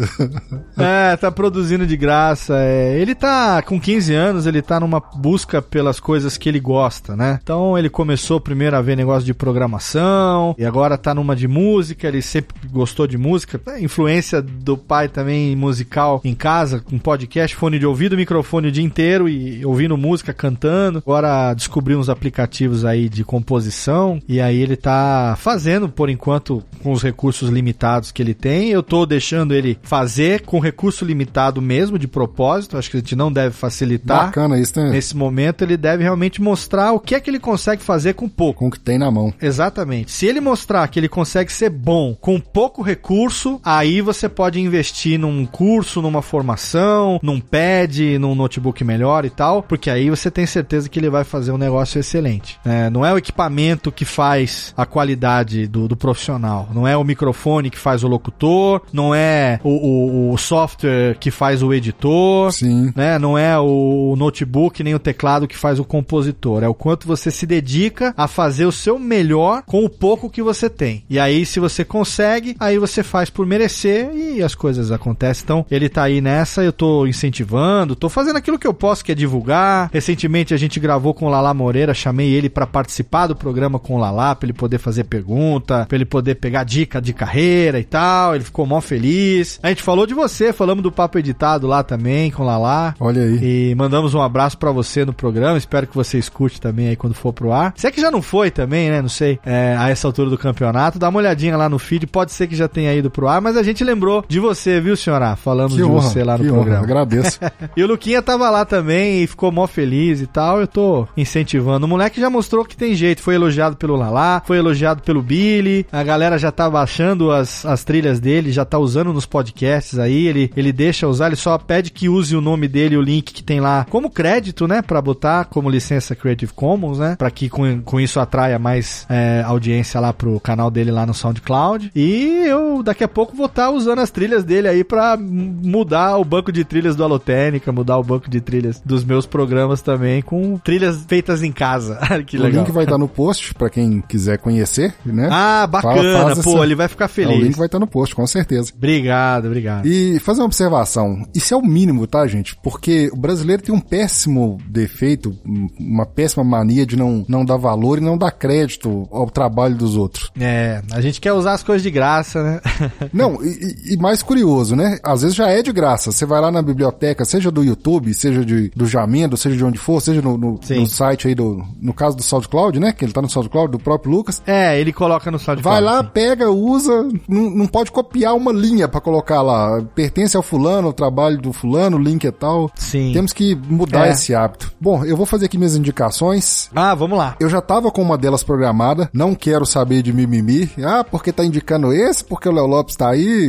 É, tá produzindo de graça. É. Ele tá com quinze anos, ele tá numa busca pelas coisas que ele gosta, né? Então ele começou primeiro a ver negócio de programação e agora tá numa de música, ele sempre gostou de música. É, influência do pai também musical em casa, com podcast, fone de ouvido, microfone o dia inteiro e ouvindo música, cantando. Agora descobriu uns aplicativos aí de composição e aí ele tá fazendo, por enquanto, com os recursos limitados que ele tem. Eu tô deixando ele fazer com recurso limitado mesmo, de propósito. Acho que a gente não deve facilitar. Bacana isso, né? Nesse momento ele deve realmente mostrar o que é que ele consegue fazer com pouco. Com o que tem na mão. Exatamente. Se ele mostrar que ele consegue ser bom com pouco recurso, aí você pode investir num curso, numa formação, num pad, num notebook melhor e tal, porque aí você tem certeza que ele vai fazer um negócio excelente. É, não é o equipamento que faz a qualidade do, do profissional, não é o microfone que faz o locutor, não é o, o, o software que faz o editor, sim, né? Não é o notebook nem o teclado que faz o compositor, é o quanto você se dedica a fazer o seu melhor com o pouco que você tem. E aí, se você consegue, aí você faz por merecer e as coisas acontecem. Então, ele tá aí nessa, eu tô incentivando, tô fazendo aquilo que eu posso, que é divulgar. Recentemente a gente gravou com o Lala Moreira, chamei ele pra participar do programa com o Lala, pra ele poder fazer pergunta, pra ele poder pegar dica de carreira e tal. Ele ficou mó feliz. A gente falou de você, falamos do Papo Editado lá também com o Lala. Olha aí. E mandamos um abraço pra você no programa, espero que você escute também aí quando for pro ar. Se é que já não foi também, né, não sei, é, a essa altura do campeonato, dá uma olhadinha lá no feed, pode ser que já tenha ido pro ar, mas a gente lembrou de você, viu, senhora? Falamos que de honra, você lá no que programa. Honra, agradeço. E o Luquinha tava lá também e ficou mó feliz e tal, eu tô incentivando. O moleque já mostrou que tem jeito, foi elogiado pelo Lala, foi elogiado pelo Billy, a galera já tá baixando as, as trilhas dele, já tá usando nos podcasts aí, ele, ele deixa usar, ele só pede que use o nome dele, o link que tem lá como crédito, né, pra botar como licença Creative Commons, né, pra que com, com isso atraia mais é, audiência lá pro canal dele lá no SoundCloud. E eu daqui a pouco vou estar tá usando as trilhas dele aí pra mudar o banco de trilhas do Alotênica, mudar o banco de trilhas dos meus programas também com trilhas feitas em casa. Que o legal. Link vai estar tá no post pra quem quiser conhecer, né? Ah, bacana, Fala, pô, essa... ele vai ficar feliz. É, o link vai estar tá no post, com certeza. Obrigado, obrigado. E fazer uma observação, isso é o mínimo, tá, gente? Porque o brasileiro tem um péssimo defeito, uma péssima mania de não, não dar valor e não dar crédito ao trabalho dos outros. É, a gente quer usar as coisas de graça, né? Não, e, e mais curioso, né? Às vezes já é de graça. Você vai lá na biblioteca, seja do YouTube, seja de, do Jamendo, seja de onde for, seja no, no, no site aí, do, no caso do SoundCloud, né? Que ele tá no SoundCloud, do próprio Lucas. É, ele coloca no SoundCloud. Vai lá, sim. Pega, usa, não, não pode copiar uma linha pra colocar lá. Pertence ao fulano, ao trabalho do fulano, o link e tal. Sim. Temos que mudar é. esse hábito. Bom, eu vou fazer aqui minhas indicações. Ah, vamos lá. Eu já tava com uma delas programada, não quero saber de mimimi. Ah, porque tá indicando esse, porque o Léo Lopes tá aí.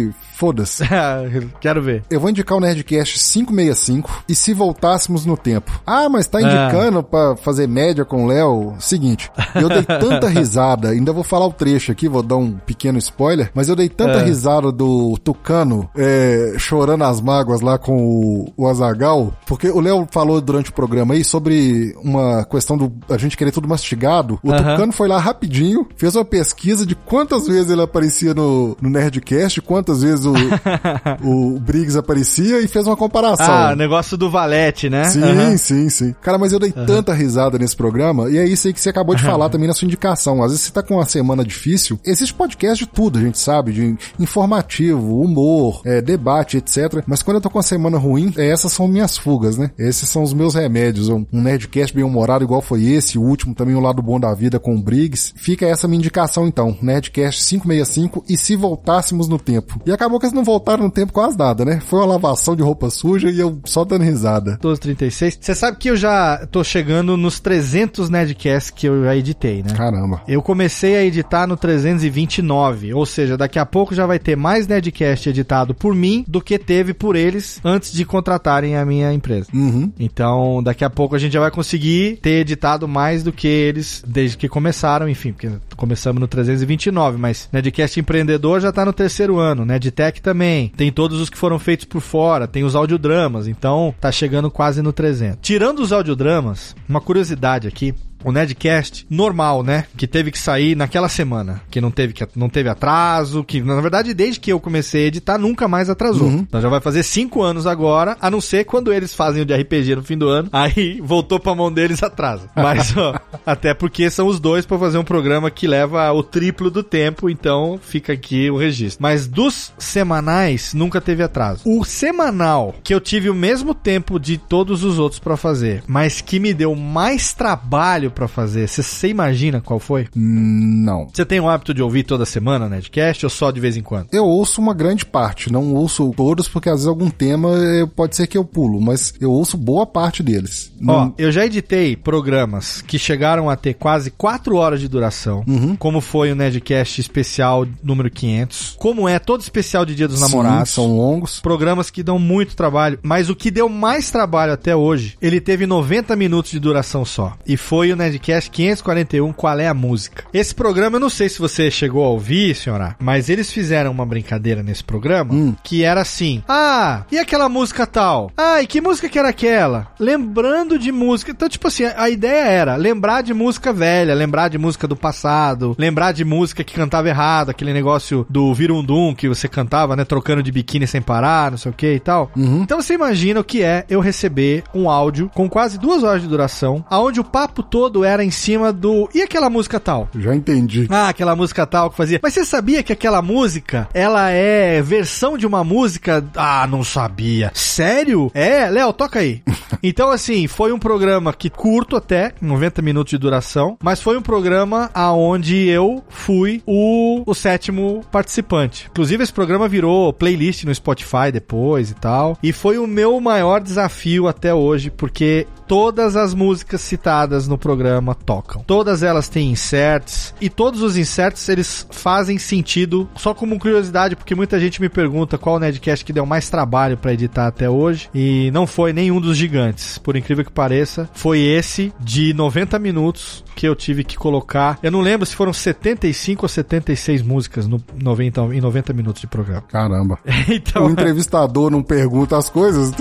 Foda-se. Quero ver. Eu vou indicar o Nerdcast quinhentos e sessenta e cinco e se voltássemos no tempo. Ah, mas tá indicando ah. pra fazer média com o Léo? Seguinte, eu dei tanta risada, ainda vou falar o trecho aqui, vou dar um pequeno spoiler, mas eu dei tanta ah. risada do Tucano é, chorando as mágoas lá com o, o Azaghal, porque o Léo falou durante o programa aí sobre uma questão do a gente querer tudo mastigado. O uh-huh. Tucano foi lá rapidinho, fez uma pesquisa de quantas vezes ele aparecia no, no Nerdcast, quantas vezes o, o Briggs aparecia e fez uma comparação. Ah, negócio do Valete, né? Sim, uhum. sim, sim. Cara, mas eu dei uhum. tanta risada nesse programa, e é isso aí que você acabou de falar também na sua indicação. Às vezes você tá com uma semana difícil, existe podcast de tudo, a gente sabe, de informativo, humor, é, debate, etcétera. Mas quando eu tô com uma semana ruim, é, essas são minhas fugas, né? Esses são os meus remédios. Um, um Nerdcast bem humorado igual foi esse, o último também, o Lado Bom da Vida com o Briggs. Fica essa minha indicação então, Nerdcast quinhentos e sessenta e cinco e se voltássemos no tempo. E acabou que eles não voltaram no tempo quase nada, né? Foi uma lavação de roupa suja e eu só dando risada. doze trinta e seis. Você sabe que eu já tô chegando nos trezentos Nerdcasts que eu já editei, né? Caramba. Eu comecei a editar no trezentos e vinte e nove, ou seja, daqui a pouco já vai ter mais Nerdcast editado por mim do que teve por eles antes de contratarem a minha empresa. Uhum. Então, daqui a pouco a gente já vai conseguir ter editado mais do que eles desde que começaram, enfim, porque começamos no trezentos e vinte e nove, mas Nerdcast Empreendedor já tá no terceiro ano, Nerdtech também, tem todos os que foram feitos por fora, tem os audiodramas, então tá chegando quase no trezentos. Tirando os audiodramas, uma curiosidade aqui, o Nerdcast normal, né? Que teve que sair naquela semana. Que não teve, que não teve atraso. Que, na verdade, desde que eu comecei a editar, nunca mais atrasou. Uhum. Então já vai fazer cinco anos agora, a não ser quando eles fazem o de R P G no fim do ano. Aí voltou pra mão deles, atrasa. Mas, ó, até porque são os dois pra fazer um programa que leva o triplo do tempo. Então, fica aqui o registro. Mas dos semanais, nunca teve atraso. O semanal, que eu tive o mesmo tempo de todos os outros pra fazer, mas que me deu mais trabalho pra fazer, você imagina qual foi? Não. Você tem o hábito de ouvir toda semana, né, Nerdcast, ou só de vez em quando? Eu ouço uma grande parte, não ouço todos, porque às vezes algum tema pode ser que eu pulo, mas eu ouço boa parte deles. Ó, não... eu já editei programas que chegaram a ter quase quatro horas de duração, uhum. como foi o Nerdcast especial número quinhentos, como é todo especial de Dia dos Sim, Namorados. São longos. Programas que dão muito trabalho, mas o que deu mais trabalho até hoje, ele teve noventa minutos de duração só, e foi o Nerdcast quinhentos e quarenta e um, Qual é a Música? Esse programa, eu não sei se você chegou a ouvir, senhora, mas eles fizeram uma brincadeira nesse programa, hum. que era assim, ah, e aquela música tal? Ah, e que música que era aquela? Lembrando de música. Então, tipo assim, a, a ideia era lembrar de música velha, lembrar de música do passado, lembrar de música que cantava errado, aquele negócio do Virundum que você cantava, né, trocando de biquíni sem parar, não sei o que e tal. Uhum. Então você imagina o que é eu receber um áudio com quase duas horas de duração, aonde o papo todo era em cima do... E aquela música tal? Já entendi. Ah, aquela música tal que fazia... Mas você sabia que aquela música, ela é versão de uma música... Ah, não sabia. Sério? É, Léo, toca aí. Então, assim, foi um programa que curto até, noventa minutos de duração, mas foi um programa aonde eu fui o, o sétimo participante. Inclusive, esse programa virou playlist no Spotify depois e tal. E foi o meu maior desafio até hoje, porque todas as músicas citadas no programa tocam. Todas elas têm inserts, e todos os inserts, eles fazem sentido, só como curiosidade, porque muita gente me pergunta qual o Nerdcast que deu mais trabalho pra editar até hoje, e não foi nenhum dos gigantes, por incrível que pareça, foi esse de noventa minutos que eu tive que colocar, eu não lembro se foram setenta e cinco ou setenta e seis músicas no noventa, em noventa minutos de programa. Caramba. Então, o entrevistador não pergunta as coisas?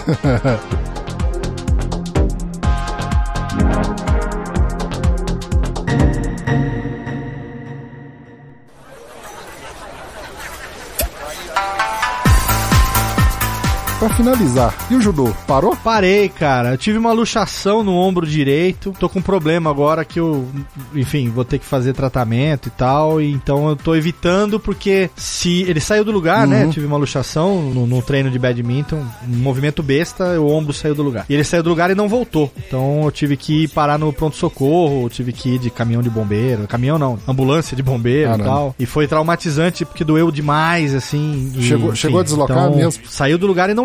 Pra finalizar, e o judô? Parou? Parei, cara. Eu tive uma luxação no ombro direito. Tô com um problema agora que eu, enfim, vou ter que fazer tratamento e tal. E então eu tô evitando porque se ele saiu do lugar, uhum. né? Eu tive uma luxação no, no treino de badminton, um movimento besta, o ombro saiu do lugar. E ele saiu do lugar e não voltou. Então eu tive que parar no pronto-socorro, tive que ir de caminhão de bombeiro. Caminhão não, ambulância de bombeiro. Caramba. E tal. E foi traumatizante porque doeu demais, assim. Chegou, e, chegou enfim, a deslocar então, mesmo? Saiu do lugar e não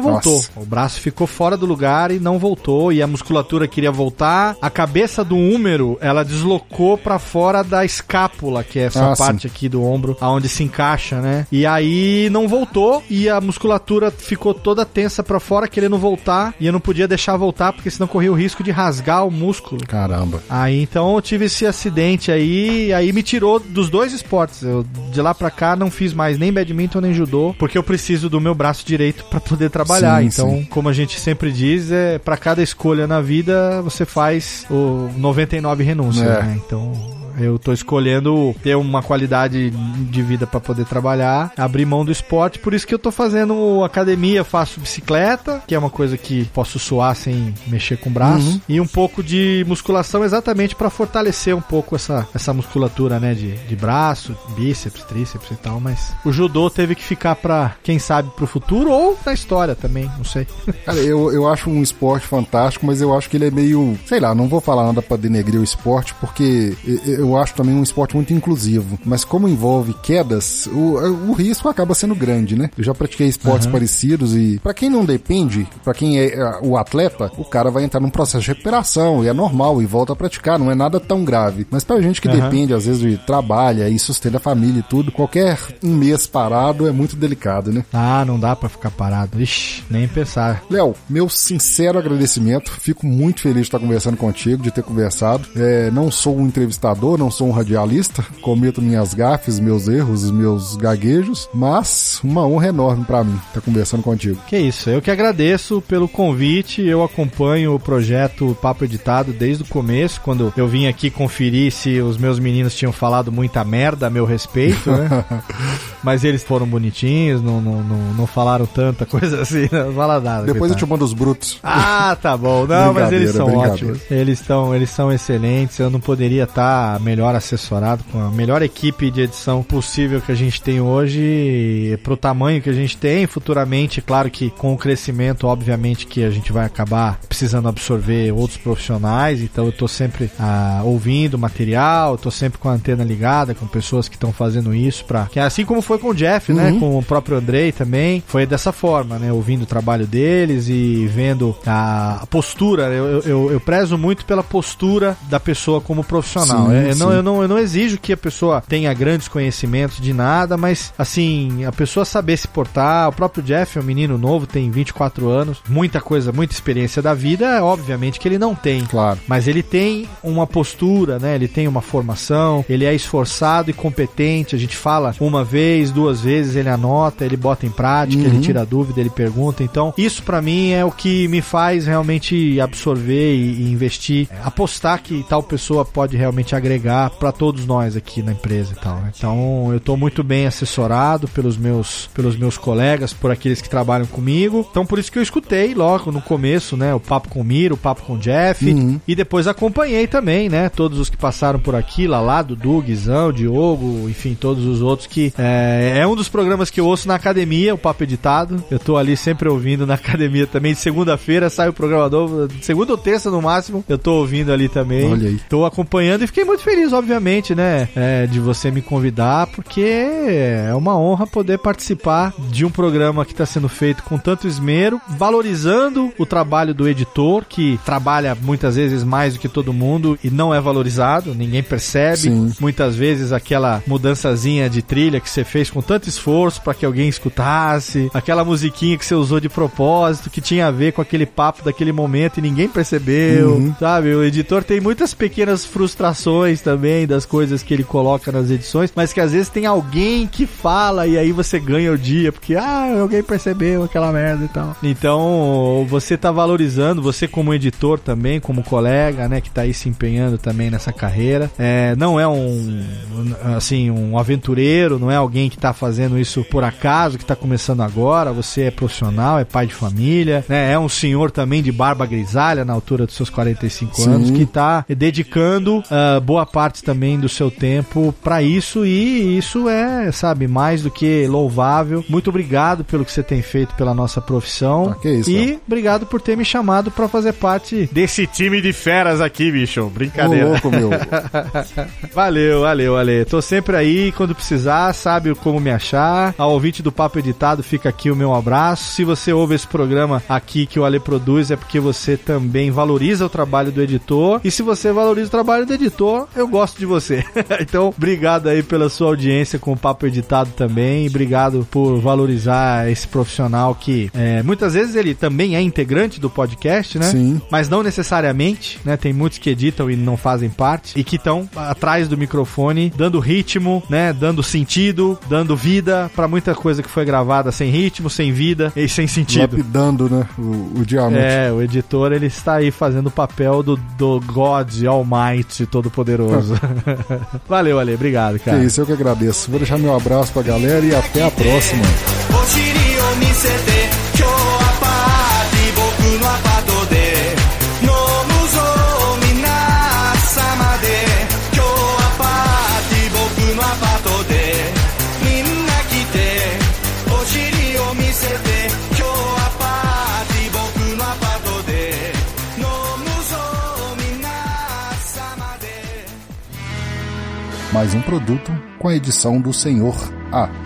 voltou. Nossa. O braço ficou fora do lugar e não voltou, e a musculatura queria voltar. A cabeça do húmero, ela deslocou pra fora da escápula, que é essa ah, parte sim. aqui do ombro, aonde se encaixa, né? E aí não voltou, e a musculatura ficou toda tensa pra fora, querendo voltar, e eu não podia deixar voltar, porque senão corria o risco de rasgar o músculo. Caramba. Aí então eu tive esse acidente aí, aí me tirou dos dois esportes. Eu de lá pra cá não fiz mais nem badminton nem judô, porque eu preciso do meu braço direito pra poder trabalhar. Sim, então, sim. como a gente sempre diz, é para cada escolha na vida você faz o noventa e nove renúncias, é. né? Então eu tô escolhendo ter uma qualidade de vida pra poder trabalhar, abrir mão do esporte, por isso que eu tô fazendo academia, faço bicicleta, que é uma coisa que posso suar sem mexer com o braço, uhum. e um pouco de musculação exatamente pra fortalecer um pouco essa, essa musculatura, né, de, de braço, bíceps, tríceps e tal, mas o judô teve que ficar pra, quem sabe, pro futuro ou na história também, não sei. Cara, eu, eu acho um esporte fantástico, mas eu acho que ele é meio, sei lá, não vou falar nada pra denegrir o esporte, porque eu Eu acho também um esporte muito inclusivo, mas como envolve quedas, o, o risco acaba sendo grande, né? Eu já pratiquei esportes uhum. parecidos e pra quem não depende, pra quem é o atleta, o cara vai entrar num processo de recuperação e é normal e volta a praticar, não é nada tão grave. Mas pra gente que uhum. depende, às vezes, de trabalha e sustenta a família e tudo, qualquer um mês parado é muito delicado, né? Ah, não dá pra ficar parado. Ixi, nem pensar. Léo, meu sincero agradecimento, fico muito feliz de estar conversando contigo, de ter conversado. É, não sou um entrevistador, não sou um radialista, cometo minhas gafes, meus erros, meus gaguejos, mas uma honra enorme pra mim estar conversando contigo. Que isso, eu que agradeço pelo convite, eu acompanho o projeto Papo Editado desde o começo, quando eu vim aqui conferir se os meus meninos tinham falado muita merda a meu respeito, né? Mas eles foram bonitinhos, não, não, não, não falaram tanta coisa assim, não falaram nada. Depois coitado. eu te mando os brutos. Ah, tá bom. Não, mas eles são ótimos. Eles, tão, eles são excelentes, eu não poderia estar melhor assessorado, com a melhor equipe de edição possível que a gente tem hoje, pro tamanho que a gente tem, futuramente, claro que com o crescimento, obviamente que a gente vai acabar precisando absorver outros profissionais, então eu tô sempre ah, ouvindo material, tô sempre com a antena ligada, com pessoas que estão fazendo isso, pra, que assim como foi com o Jeff, uhum. né, com o próprio Andrei também, foi dessa forma, né, ouvindo o trabalho deles e vendo a, a postura, eu, eu, eu prezo muito pela postura da pessoa como profissional. Sim, eu, sim. Não, eu, não, eu não exijo que a pessoa tenha grandes conhecimentos de nada, mas assim, a pessoa saber se portar. O próprio Jeff é um menino novo, tem vinte e quatro anos, muita coisa, muita experiência da vida, obviamente que ele não tem, claro. Mas ele tem uma postura, né? Ele tem uma formação, ele é esforçado e competente, a gente fala uma vez, duas vezes, ele anota, ele bota em prática, uhum. ele tira dúvida, ele pergunta, então isso pra mim é o que me faz realmente absorver e, e investir, apostar que tal pessoa pode realmente agregar pra todos nós aqui na empresa e tal, né? Então eu tô muito bem assessorado pelos meus, pelos meus colegas, por aqueles que trabalham comigo, então por isso que eu escutei logo no começo, né, o papo com o Miro, o papo com o Jeff, uhum. e depois acompanhei também, né, todos os que passaram por aqui, Lala, Dudu, Guizão, Diogo, enfim, todos os outros que é, é um dos programas que eu ouço na academia, o Papo Editado, eu tô ali sempre ouvindo na academia também, de segunda-feira sai o programa novo, de segunda ou terça no máximo, eu tô ouvindo ali também, olha aí. Tô acompanhando e fiquei muito feliz, obviamente, né, é, de você me convidar, porque é uma honra poder participar de um programa que está sendo feito com tanto esmero, valorizando o trabalho do editor, que trabalha muitas vezes mais do que todo mundo e não é valorizado, ninguém percebe. Sim. Muitas vezes aquela mudançazinha de trilha que você fez com tanto esforço para que alguém escutasse, aquela musiquinha que você usou de propósito, que tinha a ver com aquele papo daquele momento e ninguém percebeu, uhum. sabe? O editor tem muitas pequenas frustrações também das coisas que ele coloca nas edições, mas que às vezes tem alguém que fala e aí você ganha o dia, porque ah, alguém percebeu aquela merda e tal. Então, você tá valorizando, você como editor também, como colega, né, que tá aí se empenhando também nessa carreira, é, não é um, assim, um aventureiro, não é alguém que tá fazendo isso por acaso, que tá começando agora, você é profissional, é pai de família, né, é um senhor também de barba grisalha na altura dos seus quarenta e cinco Sim. anos, que tá dedicando uh, boa parte também do seu tempo pra isso, e isso é, sabe, mais do que louvável. Muito obrigado pelo que você tem feito pela nossa profissão. Ah, que isso, e cara. Obrigado por ter me chamado pra fazer parte desse time de feras aqui, bicho. Brincadeira. Ô, louco, meu. Valeu, valeu, valeu. Tô sempre aí, quando precisar, sabe como me achar. Ao ouvinte do Papo Editado, fica aqui o meu abraço. Se você ouve esse programa aqui que o Ale produz, é porque você também valoriza o trabalho do editor. E se você valoriza o trabalho do editor, eu gosto de você. Então, obrigado aí pela sua audiência com o Papo Editado também. Obrigado por valorizar esse profissional que é, muitas vezes ele também é integrante do podcast, né? Sim. Mas não necessariamente, né? Tem muitos que editam e não fazem parte e que estão atrás do microfone, dando ritmo, né? Dando sentido, dando vida pra muita coisa que foi gravada sem ritmo, sem vida e sem sentido. Lapidando, né? O, o diamante. É, o editor, ele está aí fazendo o papel do, do God Almighty Todo-Poderoso. Valeu, Ale. Obrigado, cara. Que isso, eu que agradeço. Vou deixar meu abraço pra galera e até a próxima. Mais um produto com a edição do Senhor A.